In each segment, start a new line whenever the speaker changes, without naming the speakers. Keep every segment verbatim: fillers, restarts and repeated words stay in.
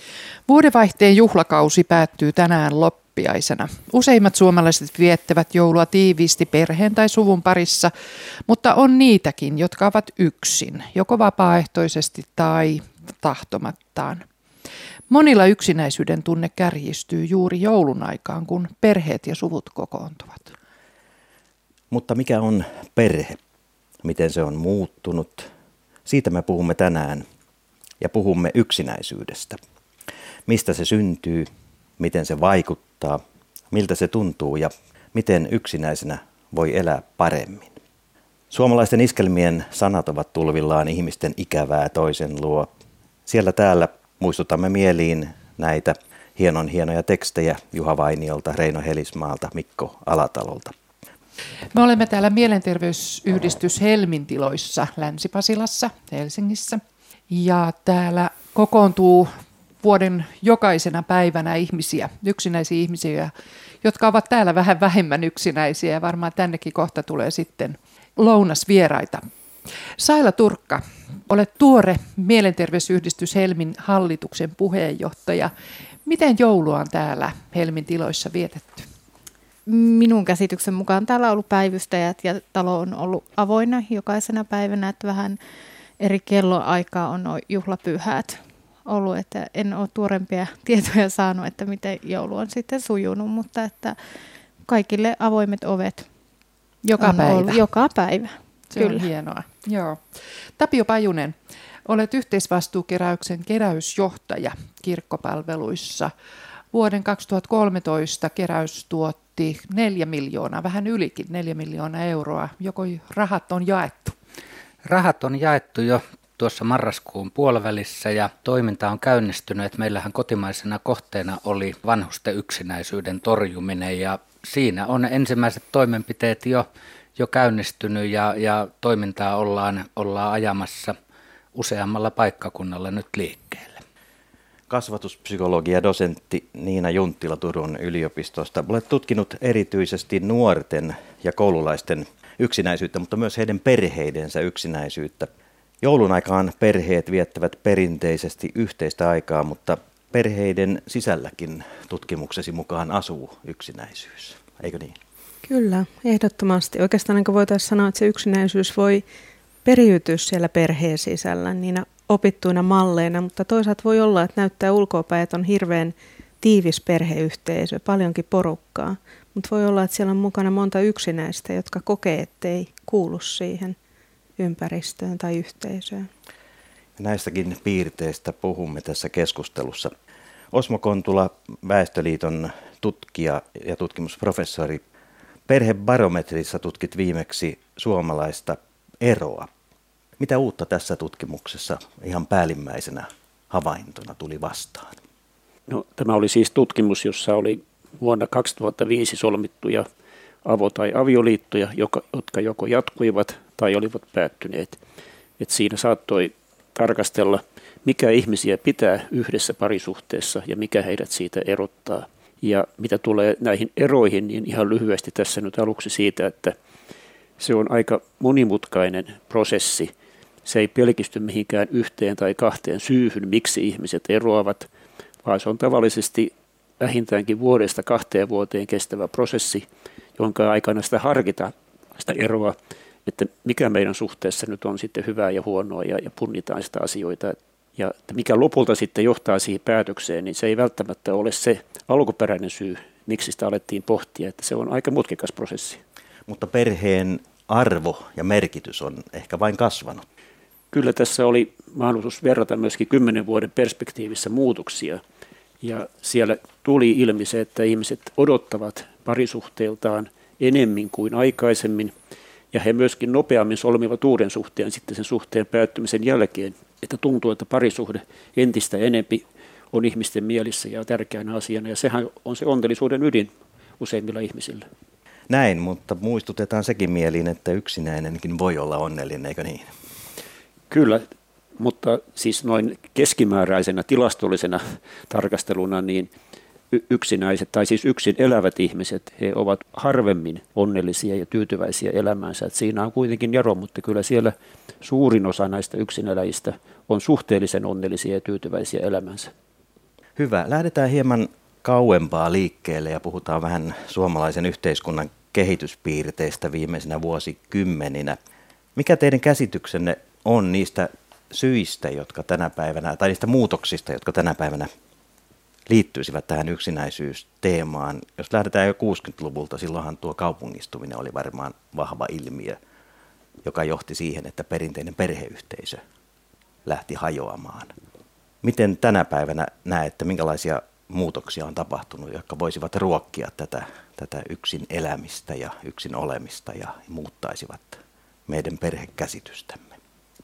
Vuodenvaihteen juhlakausi päättyy tänään loppiaisena. Useimmat suomalaiset viettävät joulua tiiviisti perheen tai suvun parissa, mutta on niitäkin, jotka ovat yksin, joko vapaaehtoisesti tai tahtomattaan. Monilla yksinäisyyden tunne kärjistyy juuri joulun aikaan, kun perheet ja suvut kokoontuvat.
Mutta mikä on perhe? Miten se on muuttunut? Siitä me puhumme tänään ja puhumme yksinäisyydestä. Mistä se syntyy, miten se vaikuttaa, miltä se tuntuu ja miten yksinäisenä voi elää paremmin. Suomalaisten iskelmien sanat ovat tulvillaan ihmisten ikävää toisen luo. Siellä täällä muistutamme mieliin näitä hienon hienoja tekstejä Juha Vainiolta, Reino Helismaalta, Mikko Alatalolta.
Me olemme täällä mielenterveysyhdistys Helmin tiloissa Länsi-Pasilassa, Helsingissä. Ja täällä kokoontuu vuoden jokaisena päivänä ihmisiä, yksinäisiä ihmisiä, jotka ovat täällä vähän vähemmän yksinäisiä. Ja varmaan tännekin kohta tulee sitten lounasvieraita. Saila Turkka, olet tuore mielenterveysyhdistys Helmin hallituksen puheenjohtaja. Miten joulua on täällä Helmin tiloissa vietetty?
Minun käsityksen mukaan täällä on ollut päivystäjät ja talo on ollut avoinna jokaisena päivänä, että vähän eri kelloaikaa on nuo juhlapyhät ollut, että en ole tuorempia tietoja saanut, että miten joulu on sitten sujunut, mutta että kaikille avoimet ovet
joka päivä.
Ollut, joka päivä.
Se
Kyllä.
on hienoa. Joo. Tapio Pajunen, olet yhteisvastuukeräyksen keräysjohtaja kirkkopalveluissa. Vuoden kaksituhattakolmetoista keräys tuotti neljä miljoonaa, vähän ylikin neljä miljoonaa euroa. Joko rahat on jaettu?
Rahat on jaettu jo tuossa marraskuun puolivälissä ja toiminta on käynnistynyt. Meillähän kotimaisena kohteena oli vanhusten yksinäisyyden torjuminen ja siinä on ensimmäiset toimenpiteet jo, jo käynnistynyt ja, ja toimintaa ollaan, ollaan ajamassa useammalla paikkakunnalla nyt liikkeelle.
Kasvatuspsykologia dosentti Niina Junttila Turun yliopistosta. Olet tutkinut erityisesti nuorten ja koululaisten yksinäisyyttä, mutta myös heidän perheidensä yksinäisyyttä. Joulun aikaan perheet viettävät perinteisesti yhteistä aikaa, mutta perheiden sisälläkin tutkimuksesi mukaan asuu yksinäisyys, eikö niin?
Kyllä, ehdottomasti. Oikeastaan niin voitaisiin sanoa, että se yksinäisyys voi periytyä siellä perheen sisällä niinä opittuina malleina, mutta toisaalta voi olla, että näyttää ulkoapäin, että on hirveän tiivis perheyhteisö, paljonkin porukkaa, mutta voi olla, että siellä on mukana monta yksinäistä, jotka kokee, ettei kuulu siihen ympäristöön tai yhteisöön.
Näistäkin piirteistä puhumme tässä keskustelussa. Osmo Kontula, Väestöliiton tutkija ja tutkimusprofessori. Perhebarometrissa tutkit viimeksi suomalaista eroa. Mitä uutta tässä tutkimuksessa ihan päällimmäisenä havaintona tuli vastaan?
No, tämä oli siis tutkimus, jossa oli vuonna kaksituhattaviisi solmittuja avo- tai avioliittoja, joka, jotka joko jatkuivat tai olivat päättyneet. Et siinä saattoi tarkastella, mikä ihmisiä pitää yhdessä parisuhteessa ja mikä heidät siitä erottaa. Ja mitä tulee näihin eroihin, niin ihan lyhyesti tässä nyt aluksi siitä, että se on aika monimutkainen prosessi. Se ei pelkisty mihinkään yhteen tai kahteen syyhyn, miksi ihmiset eroavat, vaan se on tavallisesti vähintäänkin vuodesta kahteen vuoteen kestävä prosessi, jonka aikana sitä harkitaan, sitä eroa, että mikä meidän suhteessa nyt on sitten hyvää ja huonoa ja, ja punnitaan sitä asioita. Ja että mikä lopulta sitten johtaa siihen päätökseen, niin se ei välttämättä ole se alkuperäinen syy, miksi sitä alettiin pohtia, että se on aika mutkikas prosessi.
Mutta perheen arvo ja merkitys on ehkä vain kasvanut.
Kyllä tässä oli mahdollisuus verrata myöskin kymmenen vuoden perspektiivissä muutoksia. Ja siellä tuli ilmi se, että ihmiset odottavat parisuhteiltaan enemmän kuin aikaisemmin. Ja he myöskin nopeammin solmivat uuden suhteen sitten sen suhteen päättymisen jälkeen. Että tuntuu, että parisuhde entistä enempi on ihmisten mielissä ja tärkeänä asiana. Ja sehän on se onnellisuuden ydin useimmilla ihmisillä.
Näin, mutta muistutetaan sekin mieliin, että yksinäinenkin voi olla onnellinen, eikö niin?
Kyllä, mutta siis noin keskimääräisenä tilastollisena tarkasteluna niin yksinäiset tai siis yksin elävät ihmiset, he ovat harvemmin onnellisia ja tyytyväisiä elämäänsä. Et siinä on kuitenkin ero, mutta kyllä siellä suurin osa näistä yksineläjistä on suhteellisen onnellisia ja tyytyväisiä elämäänsä.
Hyvä. Lähdetään hieman kauempaa liikkeelle ja puhutaan vähän suomalaisen yhteiskunnan kehityspiirteistä viimeisinä vuosikymmeninä. Mikä teidän käsityksenne on niistä syistä, jotka tänä päivänä, tai niistä muutoksista, jotka tänä päivänä liittyisivät tähän yksinäisyysteemaan? Jos lähdetään jo kuusikymmentäluvulta, silloinhan tuo kaupungistuminen oli varmaan vahva ilmiö, joka johti siihen, että perinteinen perheyhteisö lähti hajoamaan. Miten tänä päivänä näette, minkälaisia muutoksia on tapahtunut, jotka voisivat ruokkia tätä, tätä yksin elämistä ja yksin olemista ja muuttaisivat meidän perhekäsitystämme?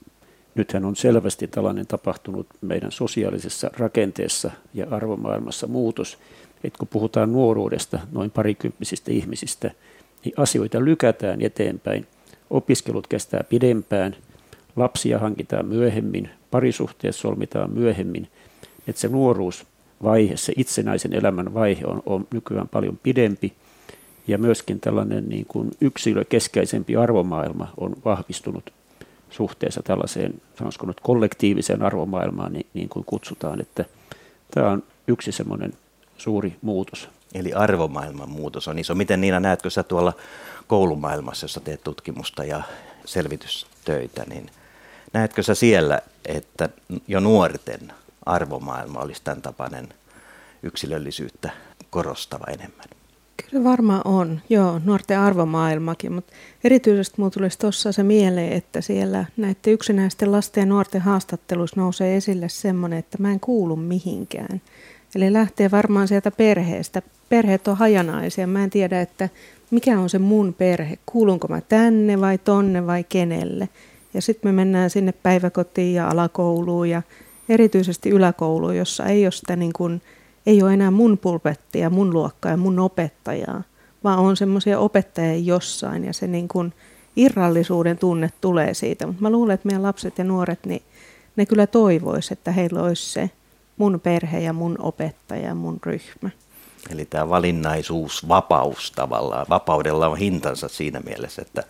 Nythän on selvästi tällainen tapahtunut meidän sosiaalisessa rakenteessa ja arvomaailmassa muutos, että kun puhutaan nuoruudesta, noin parikymppisistä ihmisistä, niin asioita lykätään eteenpäin. Opiskelut kestää pidempään, lapsia hankitaan myöhemmin, parisuhteet solmitaan myöhemmin, että se nuoruusvaihe, se itsenäisen elämän vaihe on, on nykyään paljon pidempi ja myöskin tällainen niin kuin yksilökeskeisempi arvomaailma on vahvistunut suhteessa tällaiseen, sanoisiko nyt kollektiiviseen arvomaailmaan, niin, niin kuin kutsutaan, että tämä on yksi semmoinen suuri muutos.
Eli arvomaailman muutos on iso. Miten Niina, näetkö sä tuolla koulumaailmassa, jossa teet tutkimusta ja selvitystöitä, niin näetkö sä siellä, että jo nuorten arvomaailma olisi tämän tapainen yksilöllisyyttä korostava enemmän?
Kyllä varmaan on, joo, nuorten arvomaailmakin, mutta erityisesti minulle tulisi tuossa se mieleen, että siellä näiden yksinäisten lasten ja nuorten haastatteluissa nousee esille semmoinen, että mä en kuulu mihinkään. Eli lähtee varmaan sieltä perheestä. Perheet on hajanaisia, mä en tiedä, että mikä on se mun perhe, kuulunko mä tänne vai tonne vai kenelle. Ja sitten me mennään sinne päiväkotiin ja alakouluun ja erityisesti yläkouluun, jossa ei ole sitä niin kuin, ei ole enää mun pulpettia, mun luokkaa ja mun opettajaa, vaan on semmoisia opettajia jossain ja se niin kuin irrallisuuden tunne tulee siitä. Mutta mä luulen, että meidän lapset ja nuoret, niin ne kyllä toivois, että heillä olisi se mun perhe ja mun opettaja ja mun ryhmä.
Eli tämä valinnaisuus, vapaus tavallaan, vapaudella on hintansa siinä mielessä, että,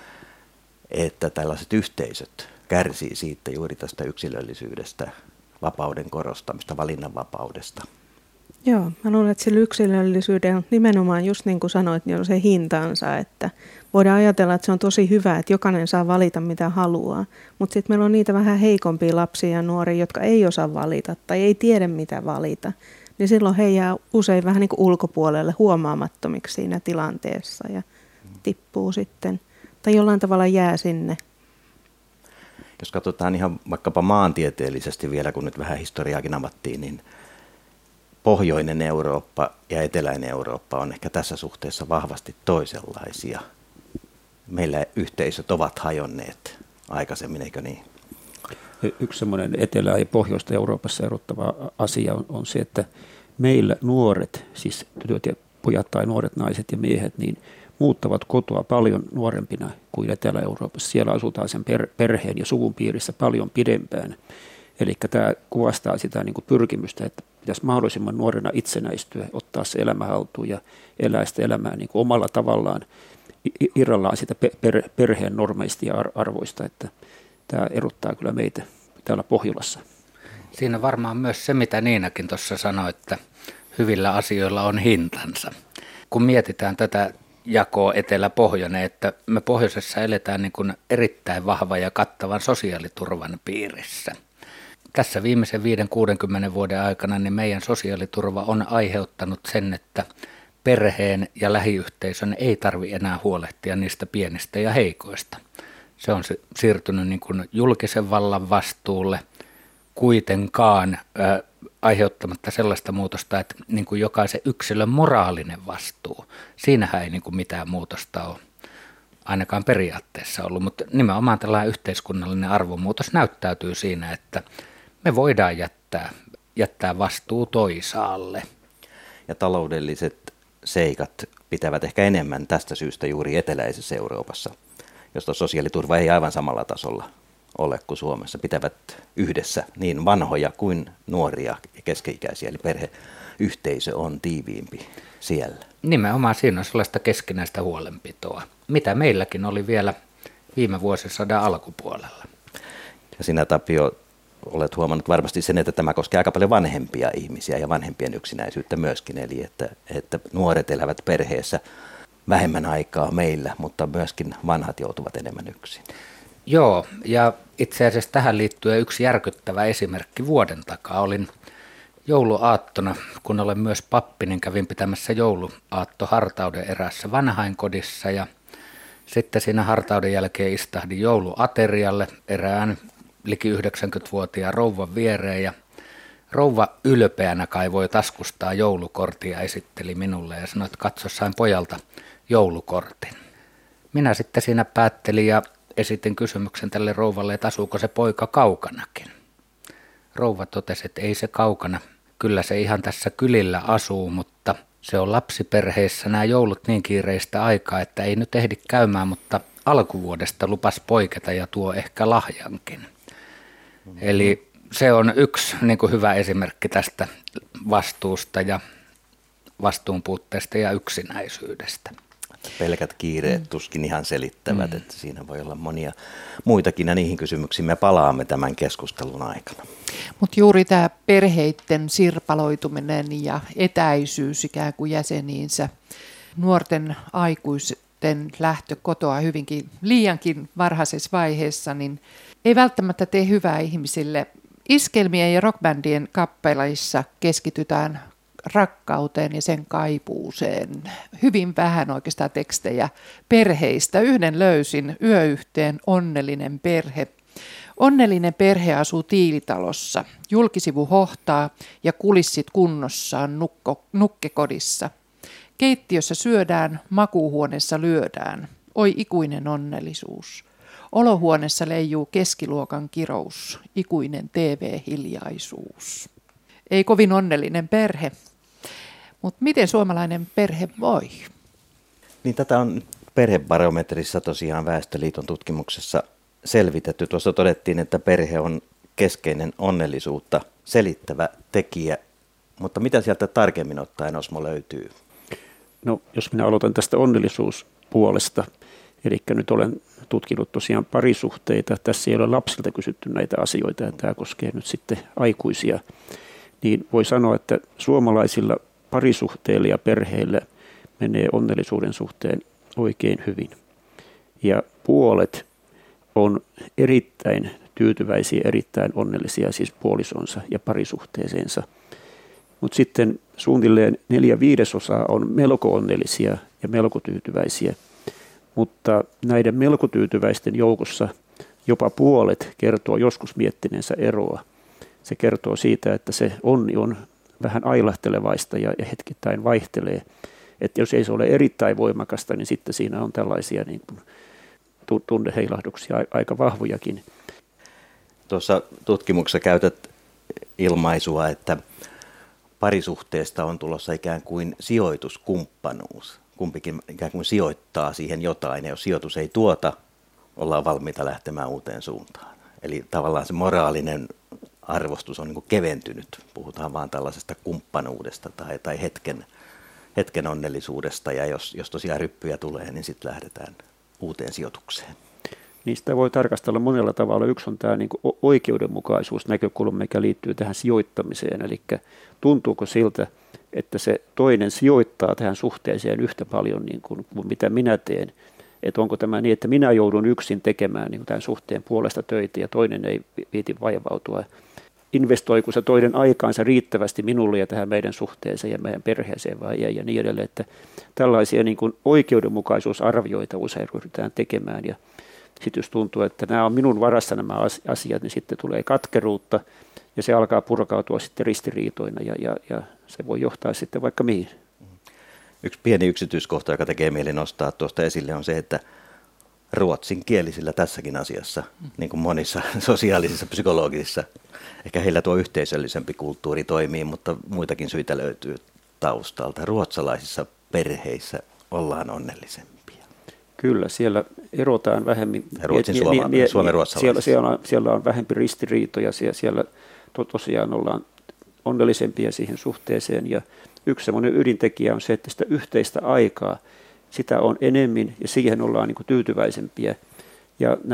että tällaiset yhteisöt kärsii siitä juuri tästä yksilöllisyydestä, vapauden korostamista, valinnanvapaudesta.
Joo, mä luulen, että sillä yksilöllisyydellä on nimenomaan just niin kuin sanoit, niin on se hintansa, että voidaan ajatella, että se on tosi hyvä, että jokainen saa valita mitä haluaa, mutta sitten meillä on niitä vähän heikompia lapsia ja nuoria, jotka ei osaa valita tai ei tiedä mitä valita, niin silloin he jää usein vähän niin kuin ulkopuolelle huomaamattomiksi siinä tilanteessa ja tippuu sitten tai jollain tavalla jää sinne.
Jos katsotaan ihan vaikkapa maantieteellisesti vielä, kun nyt vähän historiaakin avattiin, niin pohjoinen Eurooppa ja eteläinen Eurooppa on ehkä tässä suhteessa vahvasti toisenlaisia. Meillä yhteisöt ovat hajonneet aikaisemmin, eikö niin?
Yksi semmoinen etelä- ja pohjoista Euroopassa erottava asia on, on se, että meillä nuoret, siis tytöt ja pojat tai nuoret naiset ja miehet, niin muuttavat kotoa paljon nuorempina kuin Etelä-Euroopassa. Siellä asutaan sen per, perheen ja suvun piirissä paljon pidempään. Eli tämä kuvastaa sitä niin kuin pyrkimystä, että pitäisi mahdollisimman nuorena itsenäistyä, ottaa se elämä haltuun ja elää sitä elämää niin kuin omalla tavallaan, irrallaan sitä per, perheen normeista ja arvoista. Että tämä erottaa kyllä meitä täällä Pohjolassa.
Siinä varmaan myös se, mitä Niinakin tuossa sanoi, että hyvillä asioilla on hintansa. Kun mietitään tätä jakoa etelä-pohjoinen, että me pohjoisessa eletään niin kuin erittäin vahvan ja kattavan sosiaaliturvan piirissä. Tässä viimeisen viiden kuudenkymmenen vuoden aikana niin meidän sosiaaliturva on aiheuttanut sen, että perheen ja lähiyhteisön ei tarvitse enää huolehtia niistä pienistä ja heikoista. Se on siirtynyt niin kuin julkisen vallan vastuulle, kuitenkaan äh, aiheuttamatta sellaista muutosta, että niin kuin jokaisen yksilön moraalinen vastuu, siinähän ei niin kuin mitään muutosta ole ainakaan periaatteessa ollut, mutta nimenomaan tällainen yhteiskunnallinen arvomuutos näyttäytyy siinä, että me voidaan jättää, jättää vastuu toisaalle.
Ja taloudelliset seikat pitävät ehkä enemmän tästä syystä juuri eteläisessä Euroopassa, josta sosiaaliturva ei aivan samalla tasolla ole kuin Suomessa. Pitävät yhdessä niin vanhoja kuin nuoria ja keski-ikäisiä, eli perheyhteisö on tiiviimpi siellä.
Nimenomaan siinä on sellaista keskinäistä huolenpitoa, mitä meilläkin oli vielä viime vuosisadan alkupuolella.
Ja sinä, Tapio, olet huomannut varmasti sen, että tämä koskee aika paljon vanhempia ihmisiä ja vanhempien yksinäisyyttä myöskin. Eli että, että nuoret elävät perheessä vähemmän aikaa meillä, mutta myöskin vanhat joutuvat enemmän yksin.
Joo, ja itse asiassa tähän liittyen yksi järkyttävä esimerkki vuoden takaa. Olin jouluaattona, kun olen myös pappi, niin kävin pitämässä jouluaattohartauden eräässä vanhainkodissa ja sitten siinä hartauden jälkeen istahdin jouluaterialle erään liki yhdeksänkymmentävuotiaan rouvan viereen ja rouva ylpeänä kaivoi taskustaan joulukortin ja esitteli minulle ja sanoi, että katso, sain pojalta joulukortin. Minä sitten siinä päättelin ja esitin kysymyksen tälle rouvalle, että asuuko se poika kaukanakin. Rouva totesi, että ei se kaukana, kyllä se ihan tässä kylillä asuu, mutta se on lapsiperheessä nämä joulut niin kiireistä aikaa, että ei nyt ehdi käymään, mutta alkuvuodesta lupas poiketa ja tuo ehkä lahjankin. Mm-hmm. Eli se on yksi niin kuin hyvä esimerkki tästä vastuusta ja vastuunpuutteesta ja yksinäisyydestä.
Pelkät kiireet tuskin ihan selittävät, mm. että siinä voi olla monia muitakin ja niihin kysymyksiin me palaamme tämän keskustelun aikana.
Mutta juuri tämä perheiden sirpaloituminen ja etäisyys ikään kuin jäseniinsä, nuorten aikuisten lähtö kotoa hyvinkin liiankin varhaisessa vaiheessa, niin ei välttämättä tee hyvää ihmisille. Iskelmien ja rockbändien kappaleissa keskitytään rakkauteen ja sen kaipuuseen. Hyvin vähän oikeastaan tekstejä perheistä. Yhden löysin, Yöyhteen onnellinen perhe. Onnellinen perhe asuu tiilitalossa. Julkisivu hohtaa ja kulissit kunnossaan nukko, nukkekodissa. Keittiössä syödään, makuuhuoneessa lyödään. Oi ikuinen onnellisuus. Olohuoneessa leijuu keskiluokan kirous, ikuinen T V-hiljaisuus. Ei kovin onnellinen perhe, mutta miten suomalainen perhe voi?
Niin tätä on perhebarometrissa tosiaan Väestöliiton tutkimuksessa selvitetty. Tuossa todettiin, että perhe on keskeinen onnellisuutta selittävä tekijä, mutta mitä sieltä tarkemmin ottaen Osmo löytyy?
No jos minä aloitan tästä onnellisuuspuolesta, eli nyt olen tutkinut tosiaan parisuhteita. Tässä ei ole lapsilta kysytty näitä asioita ja tämä koskee nyt sitten aikuisia. Niin voi sanoa, että suomalaisilla parisuhteilla ja perheillä menee onnellisuuden suhteen oikein hyvin. Ja puolet on erittäin tyytyväisiä, erittäin onnellisia siis puolisonsa ja parisuhteeseensa. Mutta sitten suunnilleen neljä viidesosaa on melko onnellisia ja melko tyytyväisiä. Mutta näiden melko tyytyväisten joukossa jopa puolet kertoo joskus miettineensä eroa. Se kertoo siitä, että se onni on vähän ailahtelevaista ja, ja hetkittäin vaihtelee. Että jos ei se ole erittäin voimakasta, niin sitten siinä on tällaisia niin kuin tunneheilahduksia aika vahvojakin.
Tuossa tutkimuksessa käytät ilmaisua, että parisuhteesta on tulossa ikään kuin sijoituskumppanuus. Kumpikin ikään kuin sijoittaa siihen jotain, ja jos sijoitus ei tuota, ollaan valmiita lähtemään uuteen suuntaan. Eli tavallaan se moraalinen arvostus on niin kuin keventynyt. Puhutaan vaan tällaisesta kumppanuudesta tai, tai hetken, hetken onnellisuudesta, ja jos, jos tosiaan ryppyjä tulee, niin sitten lähdetään uuteen sijoitukseen.
Niistä voi tarkastella monella tavalla. Yksi on tämä niin kuin oikeudenmukaisuusnäkökulma, mikä liittyy tähän sijoittamiseen. Eli tuntuuko siltä, että se toinen sijoittaa tähän suhteeseen yhtä paljon niin kuin, kuin mitä minä teen. Että onko tämä niin, että minä joudun yksin tekemään niin kuin tämän suhteen puolesta töitä ja toinen ei viiti vaivautua. Investoiko se toinen aikaansa riittävästi minulle ja tähän meidän suhteeseen ja meidän perheeseen vai ei ja niin edelleen. Että tällaisia niin kuin oikeudenmukaisuusarvioita usein ryhdytään tekemään ja sitten jos tuntuu, että nämä on minun varassa nämä asiat, niin sitten tulee katkeruutta ja se alkaa purkautua sitten ristiriitoina ja, ja, ja se voi johtaa sitten vaikka mihin.
Yksi pieni yksityiskohta, joka tekee mieli nostaa tuosta esille, on se, että ruotsinkielisillä tässäkin asiassa, niin kuin monissa sosiaalisissa psykologisissa, ehkä heillä tuo yhteisöllisempi kulttuuri toimii, mutta muitakin syitä löytyy taustalta. Ruotsalaisissa perheissä ollaan onnellisempia.
Kyllä, siellä erotaan vähemmän.
Ruotsin suoma, mie, Suomen ruotsalaisissa.
Siellä, siellä, on, siellä on vähempi ristiriitoja, siellä, siellä to, tosiaan ollaan onnellisempia siihen suhteeseen. Ja yksi semmoinen ydintekijä on se, että sitä yhteistä aikaa, sitä on enemmän ja siihen ollaan niin kuin tyytyväisempiä. Ja nämä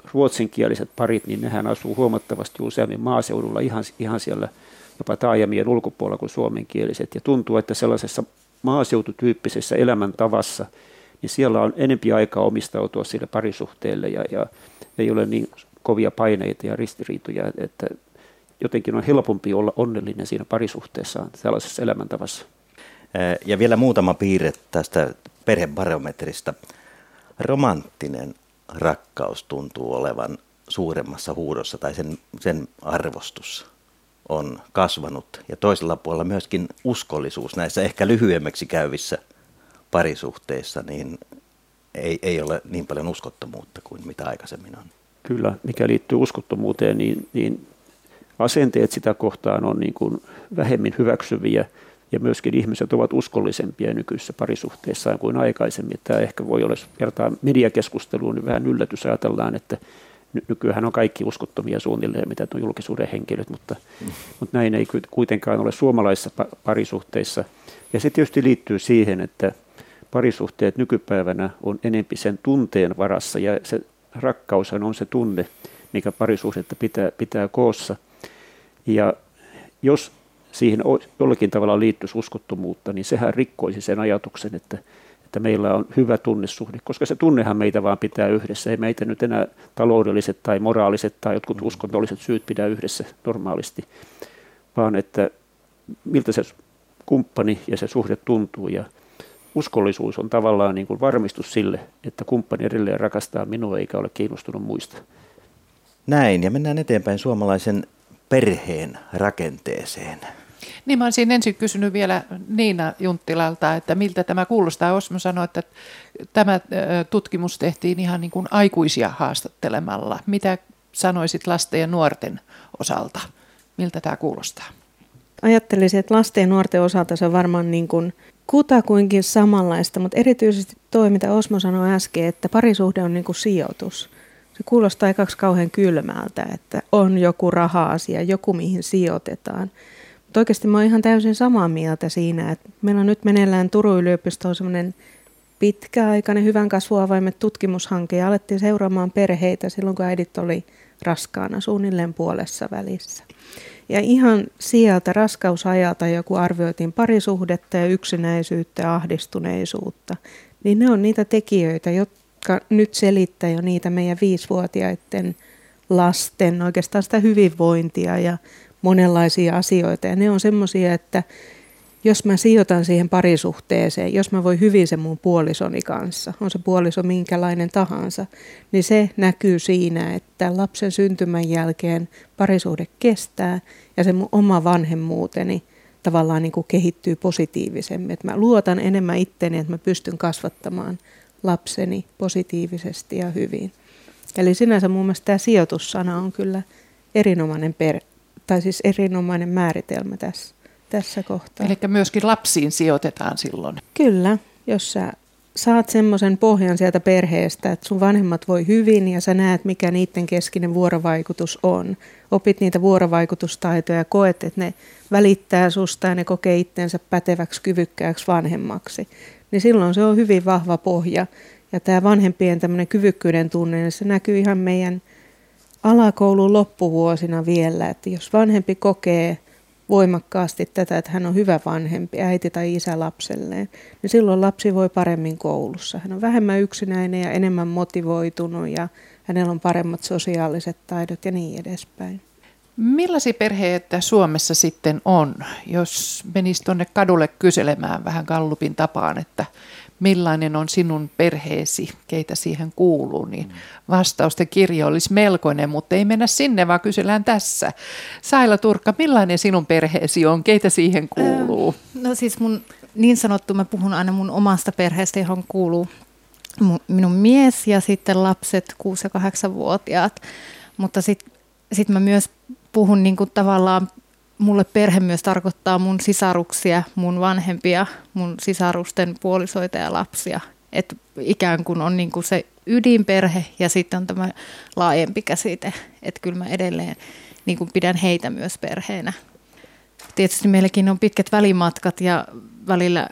ruotsinkieliset parit, niin nehän asuu huomattavasti useammin maaseudulla ihan, ihan siellä jopa taajamien ulkopuolella kuin suomenkieliset. Ja tuntuu, että sellaisessa maaseututyyppisessä elämäntavassa, niin siellä on enempi aikaa omistautua sille parisuhteelle ja, ja ei ole niin kovia paineita ja ristiriitoja, että jotenkin on helpompi olla onnellinen siinä parisuhteessaan tällaisessa elämäntavassa.
Ja vielä muutama piirre tästä perhebarometrista. Romanttinen rakkaus tuntuu olevan suuremmassa huudossa tai sen, sen arvostus on kasvanut. Ja toisella puolella myöskin uskollisuus näissä ehkä lyhyemmäksi käyvissä parisuhteissa, niin ei, ei ole niin paljon uskottomuutta kuin mitä aikaisemmin on.
Kyllä, mikä liittyy uskottomuuteen, niin, niin asenteet sitä kohtaan on niin kuin vähemmän hyväksyviä ja myöskin ihmiset ovat uskollisempia nykyisessä parisuhteessaan kuin aikaisemmin. Tämä ehkä voi olla, jos vertaa mediakeskusteluun, niin vähän yllätys ajatellaan, että nykyään on kaikki uskottomia suunnilleen, mitä on julkisuuden henkilöt, mutta, mm. mutta näin ei kuitenkaan ole suomalaisissa parisuhteissa. Ja se tietysti liittyy siihen, että parisuhteet nykypäivänä on enempi sen tunteen varassa ja se rakkaushan on se tunne, mikä parisuhdetta pitää, pitää koossa. Ja jos siihen jollakin tavalla liittyisi uskottomuutta, niin sehän rikkoisi sen ajatuksen, että, että meillä on hyvä tunnesuhde, koska se tunnehan meitä vaan pitää yhdessä. Ei meitä nyt enää taloudelliset tai moraaliset tai jotkut uskonnolliset syyt pidä yhdessä normaalisti, vaan että miltä se kumppani ja se suhde tuntuu. Ja uskollisuus on tavallaan niin kuin varmistus sille, että kumppani edelleen rakastaa minua eikä ole kiinnostunut muista.
Näin, ja mennään eteenpäin suomalaisen perheen rakenteeseen.
Niin, mä olisin ensin kysynyt vielä Niina Junttilalta, että miltä tämä kuulostaa. Osmo sanoi, että tämä tutkimus tehtiin ihan niin kuin aikuisia haastattelemalla. Mitä sanoisit lasten ja nuorten osalta? Miltä tämä kuulostaa?
Ajattelisin, että lasten ja nuorten osalta se on varmaan niin kuin kutakuinkin samanlaista, mutta erityisesti toi, mitä Osmo sanoi äsken, että parisuhde on niin kuin sijoitus. Se kuulostaa aikaksi kauhean kylmältä, että on joku raha-asia, joku mihin sijoitetaan. Mutta oikeasti mä oon ihan täysin samaa mieltä siinä, että meillä on nyt meneillään Turun yliopistoon semmoinen pitkäaikainen hyvän kasvuavaimet tutkimushanke ja alettiin seuraamaan perheitä silloin, kun äidit oli raskaana suunnilleen puolessa välissä. Ja ihan sieltä raskausajalta joku arvioitiin parisuhdetta ja yksinäisyyttä ja ahdistuneisuutta, niin ne on niitä tekijöitä, jotka nyt selittää jo niitä meidän viisivuotiaiden lasten oikeastaan sitä hyvinvointia ja monenlaisia asioita. Ja ne on semmoisia, että jos mä sijoitan siihen parisuhteeseen, jos mä voin hyvin sen mun puolisoni kanssa, on se puoliso minkälainen tahansa, niin se näkyy siinä, että lapsen syntymän jälkeen parisuhde kestää ja se mun oma vanhemmuuteni tavallaan niin kuin kehittyy positiivisemmin. Että mä luotan enemmän itteeni, että mä pystyn kasvattamaan lapseni positiivisesti ja hyvin. Eli sinänsä mun mielestä tämä sijoitussana on kyllä erinomainen, per, tai siis erinomainen määritelmä tässä. tässä kohtaa.
Eli myöskin lapsiin sijoitetaan silloin.
Kyllä, jos sä saat semmoisen pohjan sieltä perheestä, että sun vanhemmat voi hyvin ja sä näet, mikä niiden keskinen vuorovaikutus on. Opit niitä vuorovaikutustaitoja ja koet, että ne välittää susta ja ne kokee itsensä päteväksi, kyvykkääksi vanhemmaksi. Niin silloin se on hyvin vahva pohja. Ja tämä vanhempien tämmöinen kyvykkyyden tunne, niin se näkyy ihan meidän alakoulun loppuvuosina vielä, että jos vanhempi kokee voimakkaasti tätä, että hän on hyvä vanhempi, äiti tai isä lapselleen, niin silloin lapsi voi paremmin koulussa. Hän on vähemmän yksinäinen ja enemmän motivoitunut ja hänellä on paremmat sosiaaliset taidot ja niin edespäin.
Millaisia perheitä Suomessa sitten on, jos menisi tuonne kadulle kyselemään vähän Gallupin tapaan, että millainen on sinun perheesi, keitä siihen kuuluu, niin vastausten kirjo olisi melkoinen, mutta ei mennä sinne, vaan kysellään tässä. Saila Turkka, millainen sinun perheesi on, keitä siihen kuuluu?
No siis mun niin sanottu, mä puhun aina mun omasta perheestä, johon kuuluu mun, minun mies ja sitten lapset kuusi- ja kahdeksanvuotiaat, mutta sitten sit mä myös puhun niin kuin tavallaan, mulle perhe myös tarkoittaa mun sisaruksia, mun vanhempia, mun sisarusten puolisoita ja lapsia. Että ikään kuin on niin kuin se ydinperhe ja sitten on tämä laajempi käsite. Että kyllä mä edelleen niin kuin pidän heitä myös perheenä. Tietysti meilläkin on pitkät välimatkat ja välillä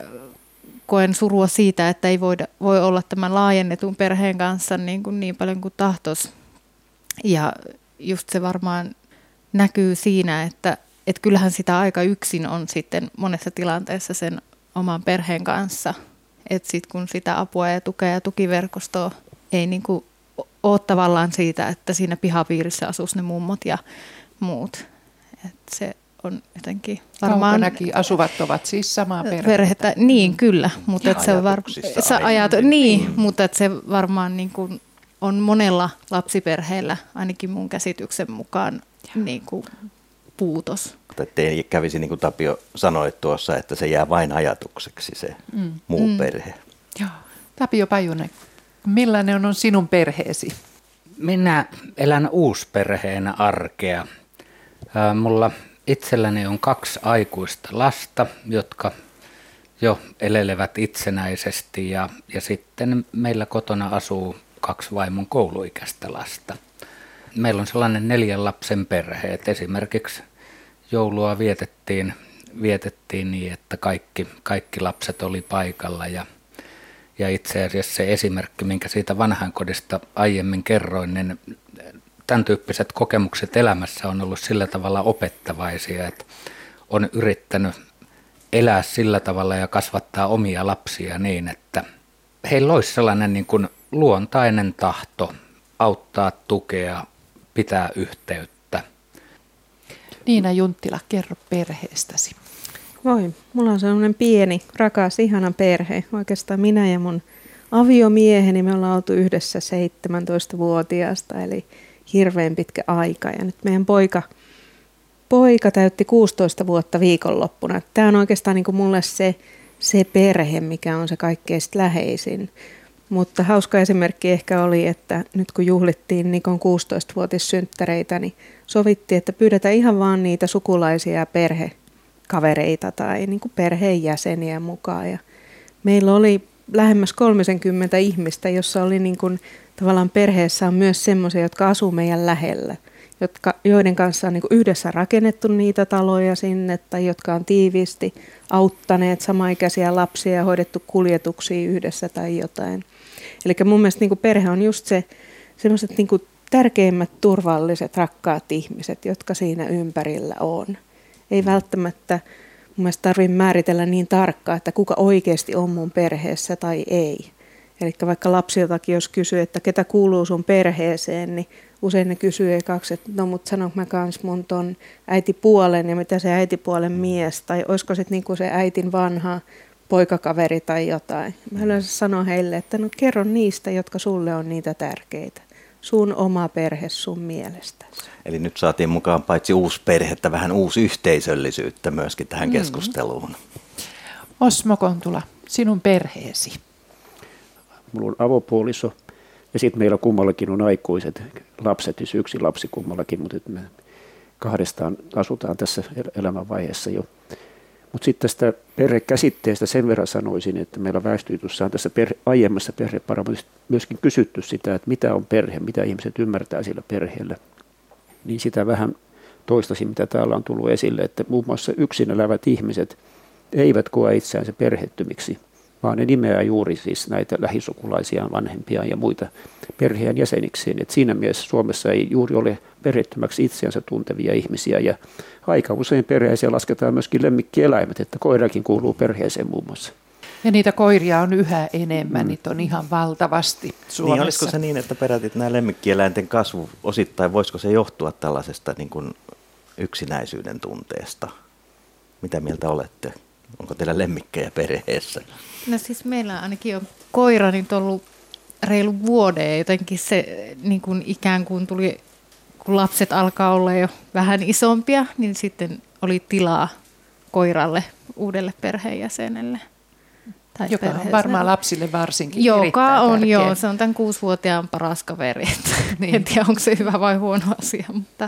koen surua siitä, että ei voida, voi olla tämän laajennetun perheen kanssa niin, kuin niin paljon kuin tahtoisi. Ja just se varmaan näkyy siinä, että et kyllähän sitä aika yksin on sitten monessa tilanteessa sen oman perheen kanssa. Että sitten kun sitä apua ja tukea ja tukiverkostoa ei niinku ole tavallaan siitä, että siinä pihapiirissä asuisi ne mummot ja muut. Et se on jotenkin varmaan...
Kaukanakin asuvat ovat siis samaa perhettä. perhettä
niin, kyllä. Mutta et se, var, se ajat, niin,
niin.
mutta et se varmaan niin kuin on monella lapsiperheellä, ainakin mun käsityksen mukaan, niin kuin puutos.
Että ei kävisi niin kuin Tapio sanoi tuossa, että se jää vain ajatukseksi se mm. muu mm. perhe.
Joo. Tapio Pajunen, millainen on sinun perheesi?
Minä elän uusperheenä arkea. Mulla itselläni on kaksi aikuista lasta, jotka jo elelevät itsenäisesti ja, ja sitten meillä kotona asuu kaksi vaimon kouluikäistä lasta. Meillä on sellainen neljän lapsen perhe, että esimerkiksi joulua vietettiin, vietettiin niin, että kaikki, kaikki lapset oli paikalla ja, ja itse asiassa se esimerkki, minkä siitä vanhainkodista aiemmin kerroin, niin tämän tyyppiset kokemukset elämässä on ollut sillä tavalla opettavaisia, että on yrittänyt elää sillä tavalla ja kasvattaa omia lapsia niin, että heillä olisi sellainen niin kuin luontainen tahto auttaa, tukea, pitää yhteyttä.
Niina Junttila, kerro perheestäsi.
Voi, mulla on sellainen pieni, rakas, ihana perhe. Oikeastaan minä ja mun aviomieheni, me ollaan oltu yhdessä seitsemäntoistavuotiaasta, eli hirveän pitkä aika. Ja nyt meidän poika, poika täytti kuusitoista vuotta viikonloppuna. Tämä on oikeastaan niin kuin mulle se, se perhe, mikä on se kaikkein läheisin. Mutta hauska esimerkki ehkä oli, että nyt kun juhlittiin Nikon kuusitoistavuotissynttäreitä, niin sovittiin, että pyydetään ihan vaan niitä sukulaisia ja perhekavereita tai niin kuin perheenjäseniä mukaan. Ja meillä oli lähemmäs kolmekymmentä ihmistä, jossa oli niin kuin, tavallaan perheessä on myös semmoisia, jotka asuu meidän lähellä, jotka, joiden kanssa on niin kuin yhdessä rakennettu niitä taloja sinne tai jotka on tiiviisti auttaneet samaikäisiä lapsia ja hoidettu kuljetuksia yhdessä tai jotain. Eli mun mielestä niin kuin perhe on just se semmoiset niin kuin tärkeimmät, turvalliset, rakkaat ihmiset, jotka siinä ympärillä on. Ei välttämättä mun mielestä tarvitse määritellä niin tarkkaan, että kuka oikeasti on mun perheessä tai ei. Eli vaikka lapsiltakin, jos kysyy, että ketä kuuluu sun perheeseen, niin usein ne kysyy kaksi, että no mut sanonko mä kans mun ton äitipuolen ja mitä se äitipuolen mies, tai olisiko sitten niinku se äitin vanha poikakaveri tai jotain. Mä yleensä sanon heille, että no kerro niistä, jotka sulle on niitä tärkeitä. Sun oma perhe sun mielestäsi.
Eli nyt saatiin mukaan paitsi uusi perhettä, vähän uusi yhteisöllisyyttä myöskin tähän keskusteluun. Mm.
Osmo Kontula, sinun perheesi.
Mulla on avopuoliso ja sitten meillä kummallakin on aikuiset lapset, siis yksi lapsi kummallakin, mutta me kahdestaan asutaan tässä elämänvaiheessa jo. Mutta sitten tästä perhekäsitteestä sen verran sanoisin, että meillä väestöjutussa on tässä perhe, aiemmassa perheparametissa myöskin kysytty sitä, että mitä on perhe, mitä ihmiset ymmärtää sillä perheellä. Niin sitä vähän toistaisin, mitä täällä on tullut esille, että muun muassa yksin elävät ihmiset eivät koe itseänsä perhettömiksi, vaan ne nimeää juuri siis näitä lähisukulaisiaan, vanhempia ja muita perheen jäsenikseen. Et siinä mielessä Suomessa ei juuri ole perhettömäksi itseänsä tuntevia ihmisiä ja aika usein perheeseen lasketaan myöskin lemmikkieläimet, että koirakin kuuluu perheeseen muun muassa.
Ja niitä koiria on yhä enemmän, mm. niitä on ihan valtavasti Suomessa.
Niin, olisiko se niin, että perätit nämä lemmikkieläinten kasvu osittain, voisiko se johtua tällaisesta niin kuin yksinäisyyden tunteesta? Mitä mieltä olette? Onko teillä lemmikkejä perheessä?
No siis meillä ainakin on koira nyt ollut reilu vuoden ja jotenkin se niin kuin ikään kuin tuli, kun lapset alkaa olla jo vähän isompia, niin sitten oli tilaa koiralle, uudelle perheenjäsenelle. Tai
joka on varmaan lapsille varsinkin
joka
erittäin
on,
tärkeä.
joo, se on tämän kuusivuotiaan paras kaveri. Niin. En tiedä, onko se hyvä vai huono asia, mutta...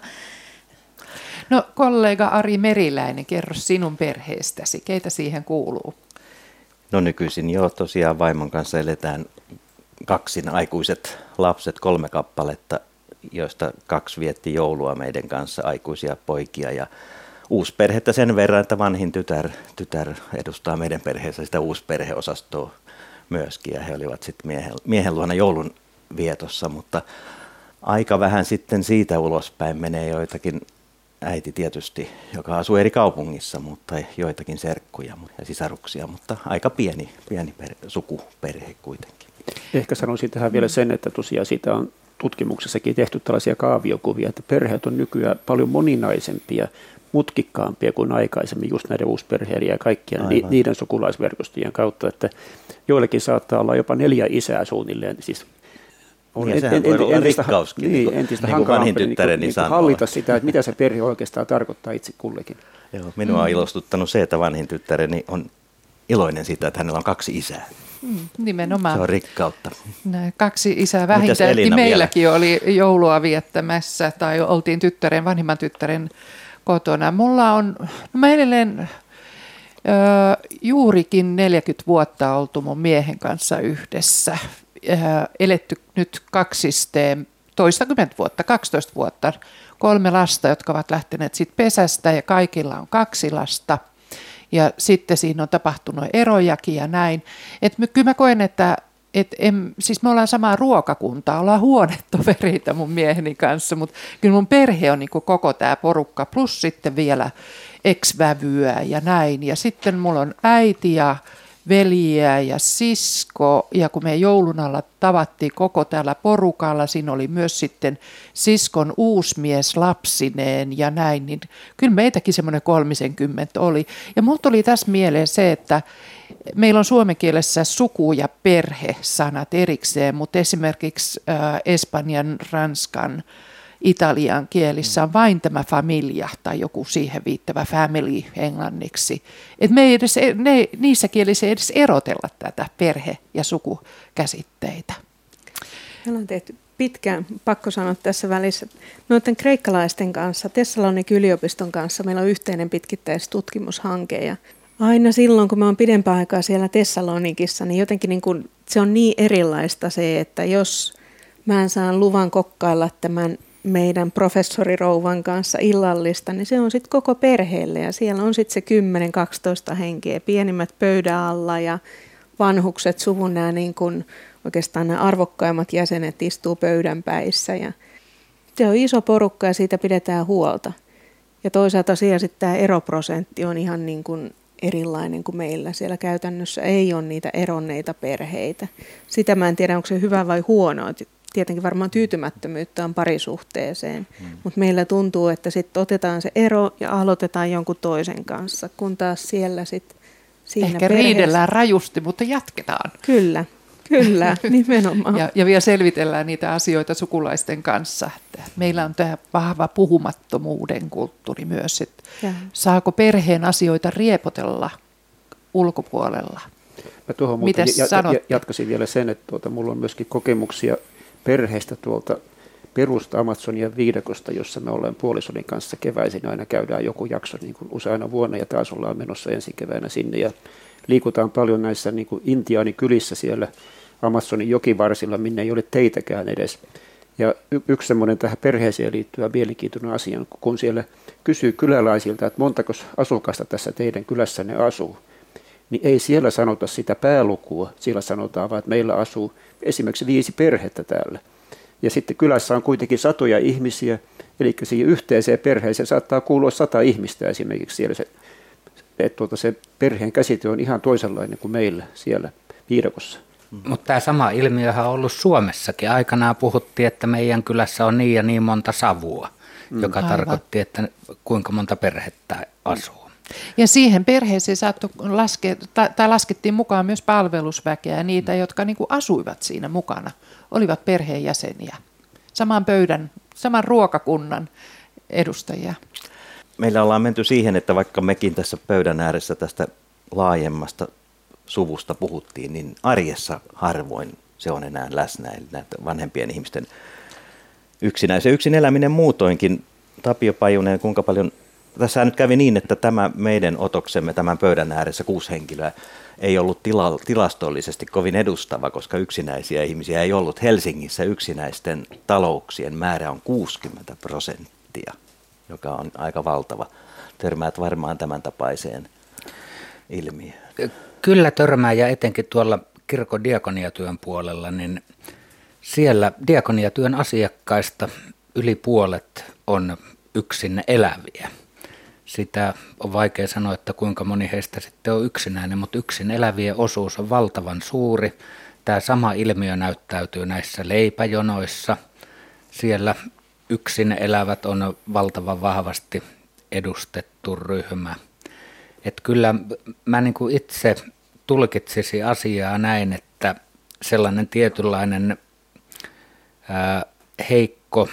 No kollega Ari Meriläinen, kerro sinun perheestäsi. Keitä siihen kuuluu?
No nykyisin jo tosiaan vaimon kanssa eletään kaksin aikuiset lapset, kolme kappaletta, joista kaksi vietti joulua meidän kanssa, aikuisia poikia ja uusperhettä sen verran, että vanhin tytär, tytär edustaa meidän perheessä sitä uusperheosastoa myöskin ja he olivat sitten miehen, miehen luona joulun vietossa, mutta aika vähän sitten siitä ulospäin menee joitakin, äiti tietysti, joka asuu eri kaupungissa, mutta joitakin serkkuja ja sisaruksia, mutta aika pieni, pieni per, sukuperhe kuitenkin.
Ehkä sanoisin tähän vielä sen, että tosiaan siitä on tutkimuksessakin tehty tällaisia kaaviokuvia, että perheet on nykyään paljon moninaisempia, mutkikkaampia kuin aikaisemmin just näiden uusperheiden ja kaikkien ni, niiden sukulaisverkostojen kautta, että joillekin saattaa olla jopa neljä isää suunnilleen, siis
on ja sehän voi olla rikkauskin, niin, niin entistä niin vanhin tyttäreni niin, niin
hallita sitä, että mitä se perhe oikeastaan tarkoittaa itse kullekin.
Joo, minua on ilostuttanut se, että vanhin tyttäreni on iloinen siitä, että hänellä on kaksi isää.
Mm, nimenomaan.
Se on rikkautta.
Näin, kaksi isää vähintäänkin meilläkin vielä oli joulua viettämässä tai oltiin tyttären, vanhimman tyttären kotona. Mulla on, no mä edelleen ö, juurikin neljäkymmentä vuotta oltu mun miehen kanssa yhdessä. Ö, eletty nyt kaksisteen toistakymmentä vuotta, kaksitoista vuotta. Kolme lasta, jotka ovat lähteneet sit pesästä ja kaikilla on kaksi lasta. Ja sitten siinä on tapahtunut erojakin ja näin. Et my, kyllä mä koen, että et em, siis me ollaan samaa ruokakuntaa, ollaan huonetovereita mun mieheni kanssa, mutta kyllä mun perhe on niin kuin koko tämä porukka, plus sitten vielä ex-vävyä ja näin. Ja sitten mulla on äiti ja veljiä ja sisko, ja kun me joulun alla tavattiin koko täällä porukalla, siinä oli myös sitten siskon uusmies lapsineen ja näin, niin kyllä meitäkin semmoinen kolmisenkymmentä oli. Ja mulla tuli tässä mieleen se, että meillä on suomen kielessä suku- ja perhe-sanat erikseen, mutta esimerkiksi äh, espanjan, ranskan, italian kielissä on vain tämä familia tai joku siihen viittävä family englanniksi. Et me ei edes, ne, niissä kielissä ei edes erotella tätä perhe- ja sukukäsitteitä.
Me ollaan tehty pitkään, pakko sanoa tässä välissä, noiden kreikkalaisten kanssa, Thessalonikin yliopiston kanssa meillä on yhteinen pitkittäistutkimushanke ja aina silloin, kun me on pidempään aikaa siellä Thessalonikissa, niin jotenkin niin kuin, se on niin erilaista se, että jos mä en saan luvan kokkailla tämän meidän professorirouvan kanssa illallista, niin se on sitten koko perheelle ja siellä on sitten se kymmenen kaksitoista henkeä, pienimmät pöydän alla ja vanhukset, suvun nämä niin kuin, oikeastaan nämä arvokkaimmat jäsenet istuu pöydän päissä ja se on iso porukka ja siitä pidetään huolta. Ja toisaalta siellä sitten tämä eroprosentti on ihan niin kuin erilainen kuin meillä. Siellä käytännössä ei ole niitä eronneita perheitä. Sitä mä en tiedä, onko se hyvä vai huono. Tietenkin varmaan tyytymättömyyttä on parisuhteeseen, hmm. mutta meillä tuntuu, että sitten otetaan se ero ja aloitetaan jonkun toisen kanssa, kun taas siellä sitten siinä
ehkä
perheessä
riidellään rajusti, mutta jatketaan.
Kyllä, kyllä, nimenomaan.
Ja, ja vielä selvitellään niitä asioita sukulaisten kanssa. Että meillä on tämä vahva puhumattomuuden kulttuuri myös, että saako perheen asioita riepotella ulkopuolella?
Mä tuohon muuten ja, ja, jatkaisin vielä sen, että tuota, mulla on myöskin kokemuksia perheestä tuolta perusta Amazonian viidakosta, jossa me ollaan puolisodin kanssa keväisin aina käydään joku jakso niin kuin useana vuonna ja taas ollaan menossa ensi keväänä sinne ja liikutaan paljon näissä niin kuin intiaanikylissä siellä Amazonin jokivarsilla, minne ei ole teitäkään edes. Ja y- yksi semmoinen tähän perheeseen liittyvä mielenkiintoinen asia, kun siellä kysyy kyläläisiltä, että montako asukasta tässä teidän kylässänne asuu, niin ei siellä sanota sitä päälukua, siellä sanotaan vaan, että meillä asuu esimerkiksi viisi perhettä täällä. Ja sitten kylässä on kuitenkin satoja ihmisiä, eli siihen yhteiseen perheeseen saattaa kuulua sata ihmistä esimerkiksi siellä. Se, että tuota, se perheen käsite on ihan toisenlainen kuin meillä siellä viidakossa.
Mutta tämä sama ilmiöhän on ollut Suomessakin. Aikanaan puhuttiin, että meidän kylässä on niin ja niin monta savua, mm. joka Aivan. tarkoitti, että kuinka monta perhettä asuu.
Ja siihen perheeseen saattoi laske, tai, tai laskettiin mukaan myös palvelusväkeä, niitä, jotka niin kuin asuivat siinä mukana, olivat perheenjäseniä, saman pöydän, saman ruokakunnan edustajia.
Meillä ollaan menty siihen, että vaikka mekin tässä pöydän ääressä tästä laajemmasta suvusta puhuttiin, niin arjessa harvoin se on enää läsnä, eli näitä vanhempien ihmisten yksinäis. Ja yksin eläminen muutoinkin, Tapio Pajunen, kuinka paljon, tässä nyt kävi niin, että tämä meidän otoksemme tämän pöydän ääressä kuusi henkilöä ei ollut tila, tilastollisesti kovin edustava, koska yksinäisiä ihmisiä ei ollut. Helsingissä yksinäisten talouksien määrä on kuusikymmentä prosenttia, joka on aika valtava. Törmäät varmaan tämän tapaiseen ilmiöön.
Kyllä törmää, ja etenkin tuolla kirkon diakoniatyön puolella, niin Siellä diakoniatyön asiakkaista yli puolet on yksin eläviä. Sitä on vaikea sanoa, että kuinka moni heistä sitten on yksinäinen, mutta yksin elävien osuus on valtavan suuri. Tämä sama ilmiö näyttäytyy näissä leipäjonoissa. Siellä yksin elävät on valtavan vahvasti edustettu ryhmä. Että kyllä mä niin kuin itse tulkitsisin asiaa näin, että sellainen tietynlainen ää, heikko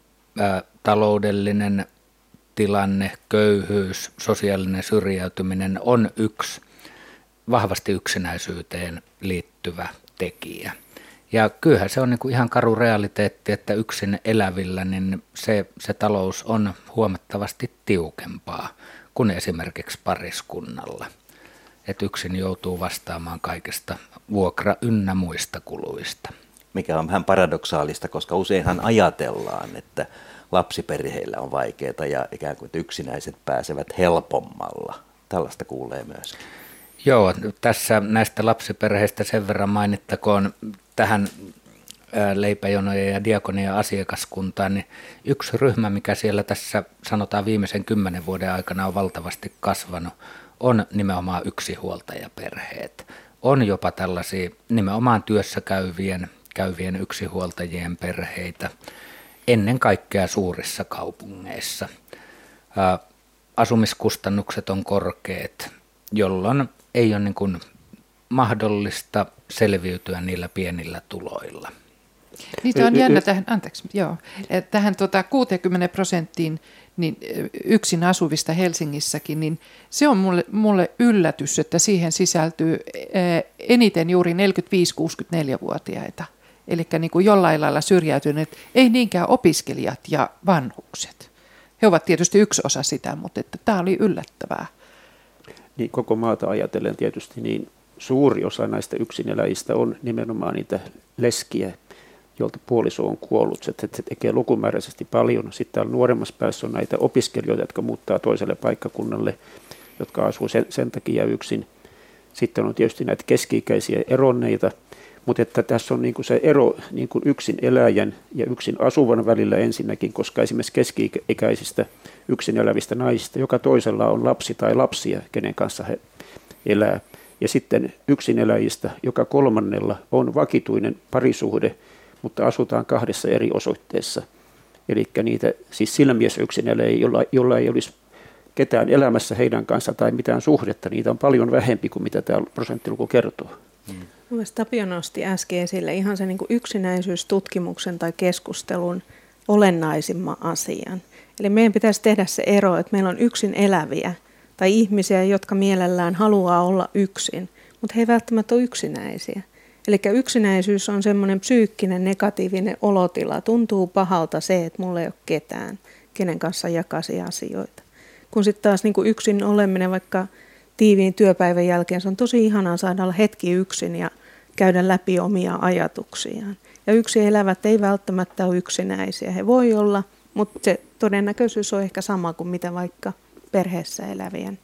ää, taloudellinen tilanne, köyhyys, sosiaalinen syrjäytyminen on yksi vahvasti yksinäisyyteen liittyvä tekijä. Ja kyllähän se on niin kuin ihan karu realiteetti, että yksin elävillä niin se, se talous on huomattavasti tiukempaa kuin esimerkiksi pariskunnalla. Että yksin joutuu vastaamaan kaikesta vuokra ynnä muista kuluista.
Mikä on vähän paradoksaalista, koska useinhan ajatellaan, että lapsiperheillä on vaikeaa ja ikään kuin yksinäiset pääsevät helpommalla. Tällaista kuulee myös.
Joo, tässä näistä lapsiperheistä sen verran mainittakoon tähän leipäjonojen ja diakonian asiakaskuntaan, niin yksi ryhmä, mikä siellä tässä sanotaan viimeisen kymmenen vuoden aikana on valtavasti kasvanut, on nimenomaan yksinhuoltajaperheet. On jopa tällaisia nimenomaan työssä käyvien, käyvien yksinhuoltajien perheitä, ennen kaikkea suurissa kaupungeissa. Ä, asumiskustannukset on korkeat, jolloin ei ole niin kuin mahdollista selviytyä niillä pienillä tuloilla.
Niitä on jännä tähän, anteeksi, joo, tähän tota kuusikymmentä prosenttiin niin yksin asuvista Helsingissäkin, niin se on mulle, mulle yllätys, että siihen sisältyy eniten juuri neljäkymmentäviisi-kuusikymmentäneljä-vuotiaita. Eli niin kuin jollain lailla syrjäytyneet, ei niinkään opiskelijat ja vanhukset. He ovat tietysti yksi osa sitä, mutta että tämä oli yllättävää.
Niin koko maata ajatellen tietysti niin suuri osa näistä yksineläjistä on nimenomaan niitä leskiä, jolta puoliso on kuollut. Se, se tekee lukumääräisesti paljon. Sitten täällä nuoremmassa päässä on näitä opiskelijoita, jotka muuttaa toiselle paikkakunnalle, jotka asuu sen, sen takia yksin. Sitten on tietysti näitä keski-ikäisiä eronneita, mutta että tässä on niin kuin se ero niin kuin yksin eläjän ja yksin asuvan välillä ensinnäkin, koska esimerkiksi keski-ikäisistä yksin elävistä naisista, joka toisella on lapsi tai lapsia, kenen kanssa he elää. Ja sitten yksineläjistä, joka kolmannella on vakituinen parisuhde, mutta asutaan kahdessa eri osoitteessa. Eli niitä, siis sillä mielessä yksineläjiä, jolla, jolla ei olisi ketään elämässä heidän kanssa tai mitään suhdetta, niitä on paljon vähempi kuin mitä tämä prosenttiluku kertoo.
Mm. Tapio nosti äsken esille ihan se niin kuin yksinäisyystutkimuksen tai keskustelun olennaisimman asian. Eli meidän pitäisi tehdä se ero, että meillä on yksin eläviä tai ihmisiä, jotka mielellään haluaa olla yksin, mutta he ei välttämättä ole yksinäisiä. Eli yksinäisyys on semmoinen psyykkinen negatiivinen olotila. Tuntuu pahalta se, että mulla ei ole ketään, kenen kanssa jakasi asioita. Kun sitten taas niin kuin yksin oleminen vaikka tiiviin työpäivän jälkeen, se on tosi ihanaa saada olla hetki yksin ja käydä läpi omia ajatuksiaan. Ja yksin elävät ei välttämättä ole yksinäisiä. He voi olla, mutta se todennäköisyys on ehkä sama kuin mitä vaikka perheessä elävien.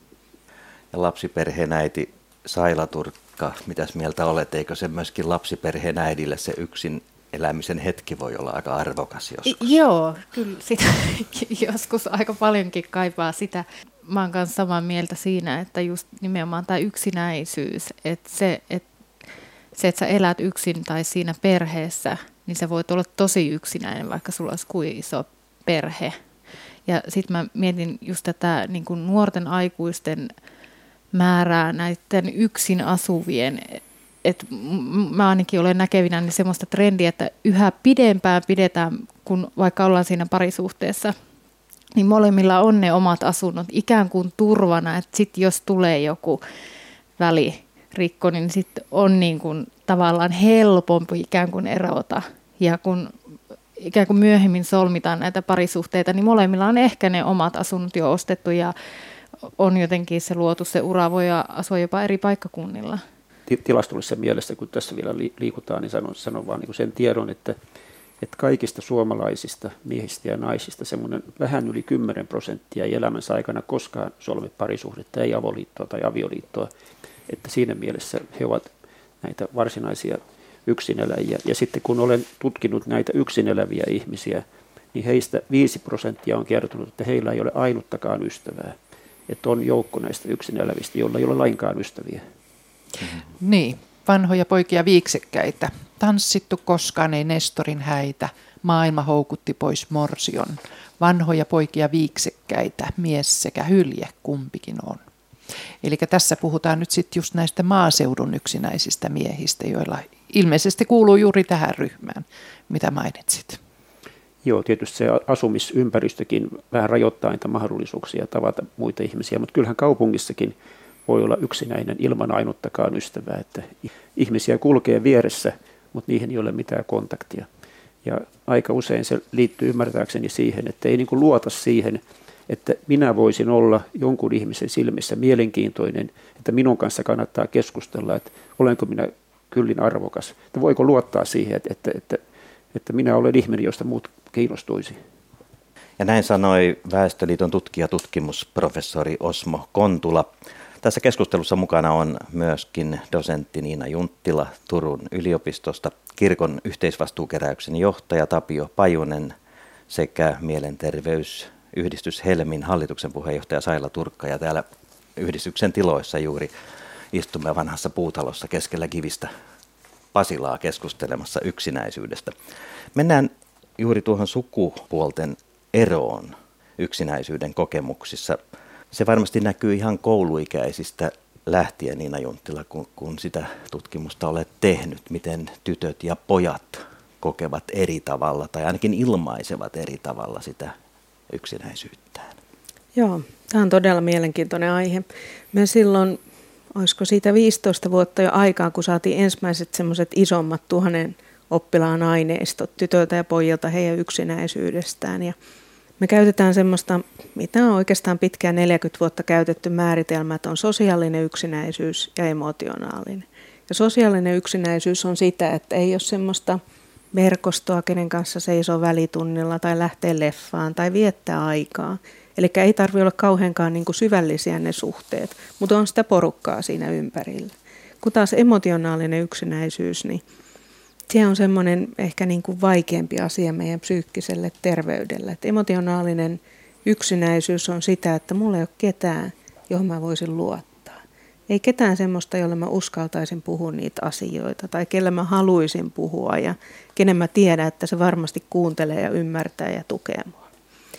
Ja lapsiperheen äiti Saila Turkka, mitäs mieltä olet? Eikö se myöskin lapsiperheen äidille se yksin elämisen hetki voi olla aika arvokas joskus?
Joo, kyllä sitä joskus aika paljonkin kaipaa sitä. Mä oon kanssa samaa mieltä siinä, että just nimenomaan tämä yksinäisyys, että se, että se, että sä elät yksin tai siinä perheessä, niin sä voit olla tosi yksinäinen, vaikka sulla olisi kuin iso perhe. Ja sitten mä mietin just tätä niin kuin nuorten aikuisten määrää näiden yksin asuvien, että mä ainakin olen näkevinä niin semmoista trendiä, että yhä pidempään pidetään, kun vaikka ollaan siinä parisuhteessa, niin molemmilla on ne omat asunnot ikään kuin turvana, että sitten jos tulee joku välirikko, niin sitten on niin kuin tavallaan helpompi ikään kuin erota. Ja kun ikään kuin myöhemmin solmitaan näitä parisuhteita, niin molemmilla on ehkä ne omat asunnot jo ostettu ja on jotenkin se luotu se ura, voi asua jopa eri paikkakunnilla.
Tilastollisessa mielessä, kun tässä vielä liikutaan, niin sanon, sanon vaan niin sen tiedon, että, että kaikista suomalaisista miehistä ja naisista semmoinen vähän yli kymmenen prosenttia ei elämänsä aikana koskaan solmi parisuhdetta, ei avoliittoa tai avioliittoa. Että siinä mielessä he ovat näitä varsinaisia yksineläjiä. Ja sitten kun olen tutkinut näitä yksineläviä ihmisiä, niin heistä viisi prosenttia on kertonut, että heillä ei ole ainuttakaan ystävää. Että on joukko näistä yksinelävistä, joilla ei ole lainkaan ystäviä.
Niin, vanhoja poikia viiksekkäitä. Tanssittu koskaan ei Nestorin häitä. Maailma houkutti pois morsion. Vanhoja poikia viiksekkäitä, mies sekä hylje kumpikin on. Eli tässä puhutaan nyt sitten just näistä maaseudun yksinäisistä miehistä, joilla ilmeisesti kuuluu juuri tähän ryhmään, mitä mainitsit.
Joo, tietysti se asumisympäristökin vähän rajoittaa niitä mahdollisuuksia tavata muita ihmisiä, mutta kyllähän kaupungissakin voi olla yksinäinen ilman ainuttakaan ystävää, että ihmisiä kulkee vieressä, mutta niihin ei ole mitään kontaktia. Ja aika usein se liittyy ymmärtääkseni siihen, että ei niin kuin luota siihen, että minä voisin olla jonkun ihmisen silmissä mielenkiintoinen, että minun kanssa kannattaa keskustella, että olenko minä kyllin arvokas. Että voiko luottaa siihen, että, että, että, että minä olen ihminen, josta muut kiinnostuisi.
Ja näin sanoi Väestöliiton tutkija, tutkimusprofessori Osmo Kontula. Tässä keskustelussa mukana on myöskin dosentti Niina Junttila Turun yliopistosta, kirkon yhteisvastuukeräyksen johtaja Tapio Pajunen sekä mielenterveysyhdistys Helmin hallituksen puheenjohtaja Saila Turkka. Ja täällä yhdistyksen tiloissa juuri istumme vanhassa puutalossa keskellä kivistä Pasilaa keskustelemassa yksinäisyydestä. Mennään juuri tuohon sukupuolten eroon yksinäisyyden kokemuksissa. Se varmasti näkyy ihan kouluikäisistä lähtien, Niina Junttila, kun, kun sitä tutkimusta olet tehnyt, miten tytöt ja pojat kokevat eri tavalla tai ainakin ilmaisevat eri tavalla sitä yksinäisyyttään.
Joo, tämä on todella mielenkiintoinen aihe. Me silloin, olisiko siitä viisitoista vuotta jo aikaa, kun saatiin ensimmäiset semmoiset isommat tuhannen oppilaan aineistot tytöiltä ja pojilta heidän yksinäisyydestään. Ja me käytetään semmoista, mitä on oikeastaan pitkään neljäkymmentä vuotta käytetty määritelmä, että on sosiaalinen yksinäisyys ja emotionaalinen. Ja sosiaalinen yksinäisyys on sitä, että ei ole semmoista verkostoa, kenen kanssa seisoo välitunnilla tai lähtee leffaan tai viettää aikaa. Eli ei tarvitse olla kauheankaan niin kuin syvällisiä ne suhteet, mutta on sitä porukkaa siinä ympärillä. Kun taas emotionaalinen yksinäisyys, niin se on semmoinen ehkä niin kuin vaikeampi asia meidän psyykkiselle terveydelle. Et emotionaalinen yksinäisyys on sitä, että mulla ei ole ketään, johon mä voisin luottaa. Ei ketään semmoista, jolle mä uskaltaisin puhua niitä asioita tai kelle mä haluaisin puhua ja kenen mä tiedän, että se varmasti kuuntelee ja ymmärtää ja tukee mua.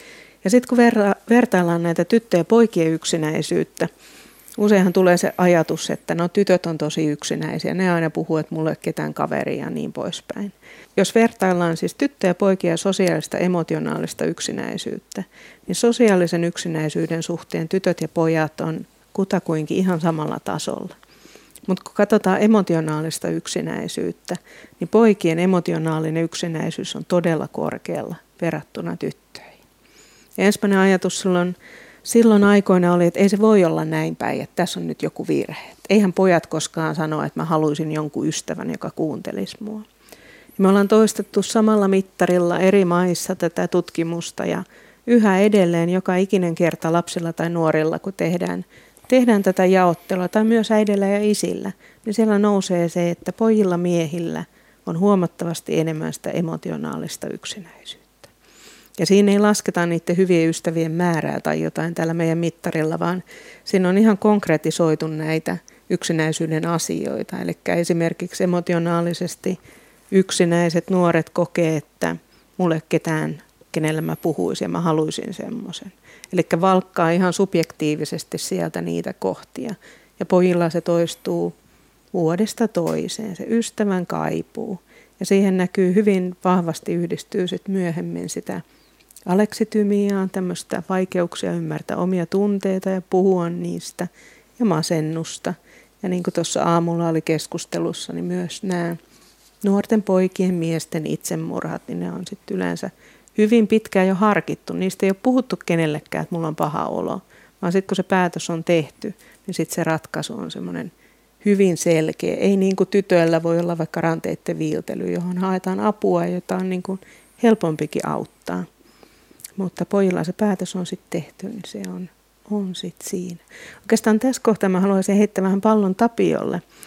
Ja sitten kun verra, vertaillaan näitä tyttöjen ja poikien yksinäisyyttä, useinhan tulee se ajatus, että no tytöt on tosi yksinäisiä, ne aina puhuu, että mulla ei ole ketään kaveria ja niin poispäin. Jos vertaillaan siis tyttöjä ja poikia ja sosiaalista emotionaalista yksinäisyyttä, niin sosiaalisen yksinäisyyden suhteen tytöt ja pojat on kutakuinkin ihan samalla tasolla. Mutta kun katsotaan emotionaalista yksinäisyyttä, niin poikien emotionaalinen yksinäisyys on todella korkealla verrattuna tyttöihin. Ja ensimmäinen ajatus silloin Silloin aikoina oli, että ei se voi olla näin päin, että tässä on nyt joku virhe. Eihän pojat koskaan sanoa, että mä haluaisin jonkun ystävän, joka kuuntelisi mua. Me ollaan toistettu samalla mittarilla eri maissa tätä tutkimusta ja yhä edelleen joka ikinen kerta lapsilla tai nuorilla, kun tehdään, tehdään tätä jaottelua tai myös äidillä ja isillä, niin siellä nousee se, että pojilla miehillä on huomattavasti enemmän sitä emotionaalista yksinäisyyttä. Ja siinä ei lasketa niiden hyvien ystävien määrää tai jotain tällä meidän mittarilla, vaan siinä on ihan konkretisoitu näitä yksinäisyyden asioita. Eli esimerkiksi emotionaalisesti yksinäiset nuoret kokee, että mulle ei ketään, kenellä mä puhuisin ja mä haluaisin semmoisen. Eli valkkaa ihan subjektiivisesti sieltä niitä kohtia. Ja pojilla se toistuu vuodesta toiseen, se ystävän kaipuu. Ja siihen näkyy hyvin vahvasti yhdistyy sit myöhemmin sitä aleksitymiaa, tämmöistä vaikeuksia ymmärtää omia tunteita ja puhua niistä ja masennusta. Ja niin kuin tuossa aamulla oli keskustelussa, niin myös nämä nuorten poikien miesten itsemurhat, niin ne on sitten yleensä hyvin pitkään jo harkittu. Niistä ei ole puhuttu kenellekään, että mulla on paha olo, vaan sitten kun se päätös on tehty, niin sitten se ratkaisu on semmoinen hyvin selkeä. Ei niin kuin tytöillä voi olla vaikka ranteiden viiltely, johon haetaan apua, jota on niin kuin helpompikin auttaa. Mutta pojilla se päätös on sitten tehty, niin se on, on sitten siinä. Oikeastaan tässä kohtaa mä haluaisin heittää vähän pallon Tapiolle.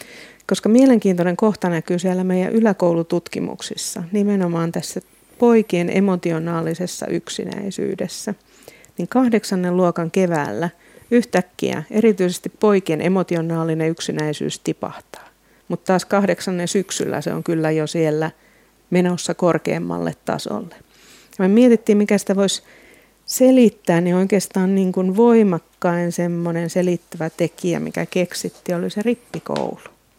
Koska mielenkiintoinen kohta näkyy siellä meidän yläkoulututkimuksissa, nimenomaan tässä poikien emotionaalisessa yksinäisyydessä. Niin kahdeksannen luokan keväällä yhtäkkiä erityisesti poikien emotionaalinen yksinäisyys tipahtaa. Mutta taas kahdeksannen syksyllä se on kyllä jo siellä menossa korkeammalle tasolle. Ja me mietittiin, mikä sitä voisi selittää, niin oikeastaan niin kuin voimakkain semmoinen selittävä tekijä, mikä keksittiin, oli se rippikoulu.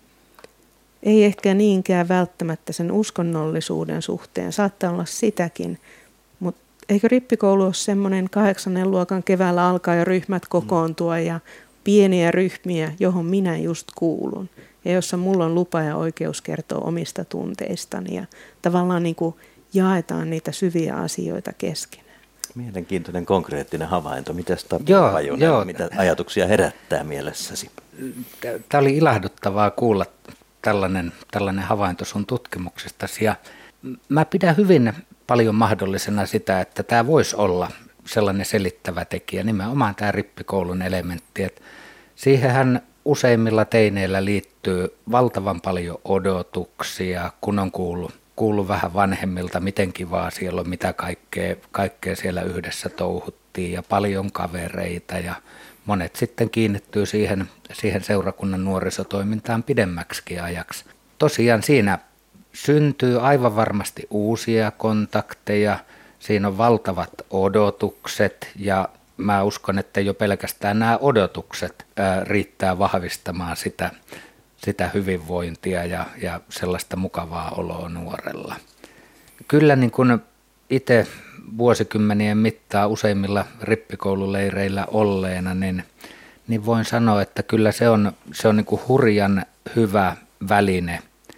Ei ehkä niinkään välttämättä sen uskonnollisuuden suhteen, saattaa olla sitäkin, mutta eikö rippikoulu ole semmoinen kahdeksannen luokan keväällä alkaa jo ryhmät kokoontua ja pieniä ryhmiä, johon minä just kuulun. Ja jossa mulla on lupa ja oikeus kertoa omista tunteistani ja tavallaan niin kuin jaetaan niitä syviä asioita keskenään.
Mielenkiintoinen konkreettinen havainto. Mitäs Tapio Pajunen, mitä ajatuksia herättää mielessäsi?
Tämä oli ilahduttavaa kuulla tällainen, tällainen havainto sun tutkimuksestasi. Ja mä pidän hyvin paljon mahdollisena sitä, että tämä voisi olla sellainen selittävä tekijä, nimenomaan tämä rippikoulun elementti. Että siihenhän useimmilla teineillä liittyy valtavan paljon odotuksia, kun on kuullut, kuullut vähän vanhemmilta, miten kivaa siellä on, mitä kaikkea, kaikkea siellä yhdessä touhuttiin ja paljon kavereita ja monet sitten kiinnittyy siihen, siihen seurakunnan nuorisotoimintaan pidemmäksikin ajaksi. Tosiaan siinä syntyy aivan varmasti uusia kontakteja, siinä on valtavat odotukset ja mä uskon, että jo pelkästään nämä odotukset ää, riittää vahvistamaan sitä, sitä hyvinvointia ja, ja sellaista mukavaa oloa nuorella. Kyllä niin kuin itse vuosikymmenien mittaan useimmilla rippikoululeireillä olleena, niin, niin voin sanoa, että kyllä se on, se on niin kuin hurjan hyvä väline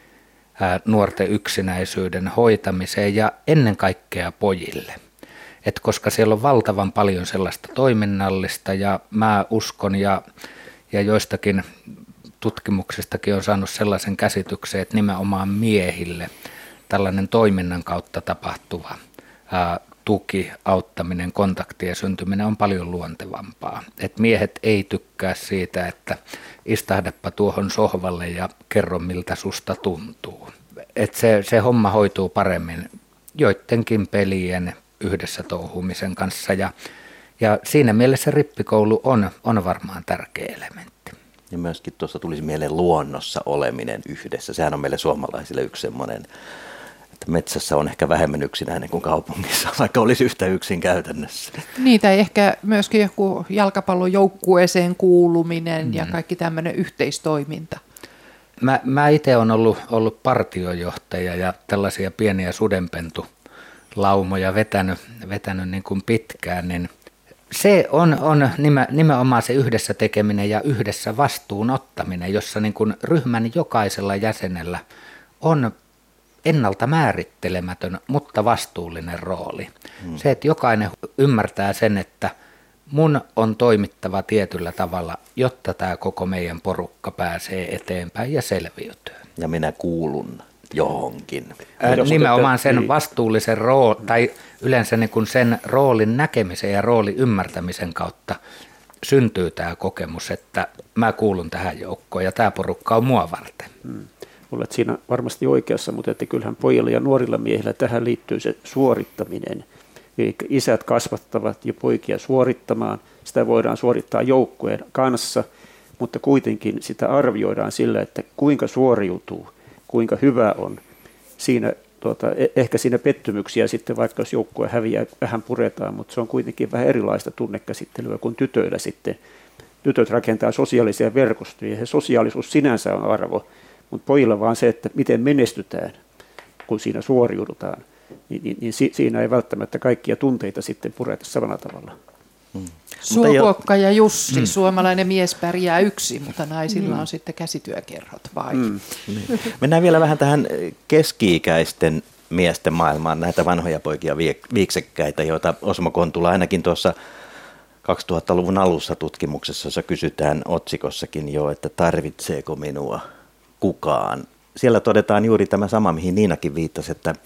ää, nuorten yksinäisyyden hoitamiseen ja ennen kaikkea pojille. Et koska siellä on valtavan paljon sellaista toiminnallista ja mä uskon ja, ja joistakin tutkimuksistakin on saanut sellaisen käsityksen, että nimenomaan miehille tällainen toiminnan kautta tapahtuva ää, tuki, auttaminen, kontaktien syntyminen on paljon luontevampaa. Et miehet ei tykkää siitä, että istahdapa tuohon sohvalle ja kerro miltä susta tuntuu. Et se, se homma hoituu paremmin joidenkin pelien yhdessä touhumisen kanssa ja, ja siinä mielessä rippikoulu on, on varmaan tärkeä elementti.
Ja myöskin tuossa tulisi mieleen luonnossa oleminen yhdessä. Sehän on meille suomalaisille yksi semmoinen, että metsässä on ehkä vähemmän yksinäinen kuin kaupungissa, vaikka olisi yhtä yksin käytännössä.
Niitä ehkä myöskin joku jalkapallojoukkueeseen kuuluminen mm. ja kaikki tämmöinen yhteistoiminta.
Mä, mä itse olen ollut, ollut partiojohtaja ja tällaisia pieniä sudenpentulaumoja vetänyt, vetänyt niin kuin pitkään, niin se on, on nimenomaan se yhdessä tekeminen ja yhdessä vastuun ottaminen, jossa niin kuin ryhmän jokaisella jäsenellä on ennalta määrittelemätön, mutta vastuullinen rooli. Hmm. Se, että jokainen ymmärtää sen, että mun on toimittava tietyllä tavalla, jotta tämä koko meidän porukka pääsee eteenpäin ja selviytyy.
Ja minä kuulun johonkin.
Ää, nimenomaan sen vastuullisen roolin, tai yleensä niin kuin sen roolin näkemisen ja roolin ymmärtämisen kautta syntyy tämä kokemus, että mä kuulun tähän joukkoon ja tämä porukka on mua varten.
Hmm. Olet siinä varmasti oikeassa, mutta että kyllähän pojilla ja nuorilla miehillä tähän liittyy se suorittaminen. Eli isät kasvattavat jo poikia suorittamaan, sitä voidaan suorittaa joukkueen kanssa, mutta kuitenkin sitä arvioidaan sillä, että kuinka suoriutuu, kuinka hyvä on. Siinä, tuota, ehkä siinä pettymyksiä sitten, vaikka jos joukkue häviää, vähän puretaan, mutta se on kuitenkin vähän erilaista tunnekäsittelyä kuin tytöillä sitten. Tytöt rakentaa sosiaalisia verkostoja ja sosiaalisuus sinänsä on arvo, mutta pojilla vaan se, että miten menestytään, kun siinä suoriudutaan. Niin, niin, niin siinä ei välttämättä kaikkia tunteita sitten pureta samalla tavalla.
Mm. Suokuokka ja Jussi, mm. suomalainen mies pärjää yksin, mutta naisilla mm. on sitten käsityökerhot vai? Mm.
Mennään vielä vähän tähän keski-ikäisten miesten maailmaan, näitä vanhoja poikia viiksekkäitä, joita Osmo Kontula ainakin tuossa kaksituhattaluvun alussa tutkimuksessa, jossa kysytään otsikossakin jo, että tarvitseeko minua kukaan. Siellä todetaan juuri tämä sama, mihin Niinakin viittasi, että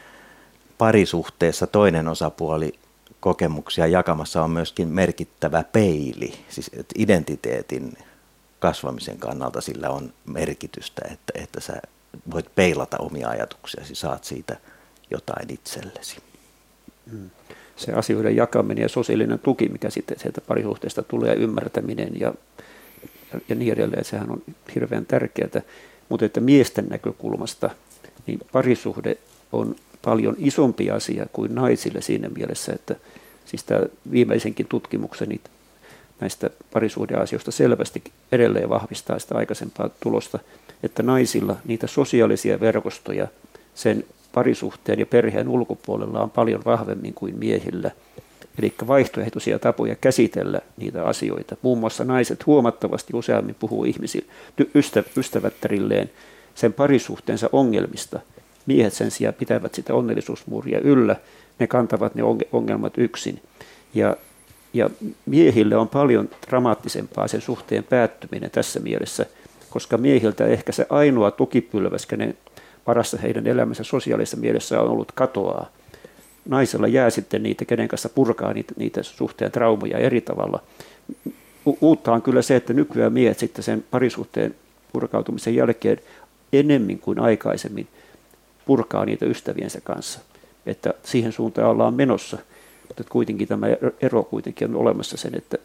parisuhteessa toinen osapuoli kokemuksia jakamassa on myöskin merkittävä peili, siis identiteetin kasvamisen kannalta sillä on merkitystä, että, että sä voit peilata omia ajatuksiasi, saat siitä jotain itsellesi.
Hmm. Se asioiden jakaminen ja sosiaalinen tuki, mikä sitten sieltä parisuhteesta tulee, ymmärtäminen ja, ja niin edelleen, sehän on hirveän tärkeää. Mutta että miesten näkökulmasta niin parisuhde on paljon isompi asia kuin naisille siinä mielessä, että siis tämä viimeisenkin tutkimukseni näistä parisuhdeasioista selvästi edelleen vahvistaa sitä aikaisempaa tulosta, että naisilla niitä sosiaalisia verkostoja sen parisuhteen ja perheen ulkopuolella on paljon vahvemmin kuin miehillä. Eli vaihtoehtoisia tapoja käsitellä niitä asioita. Muun muassa naiset huomattavasti useammin puhuu ihmisille, ystävättärilleen sen parisuhteensa ongelmista. Miehet sen sijaan pitävät sitä onnellisuusmuuria yllä, ne kantavat ne ongelmat yksin. Ja, ja miehille on paljon dramaattisempaa sen suhteen päättyminen tässä mielessä, koska miehiltä ehkä se ainoa tukipylväs, kenen parassa heidän elämänsä sosiaalisessa mielessä on ollut katoaa. Naisella jää sitten niitä, kenen kanssa purkaa niitä, niitä suhteen traumoja eri tavalla. U- uutta on kyllä se, että nykyään miehet sitten sen parisuhteen purkautumisen jälkeen enemmän kuin aikaisemmin purkaa niitä ystäviensä kanssa. Että siihen suuntaan ollaan menossa, mutta kuitenkin tämä ero kuitenkin on olemassa sen, että,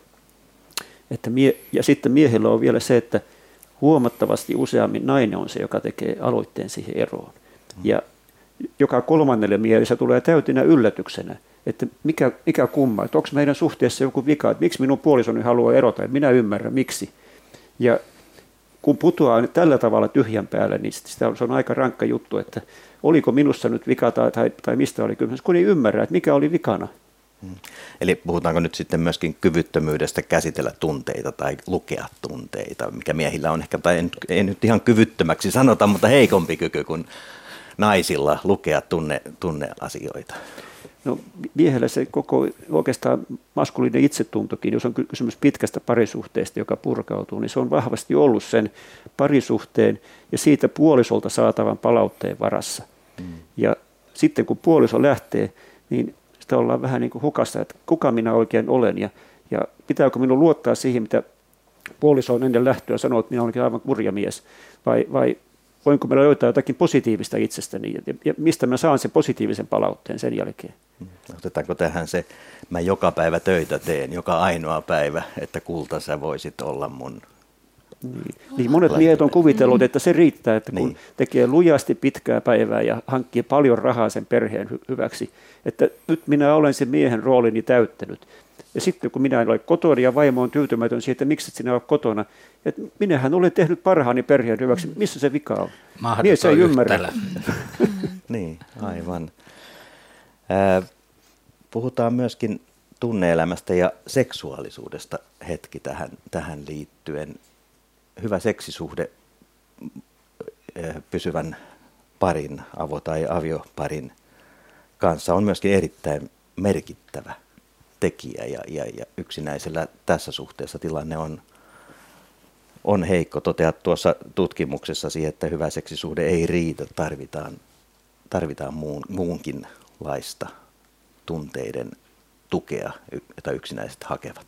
että mie- ja sitten miehellä on vielä se, että huomattavasti useammin nainen on se, joka tekee aloitteen siihen eroon. Ja joka kolmannelle miehelle tulee täytinä yllätyksenä, että mikä, mikä kumma, että onko meidän suhteessa joku vika, että miksi minun puolisoni haluaa erota, ja minä ymmärrän miksi. Ja kun putoaa tällä tavalla tyhjän päälle, niin sitä on, se on aika rankka juttu, että oliko minussa nyt vika tai, tai, tai mistä oli kysymys, kun ei ymmärrä, että mikä oli vikana.
Hmm. Eli puhutaanko nyt sitten myöskin kyvyttömyydestä käsitellä tunteita tai lukea tunteita, mikä miehillä on ehkä, tai ei, ei nyt ihan kyvyttömäksi sanota, mutta heikompi kyky kuin naisilla lukea tunne, tunneasioita?
No miehellä se koko oikeastaan maskuliininen itsetuntokin, jos on kysymys pitkästä parisuhteesta, joka purkautuu, niin se on vahvasti ollut sen parisuhteen ja siitä puolisolta saatavan palautteen varassa. Mm. Ja sitten kun puoliso lähtee, niin sitä ollaan vähän niin kuin hukassa, että kuka minä oikein olen ja, ja pitääkö minun luottaa siihen, mitä puoliso on ennen lähtöä sanoo, että minä olenkin aivan kurja mies, vai, vai voinko meillä löytää jotakin positiivista itsestäni ja, ja mistä mä saan sen positiivisen palautteen sen jälkeen.
Otetaanko tähän se, mä joka päivä töitä teen, joka ainoa päivä, että kulta sä voisit olla mun.
Niin, niin monet miehet on kuvitellut, että se riittää, että kun niin. tekee lujasti pitkää päivää ja hankkii paljon rahaa sen perheen hy- hyväksi, että nyt minä olen sen miehen roolini täyttänyt. Ja sitten kun minä en ole kotona ja vaimo on tyytymätön siihen, että miksi et sinä ole kotona, että minähän olen tehnyt parhaani perheen hyväksi, missä se vika on? Mies ei ymmärrä.
Niin, aivan. Äh, puhutaan myöskin tunne-elämästä ja seksuaalisuudesta hetki tähän, tähän liittyen. Hyvä seksisuhde äh, pysyvän parin, avo- tai avioparin kanssa on myöskin erittäin merkittävä tekijä ja, ja, ja yksinäisellä tässä suhteessa tilanne on, on heikko. Toteat tuossa tutkimuksessasi, että hyvä seksisuhde ei riitä, tarvitaan, tarvitaan muun, muunkinlaista tunteiden tukea, jota yksinäiset hakevat.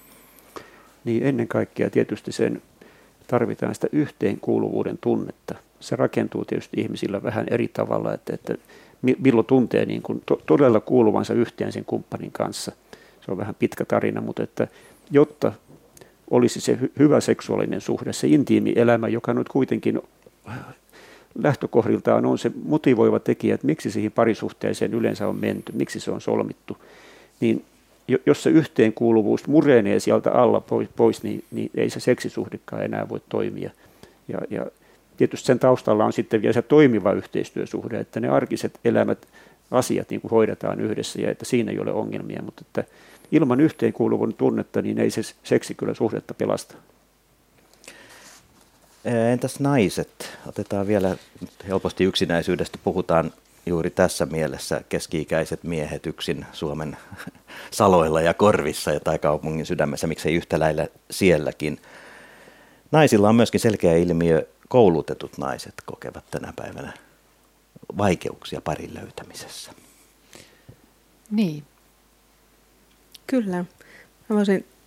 Niin ennen kaikkea tietysti sen tarvitaan sitä yhteenkuuluvuuden tunnetta. Se rakentuu tietysti ihmisillä vähän eri tavalla, että, että milloin tuntee niin kuin to, todella kuuluvansa yhteen sen kumppanin kanssa. Se on vähän pitkä tarina, mutta että jotta olisi se hy- hyvä seksuaalinen suhde, se intiimi elämä, joka nyt kuitenkin lähtökohdiltaan on se motivoiva tekijä, että miksi siihen parisuhteeseen yleensä on menty, miksi se on solmittu, niin jos se yhteenkuuluvuus murenee sieltä alla pois, niin, niin ei se seksisuhdekaan enää voi toimia. Ja, ja tietysti sen taustalla on sitten vielä se toimiva yhteistyösuhde, että ne arkiset elämät, asiat niin kuin hoidetaan yhdessä ja että siinä ei ole ongelmia, mutta että ilman yhteenkuuluvuuden tunnetta niin ei se seksi kyllä suhdetta pelasta.
Entäs naiset? Otetaan vielä, helposti yksinäisyydestä puhutaan juuri tässä mielessä, keski-ikäiset miehet yksin Suomen saloilla ja korvissa tai kaupungin sydämessä, miksei yhtä lailla sielläkin. Naisilla on myöskin selkeä ilmiö, koulutetut naiset kokevat tänä päivänä vaikeuksia parin löytämisessä.
Niin.
Kyllä. Mä voisin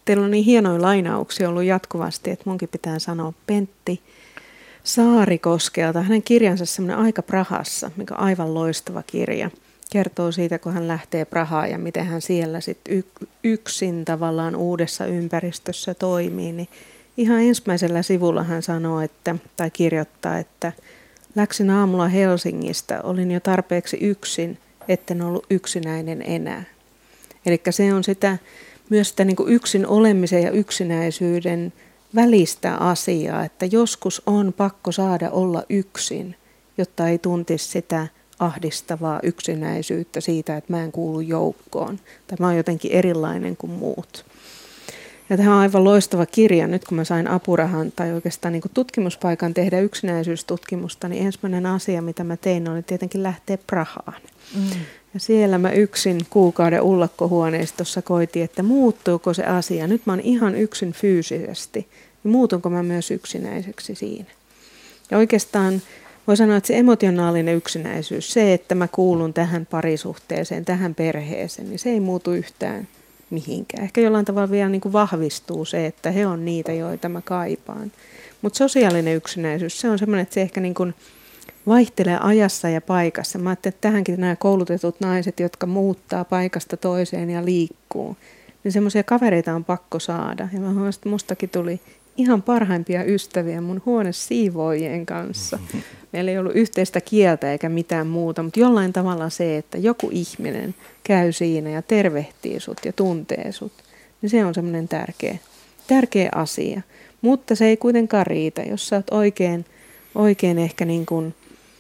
teillä on niin hienoja lainauksia ollut jatkuvasti, että munkin pitää sanoa Pentti Saarikoskelta. Hänen kirjansa semmoinen Aika Prahassa, mikä on aivan loistava kirja. Kertoo siitä, kun hän lähtee Prahaan ja miten hän siellä sitten yksin tavallaan uudessa ympäristössä toimii. Niin ihan ensimmäisellä sivulla hän sanoo, että, tai kirjoittaa, että läksin aamulla Helsingistä, olin jo tarpeeksi yksin, etten ollut yksinäinen enää. Eli se on sitä, myös sitä niin kuin yksin olemisen ja yksinäisyyden välistä asiaa, että joskus on pakko saada olla yksin, jotta ei tuntisi sitä ahdistavaa yksinäisyyttä siitä, että mä en kuulu joukkoon tai mä oon jotenkin erilainen kuin muut. Ja tämä on aivan loistava kirja. Nyt kun mä sain apurahan tai oikeastaan niin kuin tutkimuspaikan tehdä yksinäisyystutkimusta, niin ensimmäinen asia, mitä mä tein, oli tietenkin lähteä Prahaan. Mm. Ja siellä mä yksin kuukauden ullakkohuoneistossa koitin, että muuttuuko se asia. Nyt mä oon ihan yksin fyysisesti, niin muutunko mä myös yksinäiseksi siinä. Ja oikeastaan voi sanoa, että se emotionaalinen yksinäisyys, se, että mä kuulun tähän parisuhteeseen, tähän perheeseen, niin se ei muutu yhtään mihinkään. Ehkä jollain tavalla vielä niin kuin vahvistuu se, että he on niitä, joita mä kaipaan. Mutta sosiaalinen yksinäisyys, se on semmoinen, että se ehkä niin kuin vaihtelee ajassa ja paikassa. Mä ajattelin, että tähänkin nämä koulutetut naiset, jotka muuttaa paikasta toiseen ja liikkuu, niin semmoisia kavereita on pakko saada. Ja mä huomasin, että mustakin tuli ihan parhaimpia ystäviä mun huonesiivoojien kanssa. Meillä ei ollut yhteistä kieltä eikä mitään muuta, mutta jollain tavalla se, että joku ihminen käy siinä ja tervehtii sut ja tuntee sut, niin se on semmoinen tärkeä, tärkeä asia. Mutta se ei kuitenkaan riitä, jos sä oot oikein, oikein ehkä niin kuin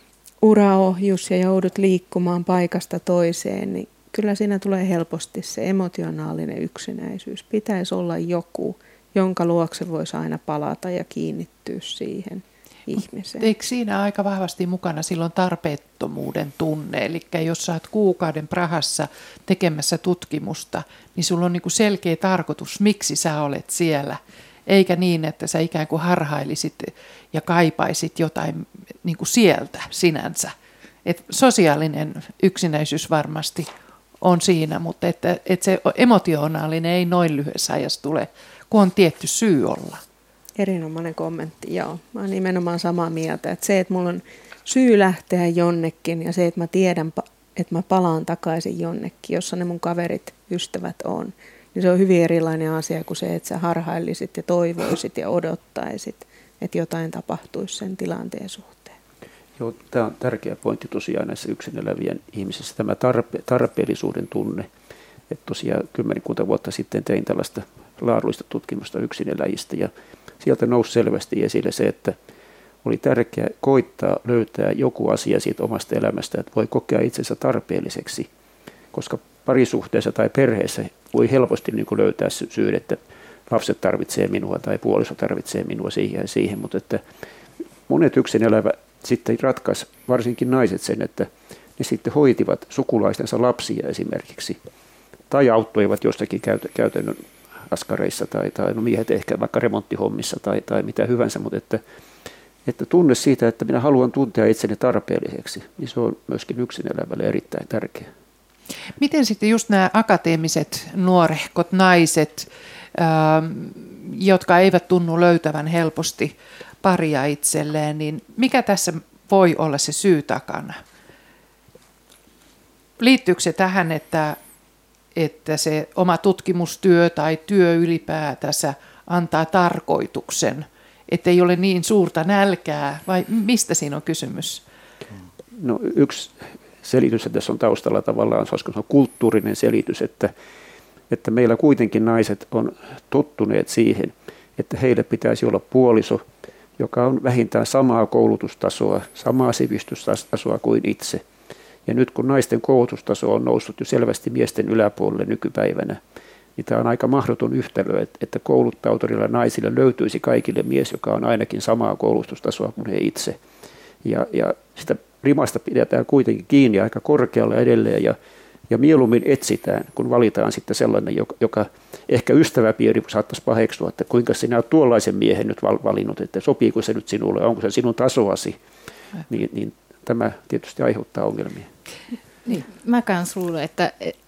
uraohjus ja joudut liikkumaan paikasta toiseen, niin kyllä siinä tulee helposti se emotionaalinen yksinäisyys. Pitäisi olla joku, jonka luokse voisi aina palata ja kiinnittyä siihen ihmiseen.
Eikö siinä aika vahvasti mukana silloin tarpeettomuuden tunne? Eli jos sä oot kuukauden Prahassa tekemässä tutkimusta, niin sulla on niinku selkeä tarkoitus, miksi sä olet siellä. Eikä niin, että sä ikään kuin harhailisit ja kaipaisit jotain niinku sieltä sinänsä. Et sosiaalinen yksinäisyys varmasti on siinä, mutta että, että se emotionaalinen ei noin lyhyessä ajassa tule, kun on tietty syy olla.
Erinomainen kommentti, joo. Mä oon nimenomaan samaa mieltä, että se, että mulla on syy lähteä jonnekin ja se, että mä tiedän, että mä palaan takaisin jonnekin, jossa ne mun kaverit, ystävät on, niin se on hyvin erilainen asia kuin se, että sä harhailisit ja toivoisit ja odottaisit, että jotain tapahtuisi sen tilanteen suhteen.
Joo, tämä on tärkeä pointti tosiaan näissä yksin elävien ihmisissä, tämä tarpe, tarpeellisuuden tunne. Että tosiaan kymmenkunta vuotta sitten tein tällaista laadullista tutkimusta yksineläjistä ja sieltä nousi selvästi esille se, että oli tärkeää koittaa löytää joku asia siitä omasta elämästä, että voi kokea itsensä tarpeelliseksi, koska parisuhteessa tai perheessä voi helposti niin kuin löytää syyn, että lapset tarvitsee minua tai puoliso tarvitsee minua siihen ja siihen, mutta että monet yksin elävä sitten ratkaisi, varsinkin naiset sen, että ne sitten hoitivat sukulaistensa lapsia esimerkiksi tai auttoivat jostakin käytännön askareissa tai, tai no miehet ehkä vaikka remonttihommissa tai, tai mitä hyvänsä, mutta että, että tunne siitä, että minä haluan tuntea itseni tarpeelliseksi, niin se on myöskin yksin elävälle erittäin tärkeä.
Miten sitten just nämä akateemiset nuorehkot naiset, ähm, jotka eivät tunnu löytävän helposti paria itselleen, niin mikä tässä voi olla se syy takana? Liittyykö se tähän, että että se oma tutkimustyö tai työ ylipäätänsä antaa tarkoituksen, että ei ole niin suurta nälkää, vai mistä siinä on kysymys?
No yksi selitys tässä on taustalla tavallaan, se on kulttuurinen selitys, että, että meillä kuitenkin naiset on tottuneet siihen, että heille pitäisi olla puoliso, joka on vähintään samaa koulutustasoa, samaa sivistystasoa kuin itse. Ja nyt kun naisten koulutustaso on noussut jo selvästi miesten yläpuolelle nykypäivänä, niin tämä on aika mahdoton yhtälö, että kouluttautuvilla naisille löytyisi kaikille mies, joka on ainakin samaa koulutustasoa kuin he itse. Ja, ja sitä rimasta pidetään kuitenkin kiinni aika korkealla edelleen ja, ja mieluummin etsitään, kun valitaan sitten sellainen, joka, joka ehkä ystäväpiiri saattaisi paheksua, että kuinka sinä olet tuollaisen miehen nyt valinnut, että sopiiko se nyt sinulle, onko se sinun tasoasi, niin, niin tämä tietysti aiheuttaa ongelmia.
Niin. Mä kans luulen, että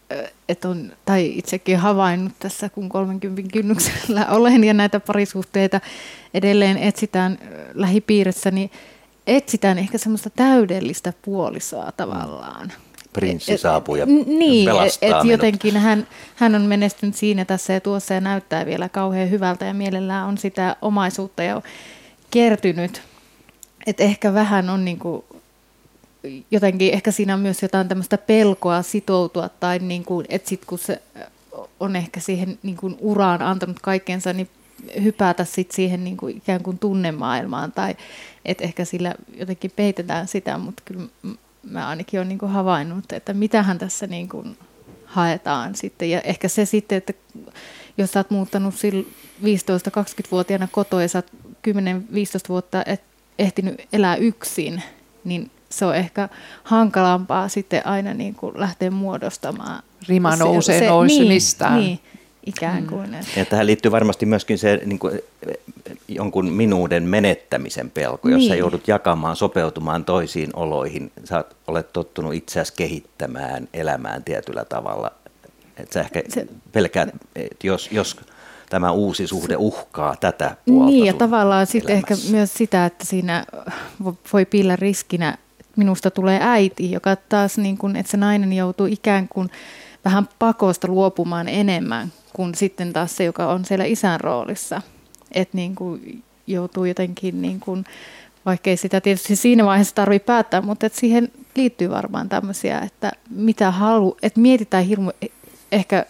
että on, tai itsekin havainnut tässä, kun kolmenkymmenen kynnyksellä olen ja näitä parisuhteita edelleen etsitään lähipiirissä, niin etsitään ehkä semmoista täydellistä puolisoa tavallaan.
Prinssi et, saapuu ja
niin,
pelastaa
et, et
minut.
jotenkin hän, hän on menestynyt siinä tässä ja tuossa ja näyttää vielä kauhean hyvältä ja mielellään on sitä omaisuutta jo kertynyt. Että ehkä vähän on niinku, jotenkin, ehkä siinä on myös jotain tämmöistä pelkoa sitoutua tai niinku, että sitten kun se on ehkä siihen niinku uraan antanut kaikkensa, niin hypätä sit siihen niinku ikään kuin tunnemaailmaan tai että ehkä sillä jotenkin peitetään sitä, mutta kyllä mä ainakin olen niinku havainnut, että mitähän tässä niinku haetaan sitten ja ehkä se sitten, että jos sä oot muuttanut viisitoista-kaksikymmentävuotiaana kotoa ja sä oot kymmenen viisitoista vuotta et ehtinyt elää yksin, niin se on ehkä hankalampaa sitten aina niin kuin lähteä muodostamaan.
Rima nousee se, nousemistaan.
Niin, niin, ikään kuin. Mm.
Ja tähän liittyy varmasti myöskin se niin kuin, jonkun minuuden menettämisen pelko, jos niin. sä joudut jakamaan, sopeutumaan toisiin oloihin. Sä olet tottunut itseäsi kehittämään, elämään tietyllä tavalla. Et sä ehkä se, pelkäät, että jos... jos tämä uusi suhde uhkaa tätä puolta.
Niin, ja tavallaan sitten ehkä myös sitä, että siinä voi piillä riskinä, minusta tulee äiti, joka taas, niin kuin, että se nainen joutuu ikään kuin vähän pakosta luopumaan enemmän kuin sitten taas se, joka on siellä isän roolissa. Että niin kuin joutuu jotenkin, niin kuin, vaikkei sitä tietysti siinä vaiheessa tarvitse päättää, mutta että siihen liittyy varmaan tämmöisiä, että mitä halu, että mietitään hirmu, ehkä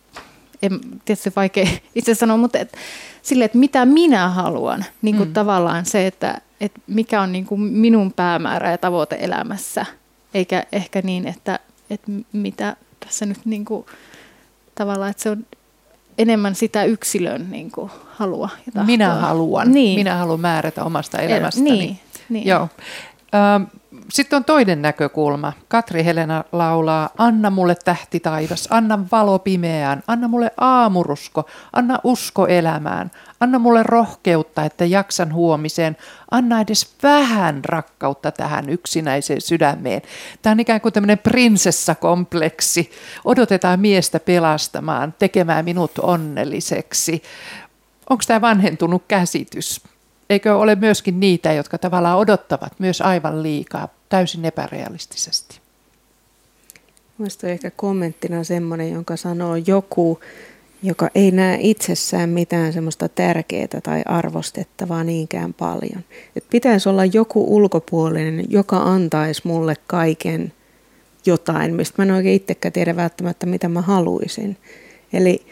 en tietysti vaikea itse sanoa, mutta et, sille, että mitä minä haluan, niin kuin mm. tavallaan se, että et mikä on niin kuin minun päämäärä ja tavoite elämässä, eikä ehkä niin, että et mitä tässä nyt niin kuin, tavallaan, että se on enemmän sitä yksilön niin kuin halua ja tahtoa.
Minä haluan,
niin.
minä haluan määrätä omasta elämästäni.
Niin, niin.
Joo. Sitten on toinen näkökulma. Katri Helena laulaa, anna mulle tähti taivas, anna valo pimeään, anna mulle aamurusko, anna usko elämään, anna mulle rohkeutta, että jaksan huomiseen, anna edes vähän rakkautta tähän yksinäiseen sydämeen. Tämä on ikään kuin tämmöinen prinsessakompleksi. Odotetaan miestä pelastamaan, tekemään minut onnelliseksi. Onko tämä vanhentunut käsitys? Eikö ole myöskin niitä, jotka tavallaan odottavat myös aivan liikaa, täysin epärealistisesti?
Mielestäni ehkä kommenttina semmoinen, jonka sanoo joku, joka ei näe itsessään mitään semmoista tärkeää tai arvostettavaa niinkään paljon. Et pitäisi olla joku ulkopuolinen, joka antaisi mulle kaiken jotain, mistä mä en oikein itsekään tiedä välttämättä, mitä mä haluaisin. Eli,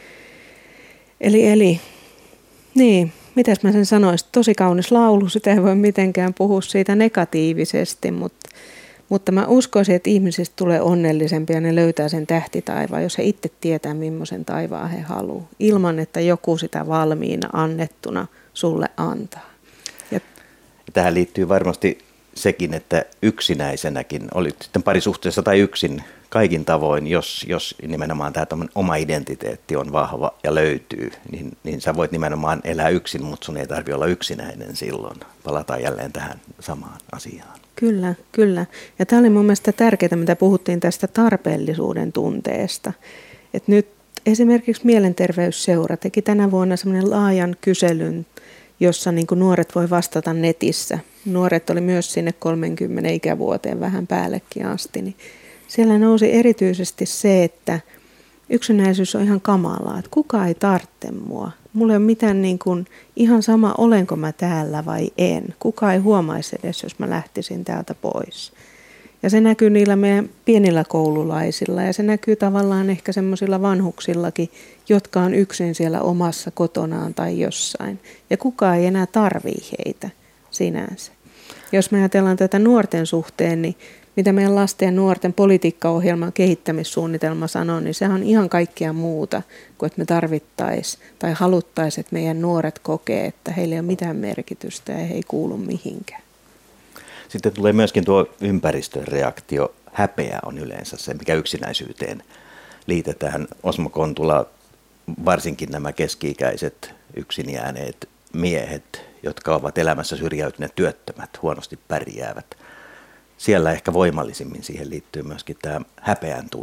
eli, eli niin... Mitäs mä sen sanoisin? Tosi kaunis laulu, sitä ei voi mitenkään puhua siitä negatiivisesti, mutta, mutta mä uskoisin, että ihmisistä tulee onnellisempia ja ne löytää sen tähtitaivaan, jos he itse tietää, millaisen taivaan he haluaa, ilman että joku sitä valmiina annettuna sulle antaa. Ja
tähän liittyy varmasti sekin, että yksinäisenäkin, oli sitten parisuhteessa tai yksin, kaikin tavoin, jos, jos nimenomaan tämä oma identiteetti on vahva ja löytyy, niin, niin sä voit nimenomaan elää yksin, mutta sun ei tarvitse olla yksinäinen silloin. Palataan jälleen tähän samaan asiaan.
Kyllä, kyllä. Ja tämä oli mun mielestä tärkeää, mitä puhuttiin tästä tarpeellisuuden tunteesta. Et nyt esimerkiksi Mielenterveysseura teki tänä vuonna semmoinen laajan kyselyn, jossa niin kuin nuoret voi vastata netissä. Nuoret oli myös sinne kolmekymmentä ikävuoteen vähän päällekin asti, niin siellä nousi erityisesti se, että yksinäisyys on ihan kamalaa, että kukaan ei tarvitse mua. Mulla ei ole mitään niin kuin, ihan sama, olenko mä täällä vai en. Kukaan ei huomaisi edes, jos mä lähtisin täältä pois. Ja se näkyy niillä meidän pienillä koululaisilla ja se näkyy tavallaan ehkä semmoisilla vanhuksillakin, jotka on yksin siellä omassa kotonaan tai jossain. Ja kukaan ei enää tarvii heitä sinänsä. Jos me ajatellaan tätä nuorten suhteen, niin mitä meidän lasten ja nuorten politiikkaohjelman kehittämissuunnitelma sanoo, niin se on ihan kaikkea muuta kuin että me tarvittaisiin tai haluttaisiin, että meidän nuoret kokee, että heillä ei ole mitään merkitystä ja he ei kuulu mihinkään.
Sitten tulee myöskin tuo ympäristön reaktio. Häpeä on yleensä se, mikä yksinäisyyteen liitetään. Osmo Kontula, varsinkin nämä keski-ikäiset yksin jääneet miehet, jotka ovat elämässä syrjäytyneet työttömät, huonosti pärjäävät. Siellä ehkä voimallisimmin siihen liittyy myöskin tämä häpeän tunne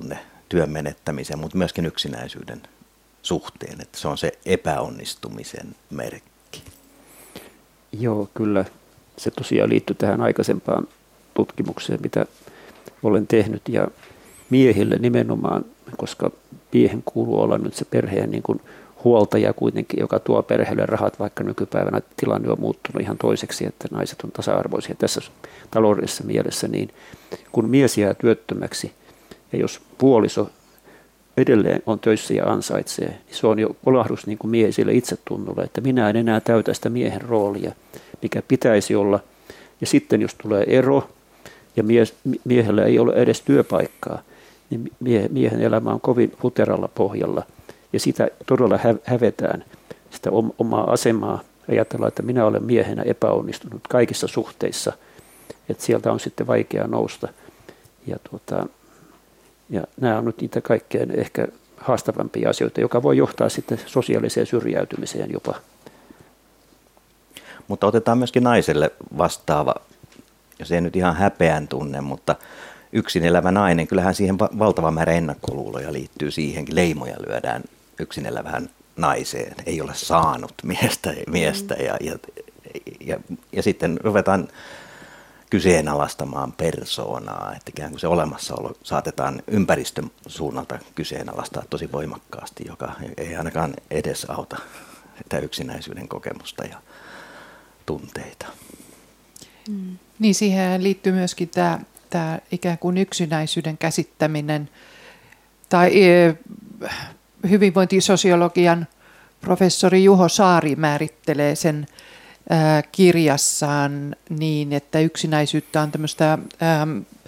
työn menettämisen, mutta myöskin yksinäisyyden suhteen, että se on se epäonnistumisen merkki.
Joo, kyllä. Se tosiaan liittyy tähän aikaisempaan tutkimukseen, mitä olen tehnyt, ja miehille nimenomaan, koska miehen kuuluu olla nyt se perheen niin kuin huoltaja kuitenkin, joka tuo perheelle rahat, vaikka nykypäivänä tilanne on muuttunut ihan toiseksi, että naiset on tasa-arvoisia tässä taloudellisessa mielessä, niin kun mies jää työttömäksi ja jos puoliso edelleen on töissä ja ansaitsee, niin se on jo kolahdus niin kuin miehille itsetunnolle, että minä en enää täytä sitä miehen roolia, mikä pitäisi olla. Ja sitten jos tulee ero ja mies, miehellä ei ole edes työpaikkaa, niin miehen elämä on kovin huteralla pohjalla. Ja sitä todella hävetään, sitä omaa asemaa. Ajatellaan, että minä olen miehenä epäonnistunut kaikissa suhteissa, että sieltä on sitten vaikea nousta. Ja, tuota, ja nämä on nyt niitä kaikkein ehkä haastavampia asioita, joka voi johtaa sitten sosiaaliseen syrjäytymiseen jopa.
Mutta otetaan myöskin naiselle vastaava, jos ei nyt ihan häpeän tunne, mutta yksin elävä nainen, kyllähän siihen valtava määrä ennakkoluuloja liittyy siihenkin. Leimoja lyödään yksin elävään naiseen, ei ole saanut miestä, miestä ja, ja, ja, ja sitten ruvetaan kyseenalaistamaan persoonaa, että ikään kuin se olemassaolo saatetaan ympäristön suunnalta kyseenalaistaa tosi voimakkaasti, joka ei ainakaan edes auta sitä yksinäisyyden kokemusta ja tunteita.
Mm. Niin siihen liittyy myöskin tämä, tämä ikään kuin yksinäisyyden käsittäminen tai hyvinvointisosiologian professori Juho Saari määrittelee sen ää, kirjassaan niin, että yksinäisyyttä on tämmöistä ää,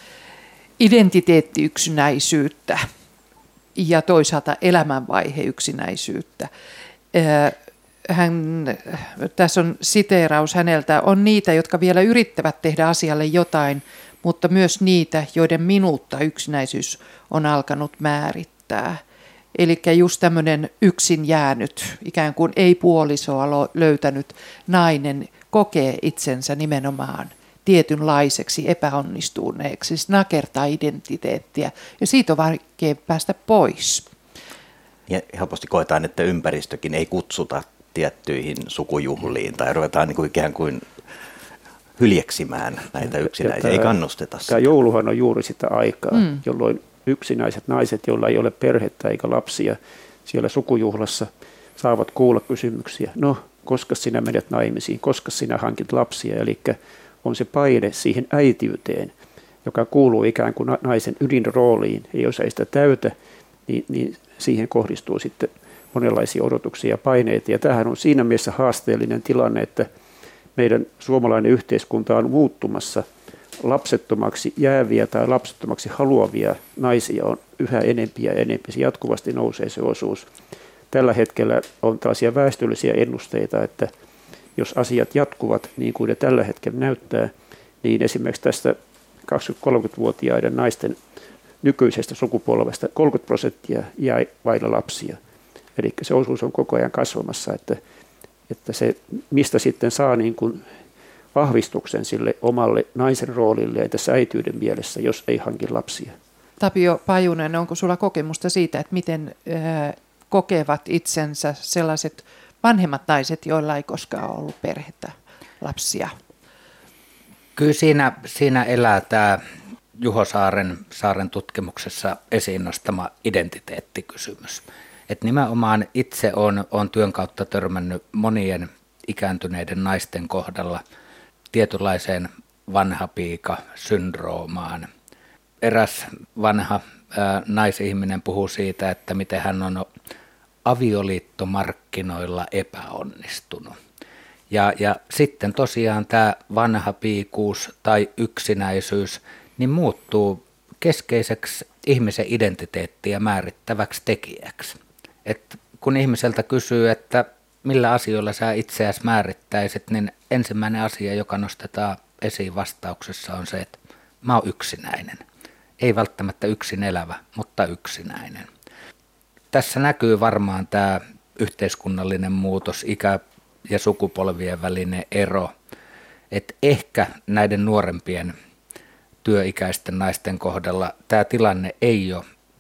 identiteettiyksinäisyyttä ja toisaalta elämänvaiheyksinäisyyttä. Ää, hän, tässä on siteeraus häneltä, on niitä, jotka vielä yrittävät tehdä asialle jotain, mutta myös niitä, joiden minuutta yksinäisyys on alkanut määrittää. Eli just tämmöinen yksin jäänyt, ikään kuin ei puolisoa löytänyt nainen kokee itsensä nimenomaan tietynlaiseksi epäonnistuneeksi, siis nakertaa identiteettiä ja siitä on vaikea päästä pois.
Ja helposti koetaan, että ympäristökin ei kutsuta tiettyihin sukujuhliin tai ruvetaan niin kuin ikään kuin hyljeksimään näitä yksinäisiä, ei kannusteta sitä.
Tämä jouluhan on juuri sitä aikaa, mm. jolloin yksinäiset naiset, joilla ei ole perhettä eikä lapsia siellä sukujuhlassa, saavat kuulla kysymyksiä. No, koska sinä menet naimisiin, koska sinä hankit lapsia, eli on se paine siihen äitiyteen, joka kuuluu ikään kuin naisen ydinrooliin, ja jos ei sitä täytä, niin, niin siihen kohdistuu sitten monenlaisia odotuksia ja paineita. Ja tämähän on siinä mielessä haasteellinen tilanne, että meidän suomalainen yhteiskunta on muuttumassa. Lapsettomaksi jääviä tai lapsettomaksi haluavia naisia on yhä enempi ja enempi. Se jatkuvasti nousee se osuus. Tällä hetkellä on tällaisia väestöllisiä ennusteita, että jos asiat jatkuvat niin kuin ne tällä hetkellä näyttää, niin esimerkiksi tästä kaksikymmentä-kolmekymmentävuotiaiden naisten nykyisestä sukupolvesta kolmekymmentä prosenttia jäi vailla lapsia. Eli se osuus on koko ajan kasvamassa, että, että se mistä sitten saa niin kuin vahvistuksen sille omalle naisen roolille ja tässä äityyden mielessä, jos ei hanki lapsia.
Tapio Pajunen, onko sulla kokemusta siitä, että miten äh, kokevat itsensä sellaiset vanhemmat naiset, joilla ei koskaan ollut perhettä, lapsia?
Kyllä siinä, siinä elää tämä Juho Saaren, Saaren tutkimuksessa esiin nostama identiteettikysymys. Että nimenomaan itse on, on työn kautta törmännyt monien ikääntyneiden naisten kohdalla tietynlaiseen vanhapiika-syndroomaan. Eräs vanha ää, naisihminen puhuu siitä, että miten hän on avioliittomarkkinoilla epäonnistunut. Ja, ja sitten tosiaan tämä vanhapiikuus tai yksinäisyys niin muuttuu keskeiseksi ihmisen identiteettiä määrittäväksi tekijäksi. Et kun ihmiseltä kysyy, että millä asioilla sä itseäsi määrittäisit, niin ensimmäinen asia, joka nostetaan esiin vastauksessa on se, että mä oon yksinäinen. Ei välttämättä yksin elävä, mutta yksinäinen. Tässä näkyy varmaan tämä yhteiskunnallinen muutos, ikä- ja sukupolvien välinen ero. Että ehkä näiden nuorempien työikäisten naisten kohdalla tämä tilanne ei ole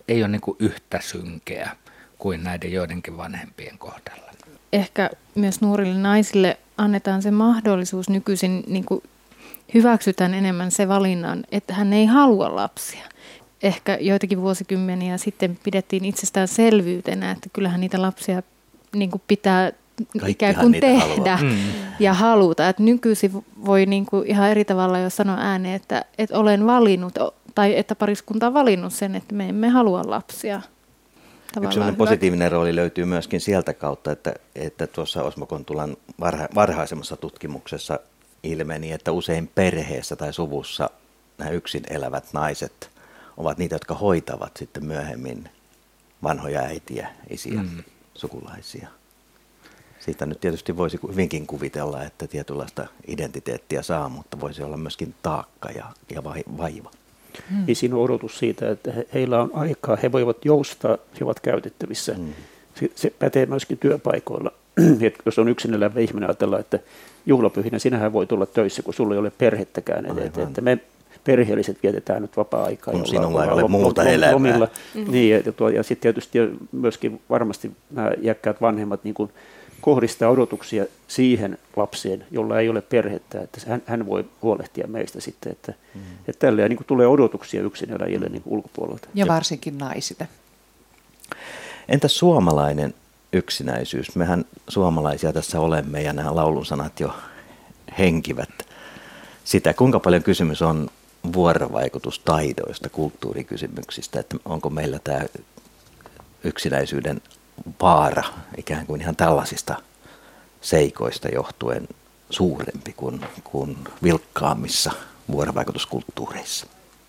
ei ole niin kuin yhtä synkeä kuin näiden joidenkin vanhempien kohdalla.
Ehkä myös nuorille naisille annetaan se mahdollisuus nykyisin, niin kuin hyväksytään enemmän se valinnan, että hän ei halua lapsia. Ehkä joitakin vuosikymmeniä sitten pidettiin itsestäänselvyytenä, että kyllähän niitä lapsia niin kuin pitää ikään kuin tehdä mm. ja haluta. Että nykyisin voi niin kuin ihan eri tavalla jo sanoa ääneen, että, että olen valinnut tai että pariskunta on valinnut sen, että me emme halua lapsia.
Yksi sellainen positiivinen rooli löytyy myöskin sieltä kautta, että, että tuossa Osmo Kontulan varha, varhaisemmassa tutkimuksessa ilmeni, että usein perheessä tai suvussa nämä yksin elävät naiset ovat niitä, jotka hoitavat sitten myöhemmin vanhoja äitiä, isiä, mm. sukulaisia. Siitä nyt tietysti voisi hyvinkin kuvitella, että tietynlaista identiteettiä saa, mutta voisi olla myöskin taakka ja, ja vaiva.
Hmm. Niin siinä on odotus siitä, että he, heillä on aikaa, he voivat joustaa, he ovat käytettävissä. Hmm. Se, se pätee myöskin työpaikoilla. Et jos on yksin elävä ihminen, ajatellaan, että juhlapyhinä sinähän voi tulla töissä, kun sulla ei ole perhettäkään. Että, että me perheelliset vietetään nyt vapaa-aikaa.
Kun sinulla ei ole muuta elämää.
Lomilla. Mm. Niin, ja, ja sitten tietysti myöskin varmasti nämä iäkkäät vanhemmat niin kuin kohdistaa odotuksia siihen lapseen, jolla ei ole perhettä, että hän, hän voi huolehtia meistä sitten, että, mm. että tälleen niin kuin tulee odotuksia yksineläjille niin kuin ulkopuolelta.
Ja varsinkin naisille.
Entäs suomalainen yksinäisyys? Mehän suomalaisia tässä olemme ja nämä laulun sanat jo henkivät sitä. Kuinka paljon kysymys on vuorovaikutustaidoista, kulttuurikysymyksistä, että onko meillä tämä yksinäisyyden vaara ikään kuin ihan tällaisista seikoista johtuen suurempi kuin, kuin vilkkaammissa vuorovaikutuskulttuureissa?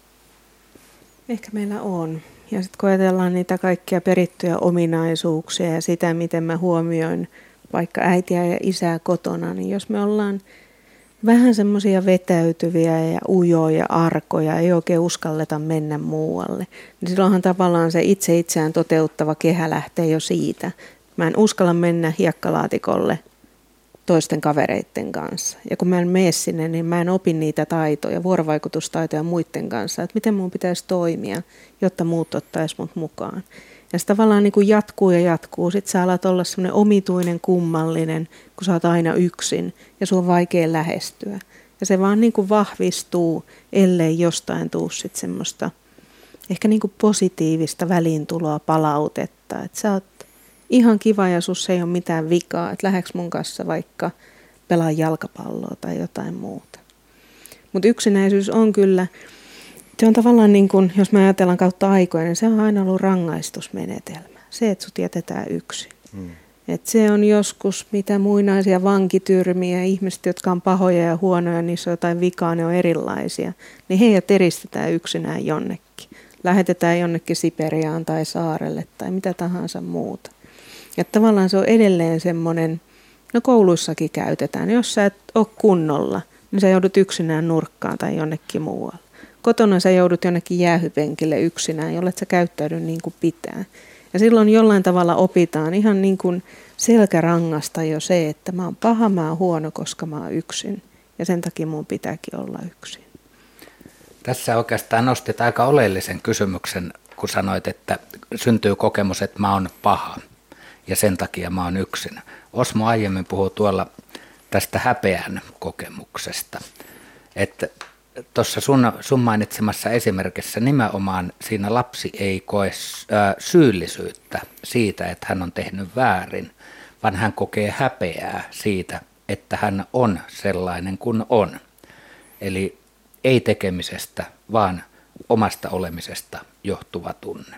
Ehkä meillä on. Ja sitten kun ajatellaan niitä kaikkia perittyjä ominaisuuksia ja sitä, miten mä huomioin vaikka äitiä ja isää kotona, niin jos me ollaan vähän semmoisia vetäytyviä ja ujoja, arkoja, ei oikein uskalleta mennä muualle, niin silloinhan tavallaan se itse itseään toteuttava kehä lähtee jo siitä. Mä en uskalla mennä hiekkalaatikolle toisten kavereiden kanssa. Ja kun mä en mene sinne, niin mä en opi niitä taitoja, vuorovaikutustaitoja muiden kanssa, että miten mun pitäisi toimia, jotta muut ottaisi mut mukaan. Ja se tavallaan niin kuin jatkuu ja jatkuu. Sitten sä alat olla semmoinen omituinen, kummallinen, kun sä oot aina yksin ja sun on vaikea lähestyä. Ja se vaan niin kuin vahvistuu, ellei jostain tuu sit semmoista ehkä niin kuin positiivista väliintuloa, palautetta. Että sä oot ihan kiva ja sussa ei ole mitään vikaa, että lähdeks mun kanssa vaikka pelaa jalkapalloa tai jotain muuta. Mutta yksinäisyys on kyllä, se on tavallaan niin kuin, jos me ajatellaan kautta aikoja, niin se on aina ollut rangaistusmenetelmä. Se, että sut jätetään yksin. Hmm. Et se on joskus mitä muinaisia vankityrmiä, ihmiset, jotka on pahoja ja huonoja, niissä on jotain vikaa, ne on erilaisia. Niin heidät eristetään yksinään jonnekin. Lähetetään jonnekin Siperiaan tai saarelle tai mitä tahansa muuta. Ja tavallaan se on edelleen semmoinen, no kouluissakin käytetään. Jos sä et ole kunnolla, niin sä joudut yksinään nurkkaan tai jonnekin muualle. Kotona sä joudut jonnekin jäähypenkille yksinään, jolle sä käyttäydy niin kuin pitää. Ja silloin jollain tavalla opitaan ihan niin kuin selkärangasta jo se, että mä oon paha, mä oon huono, koska mä oon yksin. Ja sen takia mun pitääkin olla yksin.
Tässä oikeastaan nostit aika oleellisen kysymyksen, kun sanoit, että syntyy kokemus, että mä oon paha ja sen takia mä oon yksin. Osmo aiemmin puhui tuolla tästä häpeän kokemuksesta, että tuossa sun, sun mainitsemassa esimerkissä nimenomaan siinä lapsi ei koe ää, syyllisyyttä siitä, että hän on tehnyt väärin, vaan hän kokee häpeää siitä, että hän on sellainen kuin on. Eli ei tekemisestä, vaan omasta olemisesta johtuva tunne.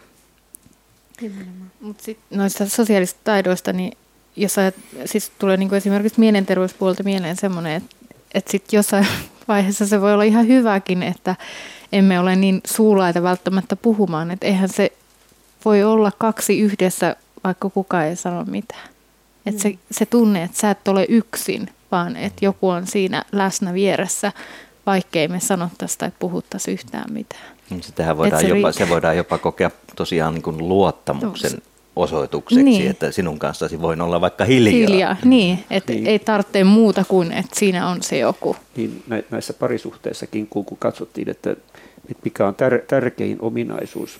Mutta sitten noista sosiaalisista taidoista, niin jos ajat, siis tulee niinku esimerkiksi mielenterveyspuolelta mieleen semmoinen, että et sitten jossain vaiheessa se voi olla ihan hyväkin, että emme ole niin suulaita välttämättä puhumaan, että eihän se voi olla kaksi yhdessä, vaikka kukaan ei sano mitään. Että se, se tunne, että sä et ole yksin, vaan että joku on siinä läsnä vieressä, vaikkei me sanottaisi tai puhuttaisi yhtään mitään.
Sitähän voidaan se, jopa, se voidaan jopa kokea tosiaan niin kuin luottamuksen Tos. osoitukseksi, niin. Että sinun kanssasi voin olla vaikka hiljaa. Hiljaa,
niin, että niin. Ei tarvitse muuta kuin, että siinä on se joku.
Niin, näissä parisuhteissakin, kun, kun katsottiin, että, että mikä on tär, tärkein ominaisuus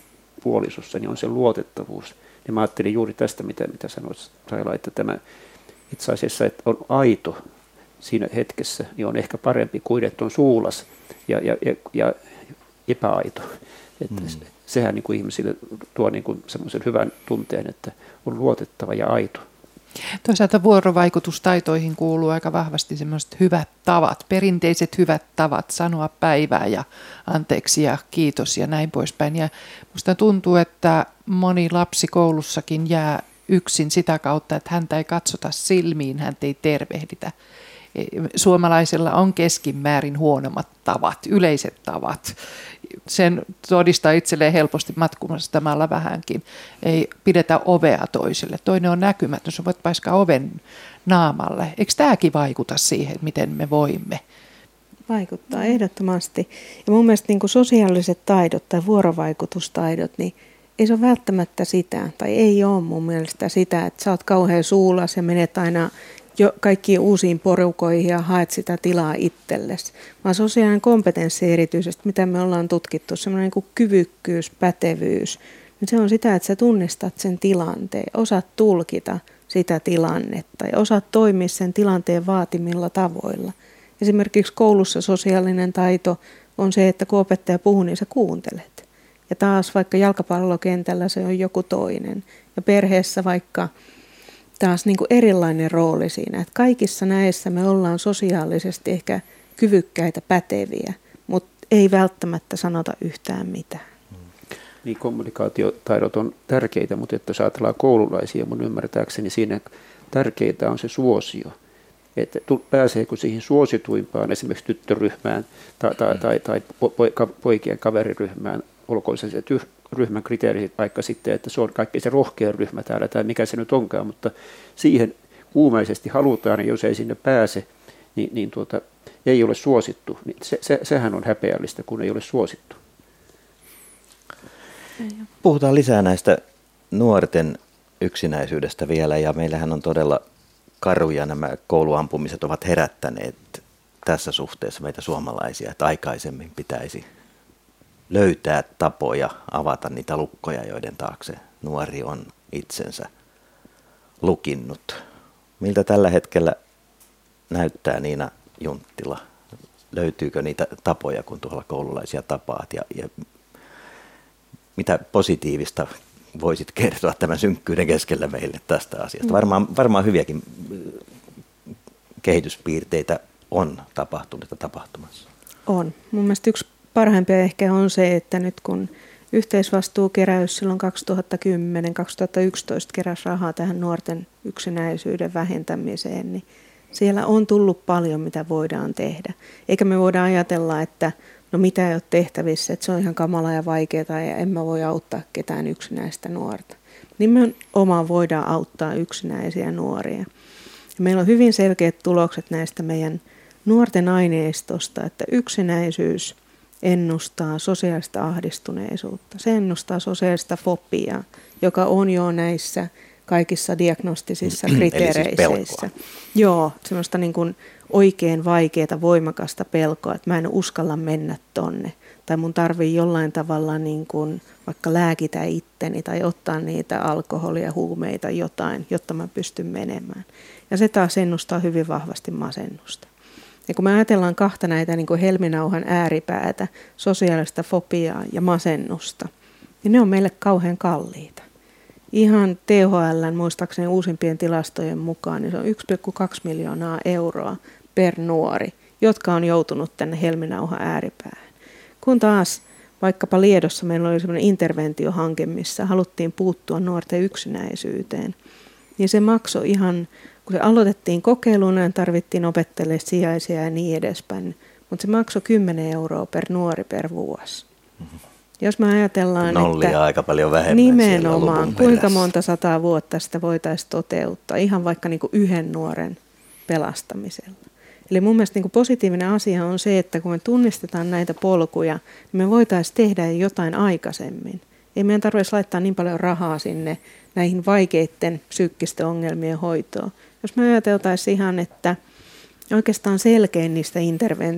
puolisossa, niin on se luotettavuus. Ja mä ajattelin juuri tästä, mitä, mitä sanoit Saila, että tämä itse asiassa, että on aito siinä hetkessä, niin on ehkä parempi kuin että on suulas ja, ja, ja, ja epäaito. Että mm. sehän niin kuin ihmisille tuo niin kuin semmoisen hyvän tunteen, että on luotettava ja aito.
Toisaalta vuorovaikutustaitoihin kuuluu aika vahvasti semmoiset hyvät tavat, perinteiset hyvät tavat sanoa päivää ja anteeksi ja kiitos ja näin poispäin. Ja musta tuntuu, että moni lapsi koulussakin jää yksin sitä kautta, että häntä ei katsota silmiin, häntä ei tervehditä. Suomalaisilla on keskimäärin huonommat tavat, yleiset tavat. Sen todistaa itselleen helposti matkustamalla vähänkin. Ei pidetä ovea toiselle. Toinen on näkymätön, sä voit paiskaa oven naamalle. Eikö tämäkin vaikuta siihen, miten me voimme?
Vaikuttaa ehdottomasti. Ja mun mielestä niin kuin sosiaaliset taidot tai vuorovaikutustaidot, niin ei se ole välttämättä sitä, tai ei ole mun mielestä sitä, että sä oot kauhean suulas ja menet aina jo kaikkiin uusiin porukoihin ja haet sitä tilaa itsellesi. Vaan sosiaalinen kompetenssi erityisesti, mitä me ollaan tutkittu, semmoinen niin kuin kyvykkyys, pätevyys, niin se on sitä, että sä tunnistat sen tilanteen, osaat tulkita sitä tilannetta ja osaat toimia sen tilanteen vaatimilla tavoilla. Esimerkiksi koulussa sosiaalinen taito on se, että kun opettaja puhuu, niin sä kuuntelet. Ja taas vaikka jalkapallokentällä se on joku toinen. Ja perheessä vaikka taas niin kuin erilainen rooli siinä, että kaikissa näissä me ollaan sosiaalisesti ehkä kyvykkäitä, päteviä, mutta ei välttämättä sanota yhtään mitään.
Niin, kommunikaatiotaidot on tärkeitä, mutta että jos ajatellaan koululaisia, mun ymmärtääkseni siinä tärkeää on se suosio. Että pääseekö siihen suosituimpaan esimerkiksi tyttöryhmään tai, tai, tai, tai poikien kaveriryhmään, olkoon se ryhmän kriteeri vaikka sitten, että se on kaikkein se rohkein ryhmä täällä tai mikä se nyt onkaan, mutta siihen kuumeisesti halutaan ja jos ei sinne pääse, niin, niin tuota, ei ole suosittu. Niin se, se, sehän on häpeällistä, kun ei ole suosittu.
Puhutaan lisää näistä nuorten yksinäisyydestä vielä ja meillähän on todella karuja nämä kouluampumiset ovat herättäneet tässä suhteessa meitä suomalaisia, että aikaisemmin pitäisi löytää tapoja avata niitä lukkoja, joiden taakse nuori on itsensä lukinnut. Miltä tällä hetkellä näyttää Niina Junttila? Löytyykö niitä tapoja, kun tuolla koululaisia tapaat? Ja, ja mitä positiivista voisit kertoa tämän synkkyyden keskellä meille tästä asiasta? Varmaan, varmaan hyviäkin kehityspiirteitä on tapahtunut ja tapahtumassa.
On. Mun mielestä yksi parhaimpia ehkä on se, että nyt kun yhteisvastuukeräys silloin kaksituhattakymmenen kaksituhattayksitoista keräsi rahaa tähän nuorten yksinäisyyden vähentämiseen, niin siellä on tullut paljon, mitä voidaan tehdä. Eikä me voida ajatella, että no mitä ei ole tehtävissä, että se on ihan kamala ja vaikeaa ja en mä voi auttaa ketään yksinäistä nuorta. Nimenomaan voidaan auttaa yksinäisiä nuoria. Ja meillä on hyvin selkeät tulokset näistä meidän nuorten aineistosta, että yksinäisyys ennustaa sosiaalista ahdistuneisuutta. Se ennustaa sosiaalista fobiaa, joka on jo näissä kaikissa diagnostisissa kriteereissä.
Eli siis
Joo, semmoista niin kuin oikein vaikeaa, voimakasta pelkoa, että mä en uskalla mennä tonne. Tai mun tarvii jollain tavalla niin kuin vaikka lääkitä itteni tai ottaa niitä alkoholia, huumeita, jotain, jotta mä pystyn menemään. Ja se taas ennustaa hyvin vahvasti masennusta. Ja kun me ajatellaan kahta näitä niin kuin helminauhan ääripäätä, sosiaalista fobiaa ja masennusta, niin ne on meille kauhean kalliita. Ihan T H L:n muistaakseni uusimpien tilastojen mukaan niin se on yksi pilkku kaksi miljoonaa euroa per nuori, jotka on joutunut tänne helminauhan ääripäähän. Kun taas vaikkapa Liedossa meillä oli sellainen interventiohanke, missä haluttiin puuttua nuorten yksinäisyyteen, niin se maksoi ihan, kun se aloitettiin kokeiluna ja tarvittiin opettajille sijaisia ja niin edespäin, mutta se maksoi kymmenen euroa per nuori per vuosi. Mm-hmm. Jos me ajatellaan,
Nollia
että
aika paljon vähemmän
nimenomaan kuinka monta sataa vuotta sitä voitaisiin toteuttaa, ihan vaikka niin kuin yhden nuoren pelastamisella. Eli mun mielestä niin kuin positiivinen asia on se, että kun me tunnistetaan näitä polkuja, niin me voitaisiin tehdä jotain aikaisemmin. Ei meidän tarvitsisi laittaa niin paljon rahaa sinne näihin vaikeiden psyykkisten ongelmien hoitoon. Jos me ajateltaisiin ihan, että oikeastaan selkein niistä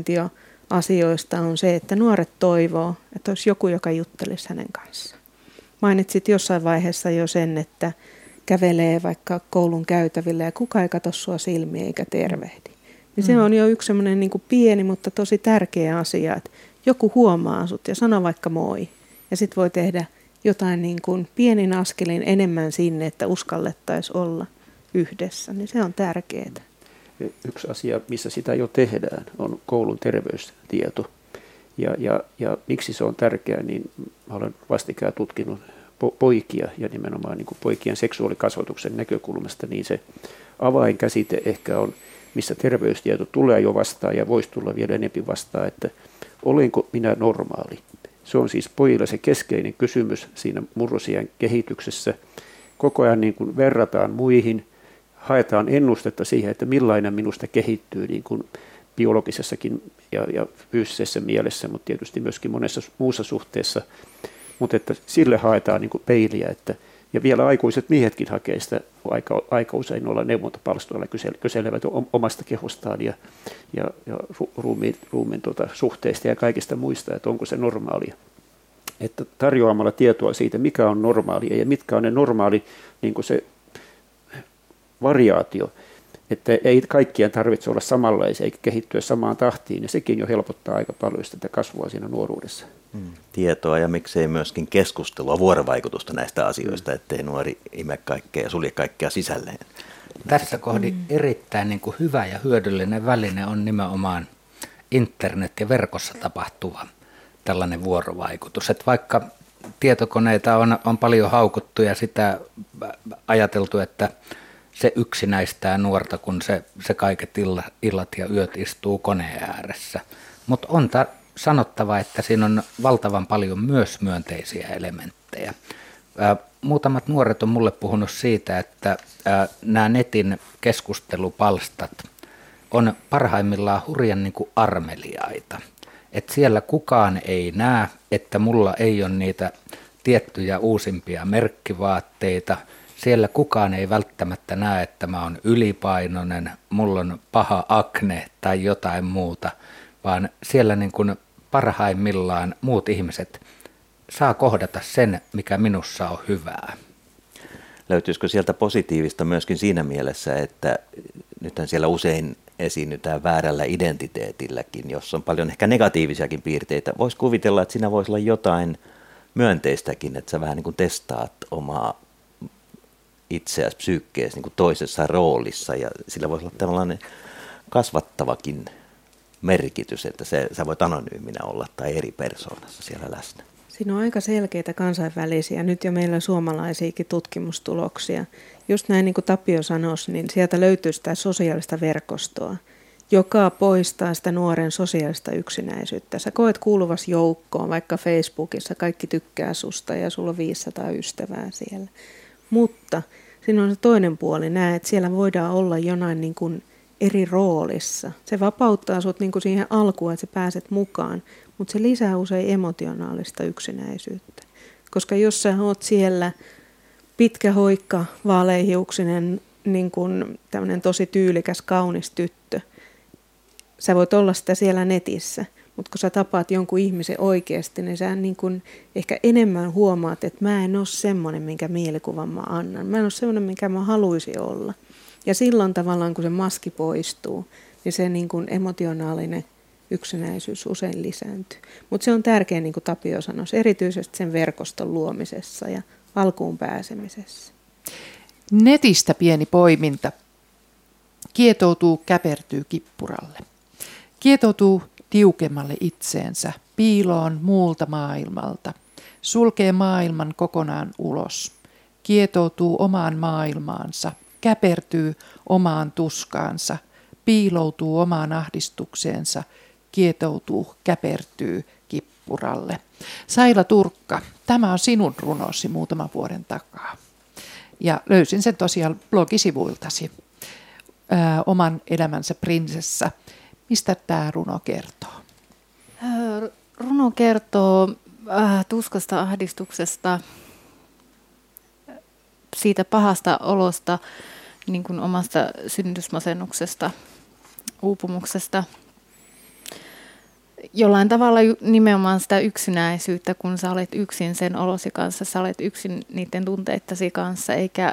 interventioasioista on se, että nuoret toivoo, että olisi joku, joka juttelisi hänen kanssaan. mainitsit jossain vaiheessa jo sen, että kävelee vaikka koulun käytävillä ja kukaan ei katso sua silmiä eikä tervehdi. Niin se on jo yksi semmoinen niin kuin pieni, mutta tosi tärkeä asia, että joku huomaa sut ja sanoo vaikka moi. Ja sit voi tehdä jotain niin kuin pienin askelin enemmän sinne, että uskallettaisiin olla yhdessä. Niin se on tärkeää.
Yksi asia, missä sitä jo tehdään, on koulun terveystieto. Ja, ja, ja miksi se on tärkeää, niin olen vastikään tutkinut po- poikia ja nimenomaan niin kuin poikien seksuaalikasvatuksen näkökulmasta, niin se avainkäsite ehkä on, missä terveystieto tulee jo vastaan ja voisi tulla vielä enemmän vastaan, että olenko minä normaali. Se on siis pojilla se keskeinen kysymys siinä murrosiän kehityksessä. Koko ajan niin kuin verrataan muihin, haetaan ennustetta siihen, että millainen minusta kehittyy niin kuin biologisessakin ja, ja fyysisessä mielessä, mutta tietysti myöskin monessa muussa suhteessa. Mutta että sille haetaan niin kuin peiliä, että, ja vielä aikuiset miehetkin hakee sitä aika, aika usein olla neuvontapalstoilla, kyselevät omasta kehostaan ja, ja, ja ruumiin, ruumiin tuota, suhteista ja kaikista muista, että onko se normaalia. Että tarjoamalla tietoa siitä, mikä on normaalia ja mitkä on ne normaali niin kuin se variaatio, että ei kaikkien tarvitse olla samanlaisia eikä kehittyä samaan tahtiin, ja sekin jo helpottaa aika paljon sitä kasvua siinä nuoruudessa.
Mm. Tietoa ja miksei myöskin keskustelua, vuorovaikutusta näistä asioista, mm. ettei nuori ime kaikkea ja sulje kaikkea sisälleen.
Tässä kohdin mm. erittäin niin kuin hyvä ja hyödyllinen väline on nimenomaan internet ja verkossa tapahtuva tällainen vuorovaikutus. Että vaikka tietokoneita on, on paljon haukuttu ja sitä ajateltu, että se yksinäistää nuorta, kun se, se kaiket illat ja yöt istuu koneen ääressä. Mutta on ta- sanottava, että siinä on valtavan paljon myös myönteisiä elementtejä. Ää, muutamat nuoret on mulle puhunut siitä, että nämä netin keskustelupalstat on parhaimmillaan hurjan niin kuin armeliaita. Että siellä kukaan ei näe, että mulla ei ole niitä tiettyjä uusimpia merkkivaatteita. Siellä kukaan ei välttämättä näe, että mä oon ylipainoinen, mulla on paha akne tai jotain muuta, vaan siellä niin kuin parhaimmillaan muut ihmiset saa kohdata sen, mikä minussa on hyvää.
Löytyisikö sieltä positiivista myöskin siinä mielessä, että nythän siellä usein esiinnytään väärällä identiteetilläkin, jossa on paljon ehkä negatiivisiakin piirteitä. Voisi kuvitella, että siinä voisi olla jotain myönteistäkin, että sä vähän niin kuin testaat omaa itseäsi psyykkeesi niin kuin toisessa roolissa, ja sillä voisi olla tällainen kasvattavakin merkitys, että se, sä voit anonyyminä olla tai eri persoonassa siellä läsnä.
Siinä on aika selkeitä kansainvälisiä, nyt jo meillä suomalaisiakin tutkimustuloksia. Just näin niin kuin Tapio sanoisi, niin sieltä löytyy sitä sosiaalista verkostoa, joka poistaa sitä nuoren sosiaalista yksinäisyyttä. Sä koet kuuluvas joukkoon, vaikka Facebookissa kaikki tykkää susta ja sulla on viisisataa ystävää siellä. Mutta siinä on se toinen puoli, näe, että siellä voidaan olla jonain niin kuin eri roolissa. Se vapauttaa sut niin kuin siihen alkuun, että sä pääset mukaan, mutta se lisää usein emotionaalista yksinäisyyttä. Koska jos sä oot siellä pitkä hoikka, vaaleahiuksinen, niin kuin tämmöinen tosi tyylikäs, kaunis tyttö, sä voit olla sitä siellä netissä, mutta kun sä tapaat jonkun ihmisen oikeasti, niin sä niin kuin ehkä enemmän huomaat, että mä en ole semmoinen, minkä mielikuvan mä annan. Mä en ole semmoinen, minkä mä haluaisin olla. Ja silloin tavallaan, kun se maski poistuu, niin se niin kuin emotionaalinen yksinäisyys usein lisääntyy. Mutta se on tärkeä, niin kuin Tapio sanoi, erityisesti sen verkoston luomisessa ja alkuun pääsemisessä.
Netistä pieni poiminta. Kietoutuu, käpertyy kippuralle. Kietoutuu tiukemmalle itseensä, piiloon muulta maailmalta. Sulkee maailman kokonaan ulos. Kietoutuu omaan maailmaansa. Käpertyy omaan tuskaansa. Piiloutuu omaan ahdistukseensa. Kietoutuu, käpertyy kippuralle. Saila Turkka, tämä on sinun runosi muutaman vuoden takaa. Ja löysin sen tosiaan blogisivuiltasi. Ää, oman elämänsä prinsessa. Mistä tämä runo kertoo?
Runo kertoo äh, tuskasta, ahdistuksesta, siitä pahasta olosta, niin kuin omasta synnytysmasennuksesta, uupumuksesta. jollain tavalla nimenomaan sitä yksinäisyyttä, kun sä olet yksin sen olosi kanssa, sä olet yksin niiden tunteittasi kanssa, eikä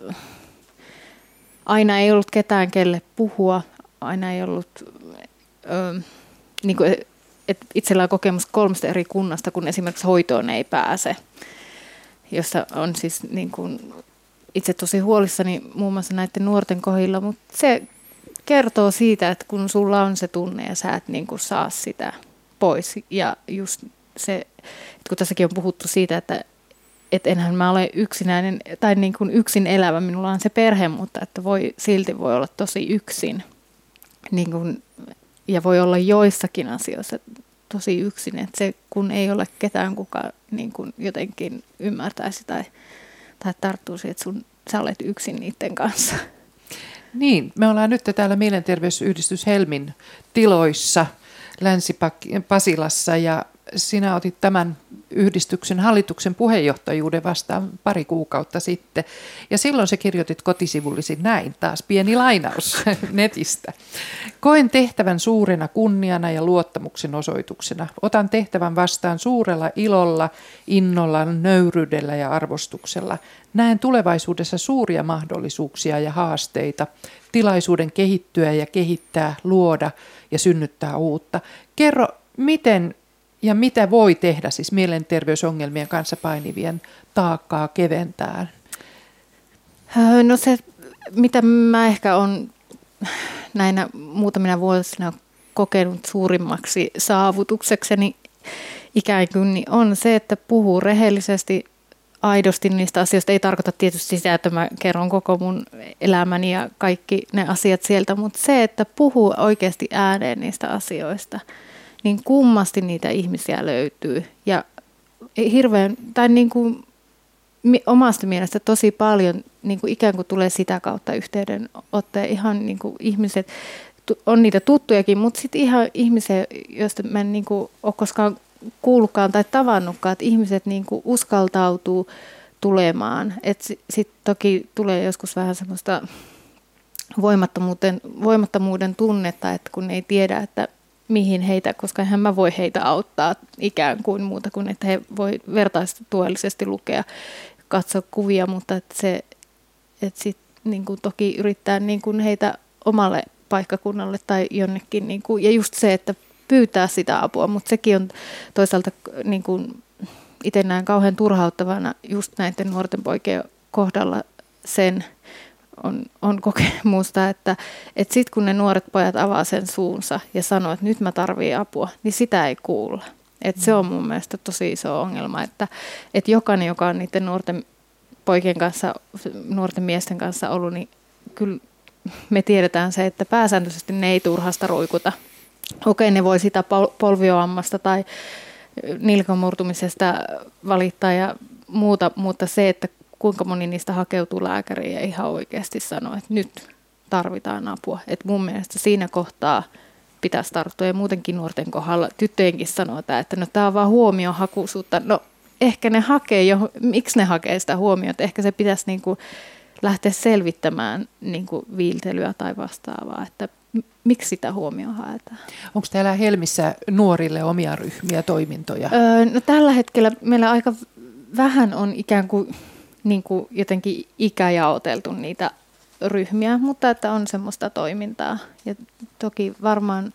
aina ei ollut ketään kelle puhua, aina ei ollut, ö, niin kuin, että itsellä on kokemus kolmesta eri kunnasta, kun esimerkiksi hoitoon ei pääse, jossa on siis niin kuin, itse tosi huolissani muun muassa näiden nuorten kohdilla, mutta se kertoo siitä, että kun sulla on se tunne ja sä et niin kuin saa sitä pois. Ja just se, että kun tässäkin on puhuttu siitä, että, että enhän mä ole yksinäinen tai niin kuin yksin elävä, minulla on se perhe, mutta että voi, silti voi olla tosi yksin. Niin kuin, ja voi olla joissakin asioissa tosi yksin, että se kun ei ole ketään, kuka niin kuin jotenkin ymmärtäisi tai, tai tarttuisi, että sun, sä olet yksin niiden kanssa.
Niin, me ollaan nyt täällä Mielenterveysyhdistys Helmin tiloissa Länsi-Pasilassa ja sinä otit tämän yhdistyksen hallituksen puheenjohtajuuden vastaan pari kuukautta sitten. Ja silloin sä kirjoitit kotisivullisi näin, taas pieni lainaus netistä. Koen tehtävän suurena kunniana ja luottamuksen osoituksena. Otan tehtävän vastaan suurella ilolla, innolla, nöyryydellä ja arvostuksella. Näen tulevaisuudessa suuria mahdollisuuksia ja haasteita, tilaisuuden kehittyä ja kehittää, luoda ja synnyttää uutta. Kerro, miten ja mitä voi tehdä siis mielenterveysongelmien kanssa painivien taakkaa keventää?
No se, mitä mä ehkä olen näinä muutamina vuosina kokenut suurimmaksi saavutuksekseni ikään kuin, niin on se, että puhuu rehellisesti, aidosti niistä asioista. Ei tarkoita tietysti sitä, että mä kerron koko mun elämäni ja kaikki ne asiat sieltä, mutta se, että puhuu oikeasti ääneen niistä asioista, niin kummasti niitä ihmisiä löytyy. Ja hirveän, tai niin kuin omasta mielestä tosi paljon niin kuin ikään kuin tulee sitä kautta yhteydenottoja. Ihan niin kuin ihmiset, on niitä tuttujakin, mutta sitten ihan ihmisiä, joista mä en niin kuin ole koskaan kuullutkaan tai tavannutkaan, että ihmiset niin kuin uskaltautuu tulemaan. Sitten toki tulee joskus vähän semmoista voimattomuuden, voimattomuuden tunnetta, että kun ei tiedä, että mihin heitä, koska eihän mä voi heitä auttaa ikään kuin muuta kuin, että he voi vertaistuellisesti lukea, katsoa kuvia, mutta että se, että sit niin kuin toki yrittää niin kuin heitä omalle paikkakunnalle tai jonnekin, niin kuin, ja just se, että pyytää sitä apua, mutta sekin on toisaalta niin kuin itse näen kauhean turhauttavana just näiden nuorten poikien kohdalla sen, on, on kokemusta, että, että sitten kun ne nuoret pojat avaa sen suunsa ja sanoo, että nyt mä tarvitsen apua, niin sitä ei kuulla. Että se on mun mielestä tosi iso ongelma, että, että jokainen, joka on niiden nuorten poikien kanssa, nuorten miesten kanssa ollut, niin kyllä me tiedetään se, että pääsääntöisesti ne ei turhasta ruikuta. Okei, ne voi sitä polvioammasta tai nilkan murtumisesta valittaa ja muuta, mutta se, että kuinka moni niistä hakeutuu lääkäriin ja ihan oikeasti sanoo, että nyt tarvitaan apua. Että mun mielestä siinä kohtaa pitäisi tarttua ja muutenkin nuorten kohdalla tyttöjenkin sanotaan, että no tämä on vaan huomiohakuisuutta. No ehkä ne hakee jo, miksi ne hakee sitä huomiota? Ehkä se pitäisi niinku lähteä selvittämään niinku viiltelyä tai vastaavaa, että miksi sitä huomioon haetaan.
Onko täällä Helmissä nuorille omia ryhmiä, toimintoja?
Öö, no tällä hetkellä meillä aika vähän on ikään kuin, niin kuin jotenkin ikäjaoteltu niitä ryhmiä, mutta että on semmoista toimintaa. Ja toki varmaan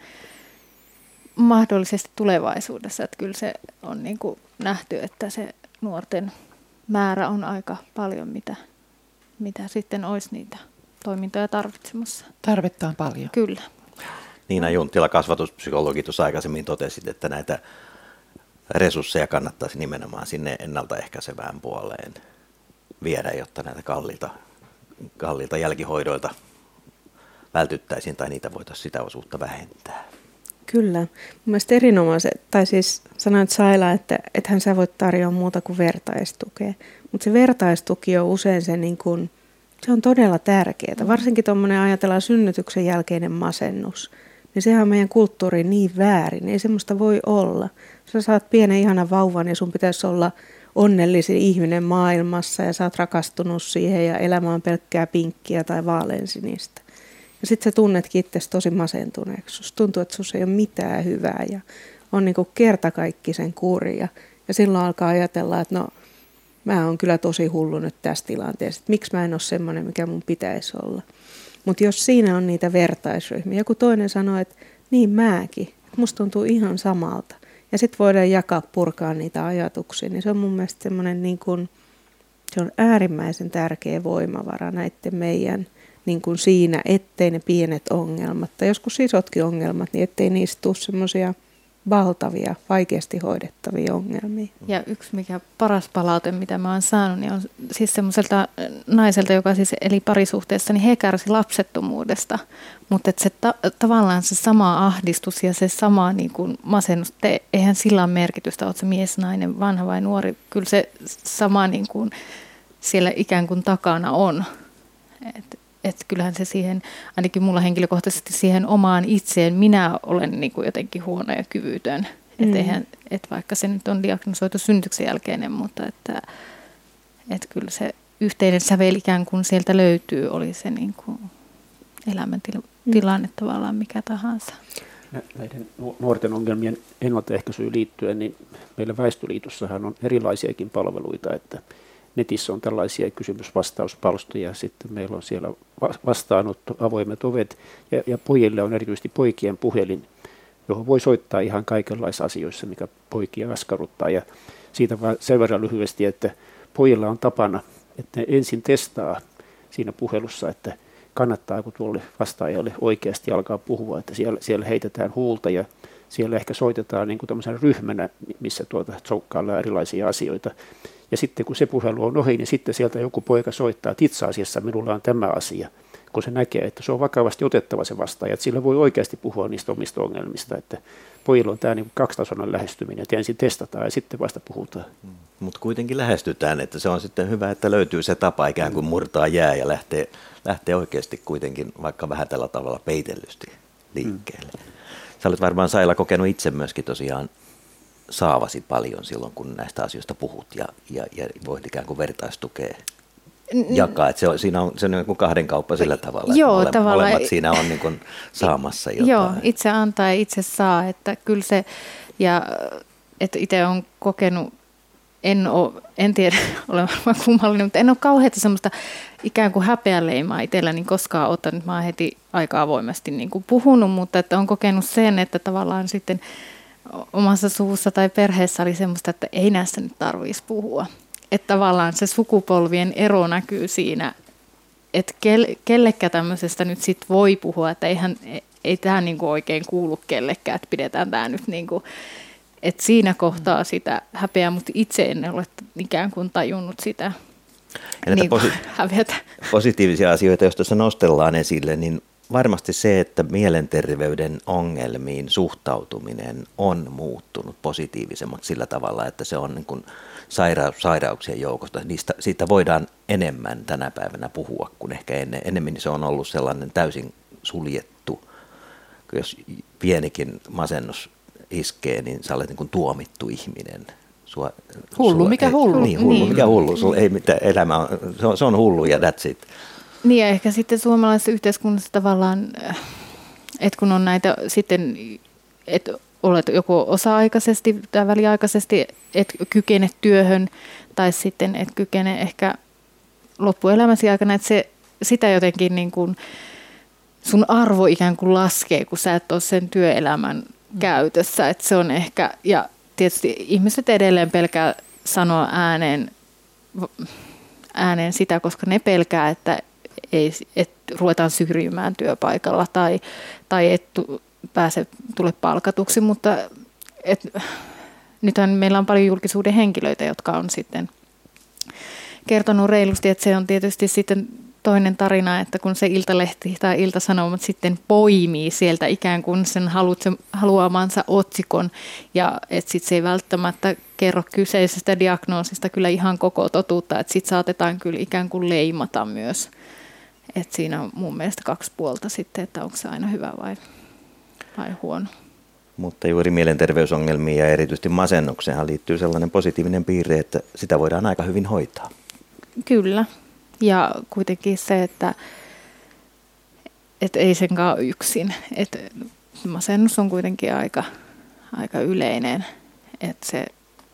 mahdollisesti tulevaisuudessa, että kyllä se on niin kuin nähty, että se nuorten määrä on aika paljon, mitä, mitä sitten olisi niitä toimintoja tarvitsemassa.
Tarvittaa paljon.
Kyllä.
Niina Junttila, kasvatuspsykologi, tuossa aikaisemmin totesit, että näitä resursseja kannattaisi nimenomaan sinne ennaltaehkäisevään puoleen viedä, jotta näitä kalliita, kalliilta jälkihoidoilta vältyttäisiin tai niitä voitaisiin sitä osuutta vähentää.
Kyllä. Mun mielestä erinomaisen, tai siis sanoit Saila, että ethän sä voit tarjoa muuta kuin vertaistukea, mutta se vertaistuki on usein se niin kuin, se on todella tärkeää. Varsinkin tuommoinen ajatellaan synnytyksen jälkeinen masennus. Niin sehän on meidän kulttuuriin niin väärin. Ei semmoista voi olla. Sä saat pienen ihanan vauvan ja sun pitäisi olla onnellisin ihminen maailmassa ja sä oot rakastunut siihen ja elämä on pelkkää pinkkiä tai vaaleansinistä. Ja sit sä tunnetkin itsesi tosi masentuneeksi. Susta tuntuu, että sussa ei ole mitään hyvää ja on niin kuin kertakaikkisen kurja. Ja silloin alkaa ajatella, että no mä oon kyllä tosi hullu nyt tässä tilanteessa, että miksi mä en ole semmoinen, mikä mun pitäisi olla. Mutta jos siinä on niitä vertaisryhmiä, joku toinen sanoo, että niin mäkin, että musta tuntuu ihan samalta. Ja sitten voidaan jakaa, purkaa niitä ajatuksia, niin se on mun mielestä semmoinen niin kuin, se on äärimmäisen tärkeä voimavara näiden meidän niin kuin siinä, ettei ne pienet ongelmat, tai joskus isotkin ongelmat, niin ettei niistä tule semmoisia valtavia, vaikeasti hoidettavia ongelmia.
Ja yksi mikä paras palaute, mitä mä oon saanut, niin on siis semmoiselta naiselta, joka siis eli parisuhteessa, niin he kärsi lapsettomuudesta. Mutta se ta- tavallaan se sama ahdistus ja se sama niin kuin masennus, te, eihän sillä ole merkitystä, oot se mies, nainen, vanha vai nuori. Kyllä se sama niin kuin siellä ikään kuin takana on. Et, et kyllähän se siihen, ainakin mulla henkilökohtaisesti siihen omaan itseen, minä olen niin kuin jotenkin huono ja kyvytön. Mm. Et eihän, et vaikka se nyt on diagnosoitu synnytyksen jälkeinen, mutta että, et kyllä se yhteinen sävel ikään kuin sieltä löytyy, oli se niin kuin elämäntilanne mm. tavallaan mikä tahansa.
Näiden nuorten ongelmien ennaltaehkäisyyn liittyen, niin meillä Väestöliitossahan on erilaisiakin palveluita, että netissä on tällaisia kysymys-vastauspalstoja, sitten meillä on siellä vastaanotto, avoimet ovet, ja, ja pojille on erityisesti poikien puhelin, johon voi soittaa ihan kaikenlaisissa asioissa, mikä poikia askarruttaa. Ja siitä vaan sen verran lyhyesti, että pojilla on tapana, että ne ensin testaa siinä puhelussa, että kannattaako tuolle vastaajalle oikeasti alkaa puhua, että siellä, siellä heitetään huulta ja siellä ehkä soitetaan niin kuin tämmöisen ryhmänä, missä tuota troukkaillaan erilaisia asioita. Ja sitten kun se puhelu on ohi, niin sitten sieltä joku poika soittaa, että itse asiassa minulla on tämä asia, kun se näkee, että se on vakavasti otettava se vastaaja, että sillä voi oikeasti puhua niistä omista ongelmista, että pojilla on tämä niin kaksitasoinen lähestyminen, että ensin testataan ja sitten vasta puhutaan.
Mm. Mutta kuitenkin lähestytään, että se on sitten hyvä, että löytyy se tapa ikään kuin murtaa jää ja lähtee, lähtee oikeasti kuitenkin vaikka vähän tällä tavalla peitellysti liikkeelle. Mm. Sä olet varmaan Saila kokenut itse myöskin tosiaan saavasi paljon silloin, kun näistä asioista puhut ja, ja, ja voit ikään kuin vertaistukea jakaa. Että se on, siinä on, se on niin kuin kahden kauppa sillä tavalla,
Joo,
että mole,
tavallaan,
molemmat siinä on niin kuin saamassa jotain.
Joo, itse antaa ja itse saa, että kyllä se, ja että itse olen kokenut, en, ole, en tiedä, olen varmaan kummallinen, mutta en ole kauheasti semmoista ikään kuin häpeäleimaa itselläni koskaan ottanut. Mä oon heti aika avoimesti niin kuin puhunut, mutta että olen kokenut sen, että tavallaan sitten omassa suvussa tai perheessä oli semmoista, että ei näistä nyt tarvitsisi puhua. Että tavallaan se sukupolvien ero näkyy siinä, että kellekä tämmöisestä nyt sit voi puhua, että eihän, ei tämä niinku oikein kuulu kellekään, että pidetään tämä nyt niinku, että siinä kohtaa sitä häpeää, mutta itse en ole ikään kuin tajunnut sitä niinku posi- hävetä.
Positiivisia asioita, jos tuossa nostellaan esille, niin varmasti se, että mielenterveyden ongelmiin suhtautuminen on muuttunut positiivisemmaksi sillä tavalla, että se on niin kuin saira- sairauksien joukosta. Niistä, siitä voidaan enemmän tänä päivänä puhua kuin ehkä ennen. Ennemmin se on ollut sellainen täysin suljettu. Jos pienikin masennus iskee, niin sä olet niin kuin tuomittu ihminen. Sua,
hullu, sua, mikä
ei,
hullu.
Niin, hullu, niin. mikä hullu. Sulla ei mitään, elämä on, se on, se on hullu ja that's it.
Niin ja ehkä sitten suomalaisessa yhteiskunnassa tavallaan, että kun on näitä sitten, että olet joko osa-aikaisesti tai väliaikaisesti, et kykene työhön tai sitten et kykene ehkä loppuelämäsi aikana, että se, sitä jotenkin niin kuin sun arvo ikään kuin laskee, kun sä et ole sen työelämän mm. käytössä, että se on ehkä, ja tietysti ihmiset edelleen pelkää sanoa ääneen, ääneen sitä, koska ne pelkää, että ei, et ruvetaan syrjimään työpaikalla tai, tai et tu, pääse tule palkatuksi, mutta et, nythän meillä on paljon julkisuuden henkilöitä, jotka on sitten kertonut reilusti, että se on tietysti sitten toinen tarina, että kun se Iltalehti tai Ilta-Sanomat sitten poimii sieltä ikään kuin sen haluamansa otsikon ja että sitten se ei välttämättä kerro kyseisestä diagnoosista kyllä ihan koko totuutta, että sitten saatetaan kyllä ikään kuin leimata myös. Että siinä on mun mielestä kaksi puolta sitten, että onko se aina hyvä vai, vai huono.
Mutta juuri mielenterveysongelmiin ja erityisesti masennukseenhan liittyy sellainen positiivinen piirre, että sitä voidaan aika hyvin hoitaa.
Kyllä. Ja kuitenkin se, että, että ei senkaan yksin. Että masennus on kuitenkin aika, aika yleinen. Että se,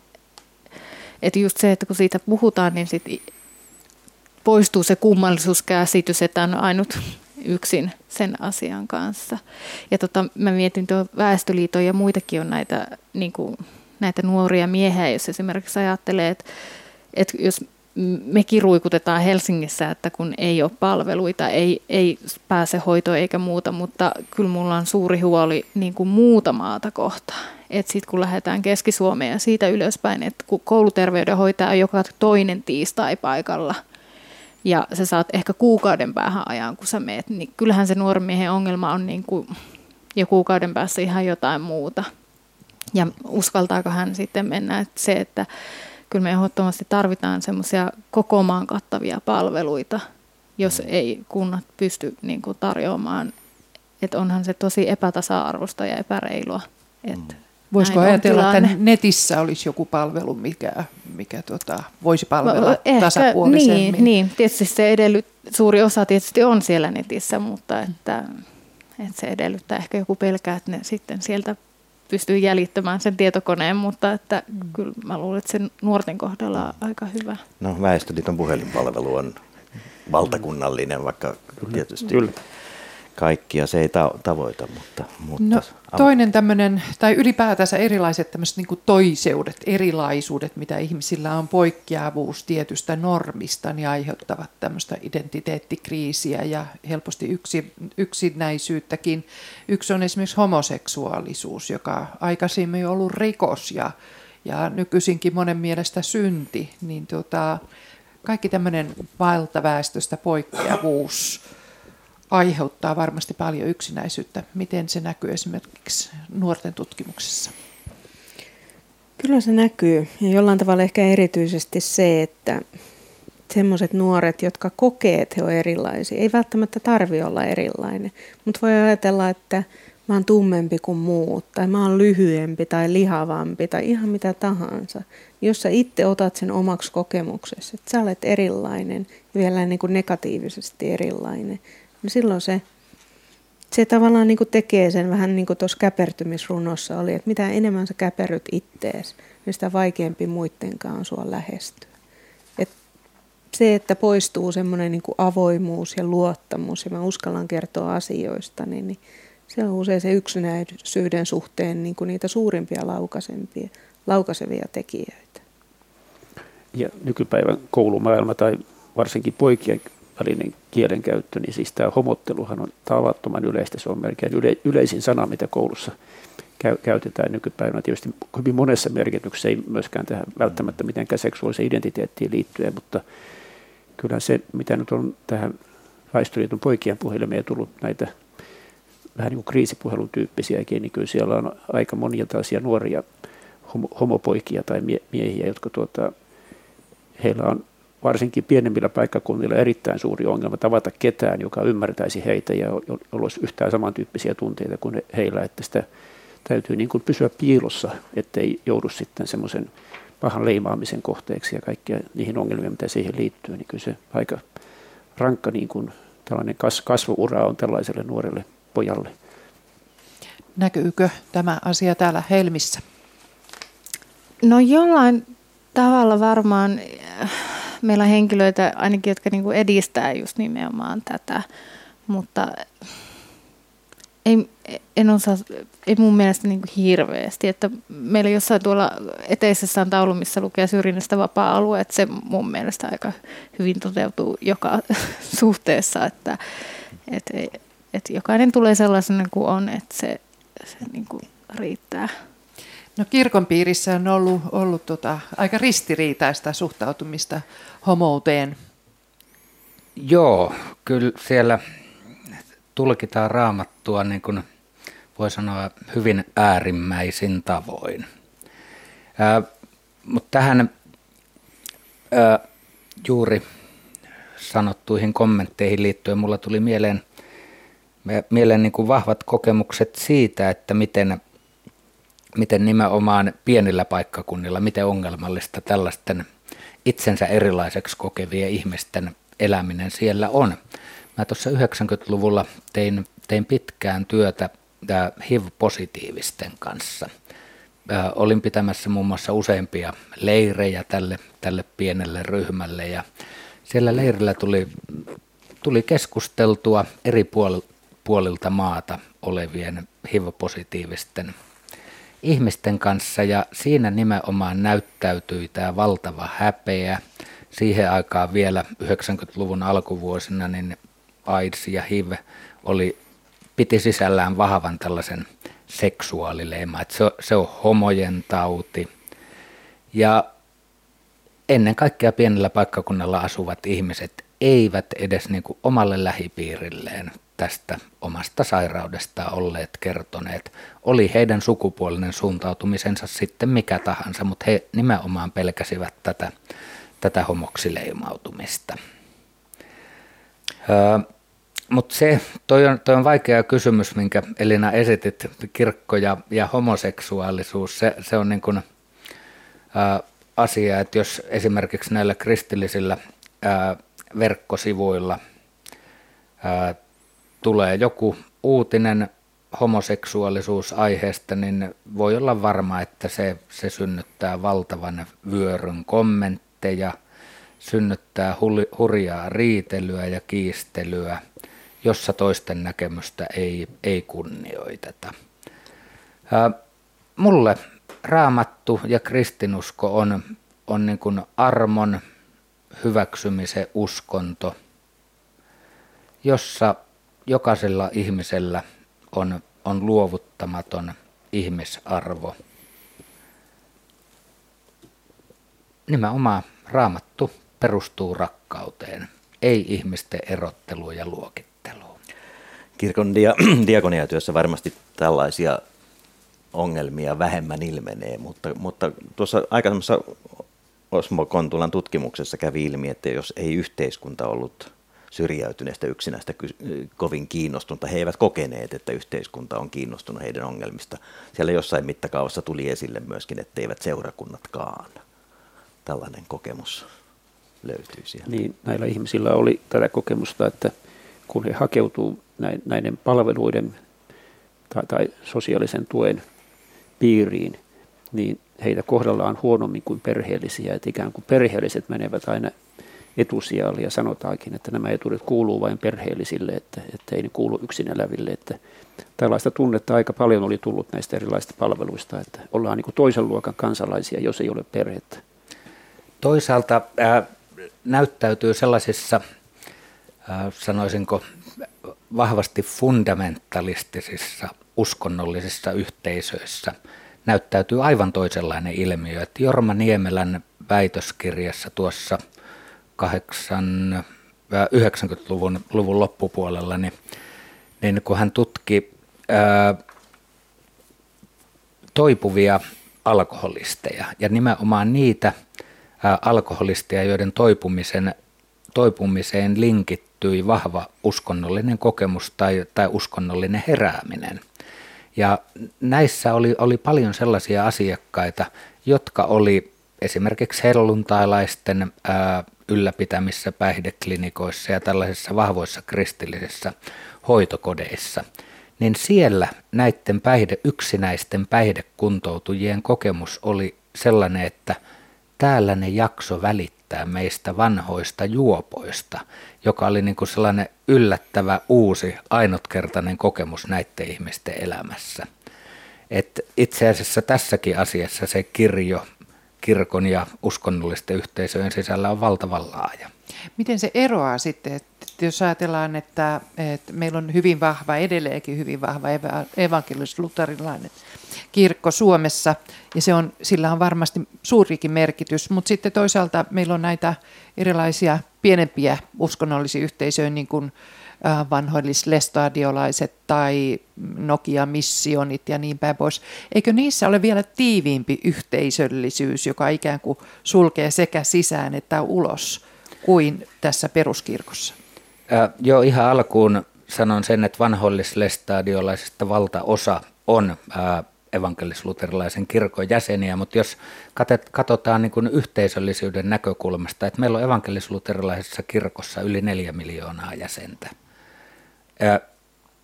et just se, että kun siitä puhutaan, niin sit poistuu se kummallisuuskäsitys, että on ainut yksin sen asian kanssa. Ja tota, mä mietin tuo Väestöliiton ja muitakin on näitä, niin kuin, näitä nuoria miehiä, jos esimerkiksi ajattelee, että, että jos me kiruikutetaan Helsingissä, että kun ei ole palveluita, ei, ei pääse hoitoon eikä muuta, mutta kyllä mulla on suuri huoli niin kuin muuta maata kohtaan. Että sitten kun lähdetään Keski-Suomeen ja siitä ylöspäin, että kun kouluterveydenhoitaja on joka toinen tiistai paikalla ja sä saat ehkä kuukauden päähän ajan, kun sä meet, niin kyllähän se nuoren miehen ongelma on niin kuin jo kuukauden päässä ihan jotain muuta. Ja uskaltaako hän sitten mennä, että se, että kyllä me ehdottomasti tarvitaan semmoisia koko maan kattavia palveluita, jos ei kunnat pysty niin kuin tarjoamaan, että onhan se tosi epätasa-arvoista ja epäreilua. Että
voisiko ajatella, että netissä olisi joku palvelu, mikä, mikä tota, voisi palvella Ehkä, tasapuolisemmin?
Niin, niin, tietysti se edellyt, suuri osa tietysti on siellä netissä, mutta että, että se edellyttää ehkä joku pelkää, että ne sitten sieltä pystyy jäljittämään sen tietokoneen, mutta että kyllä mä luulen, että sen nuorten kohdalla on aika hyvä.
No Väestöliiton puhelinpalvelu on valtakunnallinen, vaikka tietysti
kyllä.
Kaikkia se ei ta- tavoita. Mutta, mutta
no, toinen tämmöinen, tai ylipäätänsä erilaiset tämmöiset niin kuin toiseudet, erilaisuudet, mitä ihmisillä on, poikkeavuus tietystä normista, niin aiheuttavat tämmöistä identiteettikriisiä ja helposti yksi, yksinäisyyttäkin. Yksi on esimerkiksi homoseksuaalisuus, joka aikaisemmin on ollut rikos ja, ja nykyisinkin monen mielestä synti, niin tota, kaikki tämmöinen valtaväestöstä poikkeavuus aiheuttaa varmasti paljon yksinäisyyttä. Miten se näkyy esimerkiksi nuorten tutkimuksessa?
Kyllä se näkyy. Ja jollain tavalla ehkä erityisesti se, että sellaiset nuoret, jotka kokee, että he ovat erilaisia, ei välttämättä tarvitse olla erilainen. Mutta voi ajatella, että mä oon tummempi kuin muut, tai mä oon lyhyempi tai lihavampi tai ihan mitä tahansa. Jos sä itse otat sen omaksi kokemuksessa, että sä olet erilainen ja vielä niin kuin negatiivisesti erilainen, niin silloin se, se tavallaan niin kuin tekee sen vähän niin kuin tuossa käpertymisrunossa oli, että mitä enemmän sä käperryt ittees, niin sitä vaikeampi muittenkaan on sua lähestyä. Et se, että poistuu semmoinen niin kuin avoimuus ja luottamus ja mä uskallan kertoa asioista, niin, niin se on usein se yksinäisyyden suhteen niin kuin niitä suurimpia laukaisempia, laukaisevia tekijöitä.
Ja nykypäivän koulumaailma tai varsinkin poikien välinen kielenkäyttö, niin siis tämä homotteluhan on tavattoman yleistä. Se on melkein yle, yleisin sana, mitä koulussa käy, käytetään nykypäivänä. Tietysti hyvin monessa merkityksessä ei myöskään tähän välttämättä mitenkään seksuaaliseen identiteettiin liittyen, mutta kyllä se, mitä nyt on tähän Väestöliiton poikien puhelimeen tullut näitä vähän niin kuin kriisipuhelun tyyppisiäkin, niin kyllä siellä on aika monia tällaisia nuoria homo, homopoikia tai mie, miehiä, jotka tuota, heillä on varsinkin pienemmillä paikkakunnilla erittäin suuri ongelma tavata ketään, joka ymmärtäisi heitä ja olisi yhtään samantyyppisiä tunteita kuin heillä, että sitä täytyy niin kuin pysyä piilossa, ettei joudu sitten semmoisen pahan leimaamisen kohteeksi ja kaikkia niihin ongelmia, mitä siihen liittyy, niin kyllä se aika rankka niin kuin tällainen kasvuura on tällaiselle nuorelle pojalle.
Näkyykö tämä asia täällä Helmissä?
No jollain tavalla varmaan meillä on henkilöitä ainakin, jotka niinku edistää just nimenomaan tätä, mutta ei, en osaa, ei mun mielestä niinku hirveästi. Että meillä jossain tuolla eteisessä on taulu, missä lukee syrjinnästä vapaa-alue, että se mun mielestä aika hyvin toteutuu joka suhteessa, että, että, että jokainen tulee sellaisena kuin on, että se, se niinku riittää.
No kirkon piirissä on ollut, ollut tota, aika ristiriitaista suhtautumista homouteen.
Joo, kyllä siellä tulkitaan Raamattua niin kuin voi sanoa hyvin äärimmäisin tavoin. Ää, mutta tähän ää, juuri sanottuihin kommentteihin liittyen mulla tuli mieleen, mieleen niin kuin vahvat kokemukset siitä, että miten miten nimenomaan pienillä paikkakunnilla, miten ongelmallista tällaisten itsensä erilaiseksi kokevien ihmisten eläminen siellä on. Mä tuossa yhdeksänkymmentäluvulla tein, tein pitkään työtä H I V-positiivisten kanssa. Ää, olin pitämässä muun muassa useampia leirejä tälle, tälle pienelle ryhmälle ja siellä leirillä tuli, tuli keskusteltua eri puol- puolilta maata olevien H I V-positiivisten ihmisten kanssa ja siinä nimenomaan näyttäytyi tämä valtava häpeä. Siihen aikaan vielä yhdeksänkymmentäluvun alkuvuosina niin AIDS ja H I V oli, piti sisällään vahvan tällaisen seksuaalileima, että se on, se on homojen tauti. Ja ennen kaikkea pienellä paikkakunnalla asuvat ihmiset eivät edes niin kuin omalle lähipiirilleen tästä omasta sairaudestaan olleet kertoneet. Oli heidän sukupuolinen suuntautumisensa sitten mikä tahansa, mutta he nimenomaan pelkäsivät tätä, tätä homoksileimautumista. Öö, mutta se, toi on, toi on vaikea kysymys, minkä Elina esitit, kirkko ja, ja homoseksuaalisuus, se, se on niin kuin, ää, asia, että jos esimerkiksi näillä kristillisillä ää, verkkosivuilla ää, tulee joku uutinen homoseksuaalisuusaiheesta, niin voi olla varma, että se, se synnyttää valtavan vyöryn kommentteja, synnyttää hurjaa riitelyä ja kiistelyä, jossa toisten näkemystä ei, ei kunnioiteta. Ää, mulle Raamattu ja kristinusko on, on niin kuin armon hyväksymisen uskonto, jossa jokaisella ihmisellä on, on luovuttamaton ihmisarvo. Nimenomaan Raamattu perustuu rakkauteen, ei ihmisten erotteluun ja luokitteluun.
Kirkon dia- diakoniatyössä varmasti tällaisia ongelmia vähemmän ilmenee, mutta, mutta tuossa aikaisemmassa Osmo Kontulan tutkimuksessa kävi ilmi, että jos ei yhteiskunta ollut syrjäytyneestä yksinäistä kovin kiinnostunutta, he eivät kokeneet, että yhteiskunta on kiinnostunut heidän ongelmista. Siellä jossain mittakaavassa tuli esille myöskin, että eivät seurakunnatkaan. Tällainen kokemus löytyy siellä.
Niin, näillä ihmisillä oli tätä kokemusta, että kun he hakeutuu näiden palveluiden tai, tai sosiaalisen tuen piiriin, niin heitä kohdellaan huonommin kuin perheellisiä. Että ikään kuin perheelliset menevät aina etusijalle ja sanotaankin, että nämä etuudet kuuluu vain perheellisille, että, että ei ne kuulu yksin eläville. Että tällaista tunnetta aika paljon oli tullut näistä erilaisista palveluista, että ollaan niin kuin toisen luokan kansalaisia, jos ei ole perhettä.
Toisaalta äh, näyttäytyy sellaisissa, äh, sanoisinko, vahvasti fundamentalistisissa uskonnollisissa yhteisöissä näyttäytyy aivan toisenlainen ilmiö. Että Jorma Niemelän väitöskirjassa tuossa yhdeksänkymmentäluvun luvun loppupuolella, niin, niin kun hän tutki ää, toipuvia alkoholisteja ja nimenomaan niitä ää, alkoholisteja, joiden toipumisen, toipumiseen linkittyi vahva uskonnollinen kokemus tai, tai uskonnollinen herääminen. Ja näissä oli, oli paljon sellaisia asiakkaita, jotka oli esimerkiksi helluntailaisten ää, ylläpitämissä päihdeklinikoissa ja tällaisissa vahvoissa kristillisissä hoitokodeissa, niin siellä näiden päihde, yksinäisten päihdekuntoutujien kokemus oli sellainen, että täällä ne jakso välittää meistä vanhoista juopoista, joka oli niin kuin sellainen yllättävä uusi ainutkertainen kokemus näiden ihmisten elämässä. Et itse asiassa tässäkin asiassa se kirjo kirkon ja uskonnollisten yhteisöjen sisällä on valtavan laaja.
Miten se eroaa sitten, että jos ajatellaan, että, että meillä on hyvin vahva, edelleenkin hyvin vahva evankelis-luterilainen kirkko Suomessa, ja se on, sillä on varmasti suurikin merkitys, mutta sitten toisaalta meillä on näitä erilaisia pienempiä uskonnollisia yhteisöjä, niin kuin vanhoillislestadiolaiset tai Nokia-missionit ja niin päin pois. Eikö niissä ole vielä tiiviimpi yhteisöllisyys, joka ikään kuin sulkee sekä sisään että ulos kuin tässä peruskirkossa?
Äh, joo, ihan alkuun sanon sen, että vanhoillislestadiolaisista valtaosa on äh, evankelis-luterilaisen kirkon jäseniä, mutta jos katsotaan niin kuin yhteisöllisyyden näkökulmasta, että meillä on evankelis-luterilaisessa kirkossa yli neljä miljoonaa jäsentä.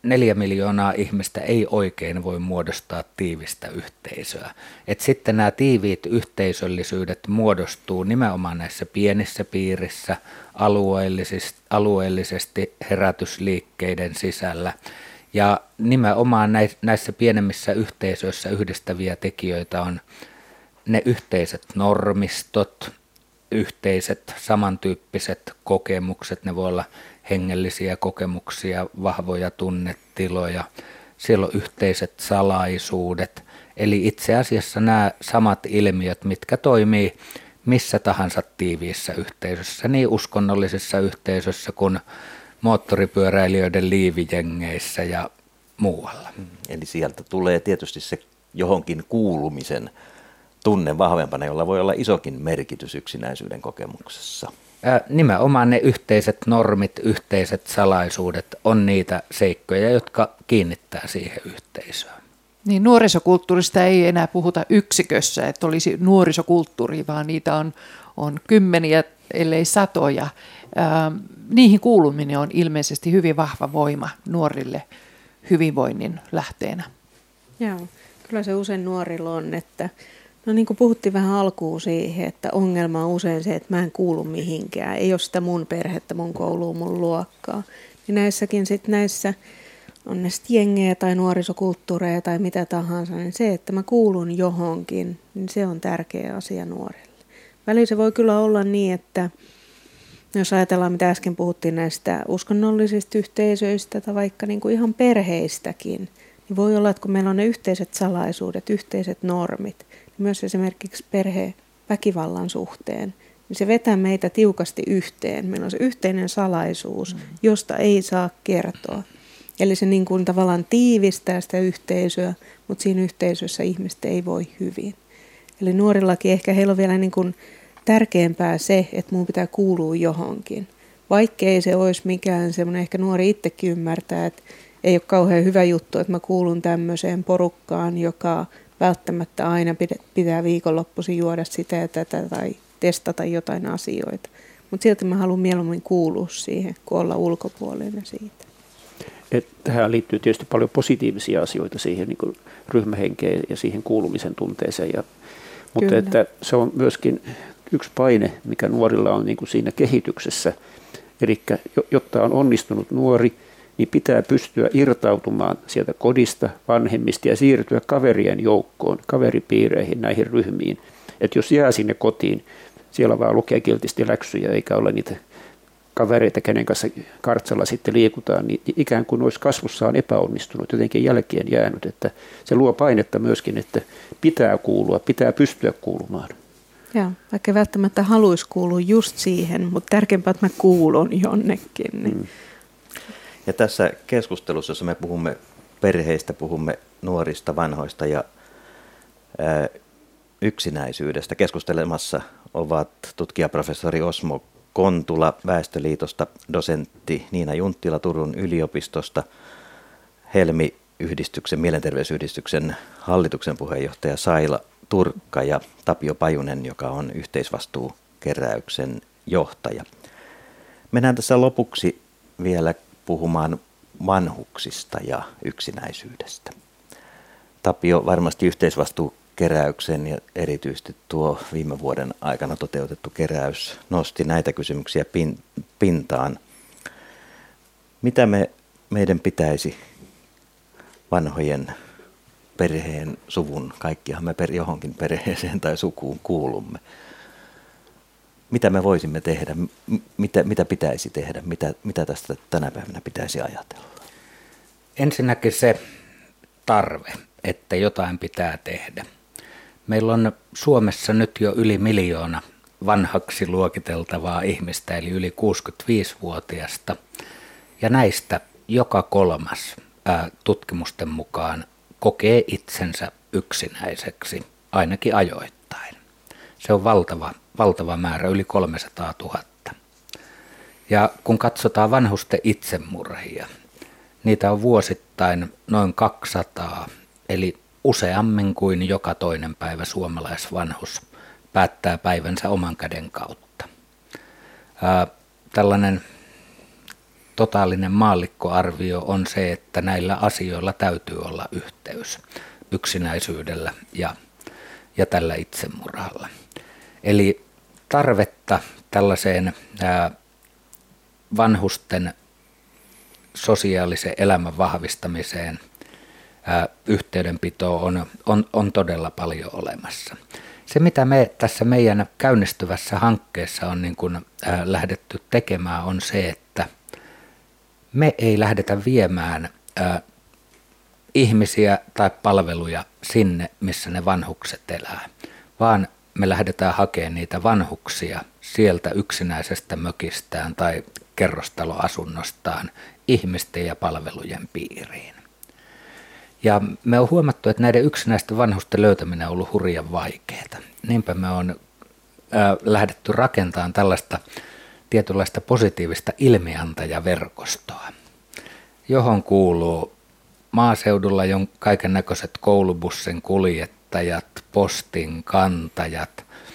neljä miljoonaa ihmistä ei oikein voi muodostaa tiivistä yhteisöä. Et sitten nämä tiiviit yhteisöllisyydet muodostuu nimenomaan näissä pienissä piirissä, alueellisesti, alueellisesti herätysliikkeiden sisällä. Ja nimenomaan näissä pienemmissä yhteisöissä yhdistäviä tekijöitä on ne yhteiset normistot, yhteiset samantyyppiset kokemukset, ne voi olla hengellisiä kokemuksia, vahvoja tunnetiloja, siellä on yhteiset salaisuudet, eli itse asiassa nämä samat ilmiöt, mitkä toimii missä tahansa tiiviissä yhteisössä, niin uskonnollisessa yhteisössä kuin moottoripyöräilijöiden liivijengeissä ja muualla.
Eli sieltä tulee tietysti se johonkin kuulumisen tunne vahvempana, jolla voi olla isokin merkitys yksinäisyyden kokemuksessa.
Ää, nimenomaan ne yhteiset normit, yhteiset salaisuudet on niitä seikkoja, jotka kiinnittää siihen yhteisöön.
Niin nuorisokulttuurista ei enää puhuta yksikössä, että olisi nuorisokulttuuri, vaan niitä on, on kymmeniä, ellei satoja. Ää, niihin kuuluminen on ilmeisesti hyvin vahva voima nuorille hyvinvoinnin lähteenä.
Joo, kyllä se usein nuorilla on, että no niin kuin puhuttiin vähän alkuun siihen, että ongelma on usein se, että mä en kuulu mihinkään. Ei ole sitä mun perhettä, mun koulua, mun luokkaa. Niin näissäkin sitten näissä, on ne jengejä tai nuorisokulttuureja tai mitä tahansa, niin se, että mä kuulun johonkin, niin se on tärkeä asia nuorille. Välillä se voi kyllä olla niin, että jos ajatellaan, mitä äsken puhuttiin näistä uskonnollisista yhteisöistä tai vaikka niin kuin ihan perheistäkin, niin voi olla, että kun meillä on ne yhteiset salaisuudet, yhteiset normit, niin myös esimerkiksi perheväkivallan suhteen, niin se vetää meitä tiukasti yhteen. Meillä on se yhteinen salaisuus, josta ei saa kertoa. Eli se niin kuin tavallaan tiivistää sitä yhteisöä, mutta siinä yhteisössä ihmiset ei voi hyvin. Eli nuorillakin ehkä heillä on vielä niin kuin tärkeämpää se, että mun pitää kuulua johonkin. Vaikkei se olisi mikään semmoinen, ehkä nuori itsekin ymmärtää, että ei ole kauhean hyvä juttu, että mä kuulun tämmöiseen porukkaan, joka välttämättä aina pitää viikonloppuisin juoda sitä ja tätä tai testata jotain asioita. Mutta silti mä haluan mieluummin kuulua siihen, kuin olla ulkopuolinen siitä.
Et tähän liittyy tietysti paljon positiivisia asioita siihen niin kuin ryhmähenkeen ja siihen kuulumisen tunteeseen. Ja, mutta että se on myöskin yksi paine, mikä nuorilla on niin kuin siinä kehityksessä. Eli jotta on onnistunut nuori, niin pitää pystyä irtautumaan sieltä kodista, vanhemmista ja siirtyä kaverien joukkoon, kaveripiireihin, näihin ryhmiin. Että jos jää sinne kotiin, siellä vaan lukee kiltisti läksyjä eikä ole niitä kavereita, kenen kanssa kartsalla sitten liikutaan, niin ikään kuin olisi kasvussaan epäonnistunut, jotenkin jälkeen jäänyt. Että se luo painetta myöskin, että pitää kuulua, pitää pystyä kuulumaan.
Joo, vaikka välttämättä haluaisi kuulua just siihen, mutta tärkeämpää, että mä kuulun jonnekin. Niin. Mm.
Ja tässä keskustelussa, jossa me puhumme perheistä, puhumme nuorista, vanhoista ja ää, yksinäisyydestä, keskustelemassa ovat tutkijaprofessori Osmo Kontula Väestöliitosta, dosentti Niina Junttila Turun yliopistosta, Helmi-yhdistyksen, mielenterveysyhdistyksen hallituksen puheenjohtaja Saila Turkka ja Tapio Pajunen, joka on yhteisvastuukeräyksen johtaja. Mennään tässä lopuksi vielä puhumaan vanhuksista ja yksinäisyydestä. Tapio, varmasti yhteisvastuukeräyksen ja erityisesti tuo viime vuoden aikana toteutettu keräys nosti näitä kysymyksiä pin, pintaan. Mitä me, meidän pitäisi vanhojen perheen, suvun, kaikkihan me per, johonkin perheeseen tai sukuun kuulumme. Mitä me voisimme tehdä, mitä, mitä pitäisi tehdä, mitä, mitä tästä tänä päivänä pitäisi ajatella?
Ensinnäkin se tarve, että jotain pitää tehdä. Meillä on Suomessa nyt jo yli miljoona vanhaksi luokiteltavaa ihmistä, eli yli kuusikymmentäviisivuotiaista. Ja näistä joka kolmas ää, tutkimusten mukaan kokee itsensä yksinäiseksi, ainakin ajoittain. Se on valtava, valtava määrä, yli kolmesataatuhatta. Ja kun katsotaan vanhusten itsemurhia, niitä on vuosittain noin kaksisataa, eli useammin kuin joka toinen päivä suomalaisvanhus päättää päivänsä oman käden kautta. Ää, tällainen totaalinen maallikkoarvio on se, että näillä asioilla täytyy olla yhteys yksinäisyydellä ja, ja tällä itsemurhalla. Eli tarvetta tällaiseen ää, vanhusten sosiaalisen elämän vahvistamiseen, ää, yhteydenpitoon on, on, on todella paljon olemassa. Se, mitä me tässä meidän käynnistyvässä hankkeessa on niin kuin, ää, lähdetty tekemään, on se, että me ei lähdetä viemään ää, ihmisiä tai palveluja sinne, missä ne vanhukset elää, vaan me lähdetään hakemaan niitä vanhuksia sieltä yksinäisestä mökistään tai kerrostaloasunnostaan ihmisten ja palvelujen piiriin. Ja me on huomattu, että näiden yksinäisten vanhusten löytäminen on ollut hurjan vaikeaa. Niinpä me on äh, lähdetty rakentamaan tällaista tietynlaista positiivista ilmiantajaverkostoa, johon kuuluu maaseudulla jo kaiken näköiset koulubussin kuljettajat, postin kantajat,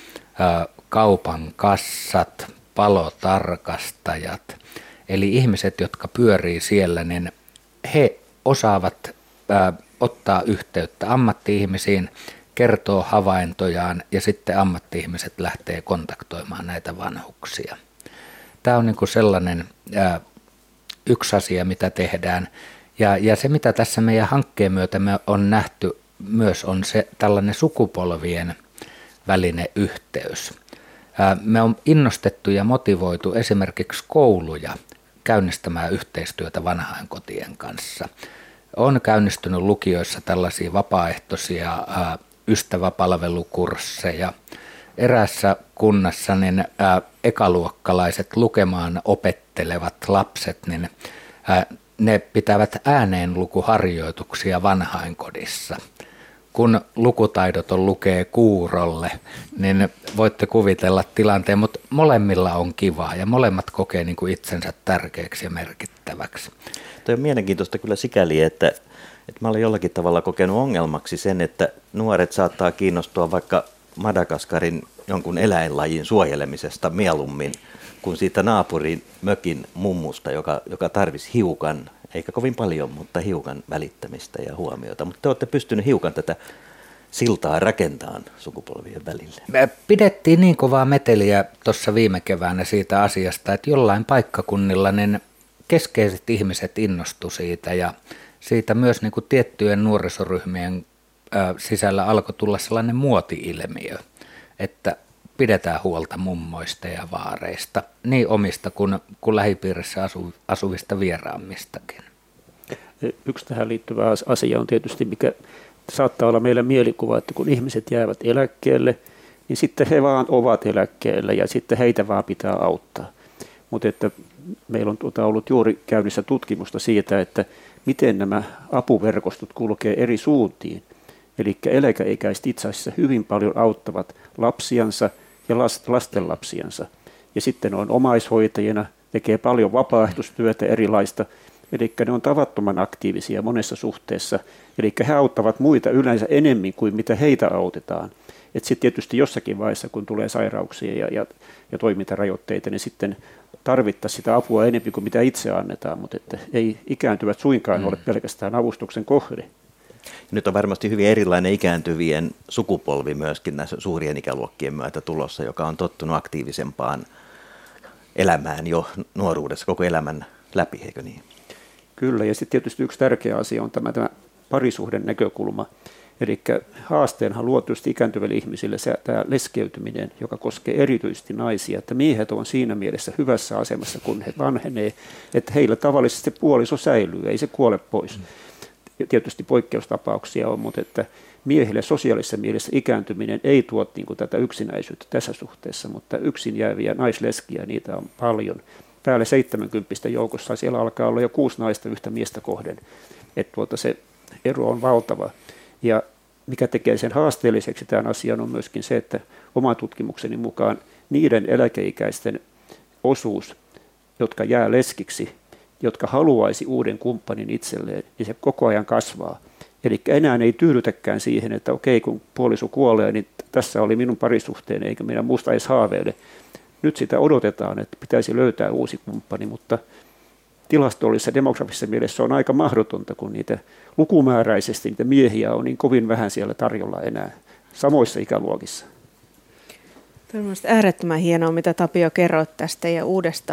äh, kaupan kassat, palotarkastajat. Eli ihmiset, jotka pyörii siellä, niin he osaavat ää, ottaa yhteyttä ammatti-ihmisiin, kertoo havaintojaan ja sitten ammatti-ihmiset lähtee kontaktoimaan näitä vanhuksia. Tämä on niin kuin sellainen ää, yksi asia, mitä tehdään. Ja, ja se, mitä tässä meidän hankkeen myötä me on nähty myös, on se tällainen sukupolvien välinen yhteys. Ää, me on innostettu ja motivoitu esimerkiksi kouluja käynnistämään yhteistyötä vanhainkotien kanssa. On käynnistynyt lukioissa tällaisia vapaaehtoisia ää, ystäväpalvelukursseja. Eräässä kunnassa niin, ää, ekaluokkalaiset lukemaan opettelevat lapset, niin, ää, ne pitävät ääneenlukuharjoituksia vanhainkodissa. Kun lukutaidoton lukee kuurolle, niin voitte kuvitella tilanteen, mutta molemmilla on kivaa ja molemmat kokee niin kuin itsensä tärkeäksi ja merkittäväksi.
Tuo on mielenkiintoista kyllä sikäli, että, että mä olen jollakin tavalla kokenut ongelmaksi sen, että nuoret saattaa kiinnostua vaikka Madagaskarin jonkun eläinlajin suojelemisesta mieluummin kuin siitä naapurin mökin mummusta, joka, joka tarvisi hiukan, eikä kovin paljon, mutta hiukan välittämistä ja huomiota. Mutta te olette pystyneet hiukan tätä siltaa rakentamaan sukupolvien välille.
Me pidettiin niin kovaa meteliä tuossa viime keväänä siitä asiasta, että jollain paikkakunnilla niin keskeiset ihmiset innostu siitä ja siitä myös niin kuin tiettyjen nuorisoryhmien ää, sisällä alkoi tulla sellainen muoti-ilmiö, että pidetään huolta mummoista ja vaareista, niin omista kuin, kuin lähipiirissä asu, asuvista vieraammistakin.
Yksi tähän liittyvä asia on tietysti, mikä saattaa olla meillä mielikuva, että kun ihmiset jäävät eläkkeelle, niin sitten he vaan ovat eläkkeellä ja sitten heitä vaan pitää auttaa. Mutta että meillä on tuota ollut juuri käynnissä tutkimusta siitä, että miten nämä apuverkostot kulkee eri suuntiin. Eli eläkeikäiset itse asiassa hyvin paljon auttavat lapsiansa ja lastenlapsiansa. Ja sitten on omaishoitajina, tekee paljon vapaaehtoistyötä erilaista. Eli ne on tavattoman aktiivisia monessa suhteessa. Eli he auttavat muita yleensä enemmän kuin mitä heitä autetaan. Sitten tietysti jossakin vaiheessa, kun tulee sairauksia ja, ja, ja toimintarajoitteita, niin sitten tarvittaisiin sitä apua enemmän kuin mitä itse annetaan. Mutta että ei ikääntyvät suinkaan mm. ole pelkästään avustuksen kohde.
Nyt on varmasti hyvin erilainen ikääntyvien sukupolvi myöskin näissä suurien ikäluokkien myötä tulossa, joka on tottunut aktiivisempaan elämään jo nuoruudessa koko elämän läpi, eikö niin?
Kyllä, ja sitten tietysti yksi tärkeä asia on tämä, tämä parisuhden näkökulma. Eli haasteenhan luotuisesti ikääntyville ihmisille se, tämä leskeytyminen, joka koskee erityisesti naisia, että miehet on siinä mielessä hyvässä asemassa, kun he vanhenee, että heillä tavallisesti puoliso säilyy, ei se kuole pois. Mm. Tietysti poikkeustapauksia on, mutta että miehille sosiaalisessa mielessä ikääntyminen ei tuo niin kuin tätä yksinäisyyttä tässä suhteessa, mutta yksin jääviä naisleskiä, niitä on paljon. Päälle seitsemänkymppistä joukossa siellä alkaa olla jo kuusi naista yhtä miestä kohden, että tuota se ero on valtava. Ja mikä tekee sen haasteelliseksi tämän asian on myöskin se, että oma tutkimukseni mukaan niiden eläkeikäisten osuus, jotka jää leskiksi, jotka haluaisi uuden kumppanin itselleen, niin se koko ajan kasvaa. Eli enää ei tyydytäkään siihen, että okei, kun puoliso kuolee, niin tässä oli minun parisuhteeni, eikä minä muusta edes haaveile. Nyt sitä odotetaan, että pitäisi löytää uusi kumppani, mutta tilastollisessa demografisessa mielessä on aika mahdotonta, kun niitä lukumääräisesti niitä miehiä on niin kovin vähän siellä tarjolla enää samoissa ikäluokissa.
Tämä on äärettömän hienoa, mitä Tapio kerroit tästä ja uudesta,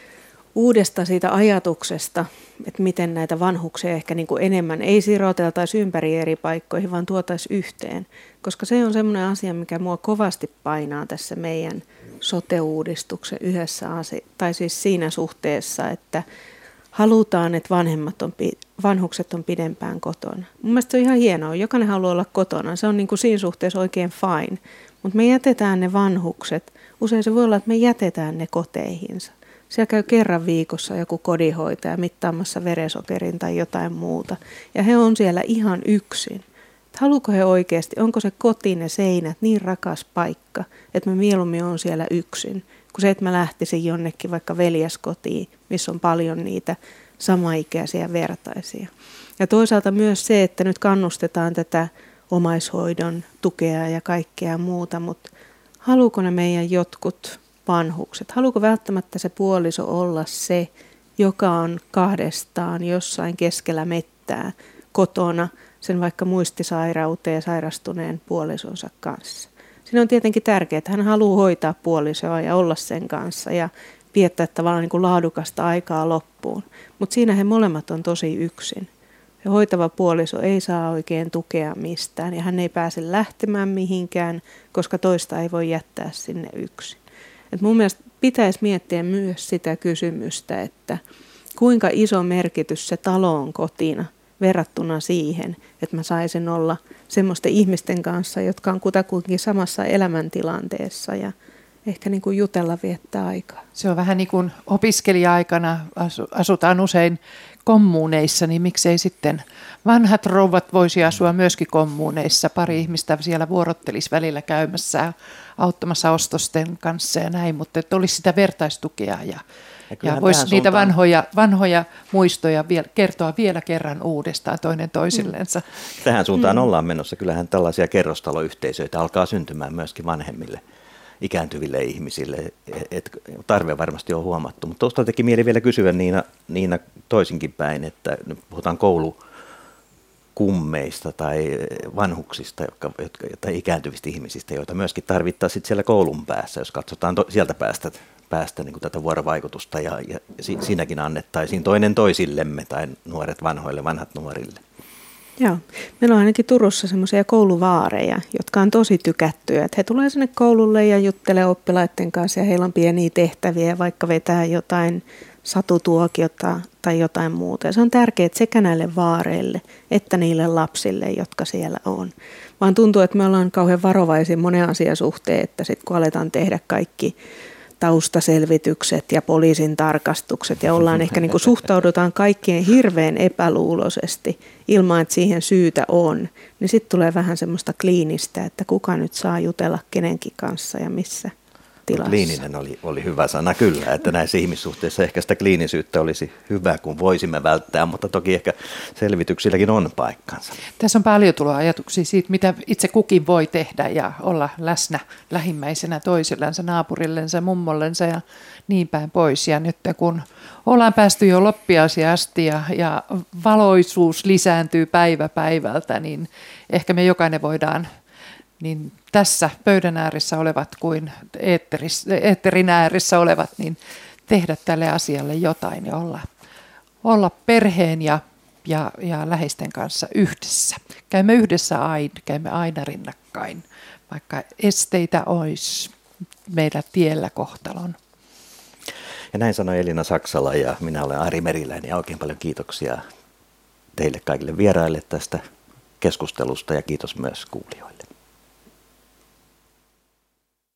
uudesta siitä ajatuksesta, että miten näitä vanhuksia ehkä niin kuin enemmän ei siroteltaisi ympäri eri paikkoihin, vaan tuotaisiin yhteen. Koska se on semmoinen asia, mikä mua kovasti painaa tässä meidän sote-uudistuksen yhdessä asia, tai siis siinä suhteessa, että halutaan, että vanhemmat on, vanhukset on pidempään kotona. Mun mielestä se on ihan hienoa. Jokainen haluaa olla kotona. Se on niin kuin siinä suhteessa oikein fine. Mutta me jätetään ne vanhukset. Usein se voi olla, että me jätetään ne koteihinsa. Siellä käy kerran viikossa joku kodinhoitaja mittaamassa veresokerin tai jotain muuta. Ja he on siellä ihan yksin. Haluuko he oikeasti, onko se koti, ne seinät niin rakas paikka, että mä mieluummin on siellä yksin, kuin se, että mä lähtisin jonnekin vaikka veljeskotiin, missä on paljon niitä samaikäisiä vertaisia. Ja toisaalta myös se, että nyt kannustetaan tätä omaishoidon tukea ja kaikkea muuta, mutta haluuko ne meidän jotkut vanhukset, haluuko välttämättä se puoliso olla se, joka on kahdestaan jossain keskellä mettää kotona sen vaikka muistisairauteen sairastuneen puolisonsa kanssa. Siinä on tietenkin tärkeää, että hän haluaa hoitaa puolisoa ja olla sen kanssa ja viettää tavallaan niin kuin laadukasta aikaa loppuun. Mutta siinä he molemmat on tosi yksin. Se hoitava puoliso ei saa oikein tukea mistään ja hän ei pääse lähtemään mihinkään, koska toista ei voi jättää sinne yksin. Et mun mielestä pitäisi miettiä myös sitä kysymystä, että kuinka iso merkitys se talo on kotina verrattuna siihen, että mä saisin olla semmoisten ihmisten kanssa, jotka on kutakuinkin samassa elämäntilanteessa ja ehkä niin kuin jutella viettää aikaa.
Se on vähän niin kuin opiskelija-aikana asutaan usein kommuuneissa, niin miksei sitten vanhat rouvat voisi asua myöskin kommuuneissa. Pari ihmistä siellä vuorottelisi välillä käymässä auttamassa ostosten kanssa ja näin, mutta että olisi sitä vertaistukea ja, ja, ja voisi niitä vanhoja, vanhoja muistoja vielä, kertoa vielä kerran uudestaan toinen toisillensa.
Tähän suuntaan mm. ollaan menossa. Kyllähän tällaisia kerrostaloyhteisöitä alkaa syntymään myöskin vanhemmille ikääntyville ihmisille. Et tarve varmasti on huomattu, mutta tuosta teki mieli vielä kysyä Niina, Niina toisinkin päin, että nyt puhutaan koulukummeista tai vanhuksista jotka, jotka, tai ikääntyvistä ihmisistä, joita myöskin tarvittaisiin siellä koulun päässä, jos katsotaan to, sieltä päästä, päästä niin kuin tätä vuorovaikutusta ja, ja si, siinäkin annettaisiin toinen toisillemme tai nuoret vanhoille, vanhat nuorille.
Joo. Meillä on ainakin Turussa semmoisia kouluvaareja, jotka on tosi tykättyjä. Että he tulee sinne koululle ja juttelee oppilaiden kanssa ja heillä on pieniä tehtäviä, vaikka vetää jotain satutuokiota tai jotain muuta. Ja se on tärkeää sekä näille vaareille että niille lapsille, jotka siellä on. Vaan tuntuu, että me ollaan kauhean varovaisia monen asian suhteen, että sitten kun aletaan tehdä kaikki taustaselvitykset ja poliisin tarkastukset ja ollaan ehkä niin kuin suhtaudutaan kaikkien hirveän epäluuloisesti ilman, että siihen syytä on, niin sitten tulee vähän semmoista kliinistä, että kuka nyt saa jutella kenenkin kanssa ja missä tilassa.
Kliininen oli, oli hyvä sana kyllä, että näissä ihmissuhteissa ehkä sitä kliinisyyttä olisi hyvä, kun voisimme välttää, mutta toki ehkä selvityksilläkin on paikkansa.
Tässä on paljon tuloa ajatuksia siitä, mitä itse kukin voi tehdä ja olla läsnä lähimmäisenä toisillensa, naapurillensa, mummollensa ja niin päin pois. Ja nyt kun ollaan päästy jo loppiaisiin asti ja, ja valoisuus lisääntyy päivä päivältä, niin ehkä me jokainen voidaan niin tässä pöydän ääressä olevat kuin eetterin ääressä olevat, niin tehdä tälle asialle jotain ja olla, olla perheen ja, ja, ja läheisten kanssa yhdessä. Käymme yhdessä aina, käymme aina rinnakkain, vaikka esteitä olisi meidän tiellä kohtalon.
Ja näin sanoi Elina Saksala ja minä olen Ari Meriläinen ja oikein paljon kiitoksia teille kaikille vieraille tästä keskustelusta ja kiitos myös kuulijoille.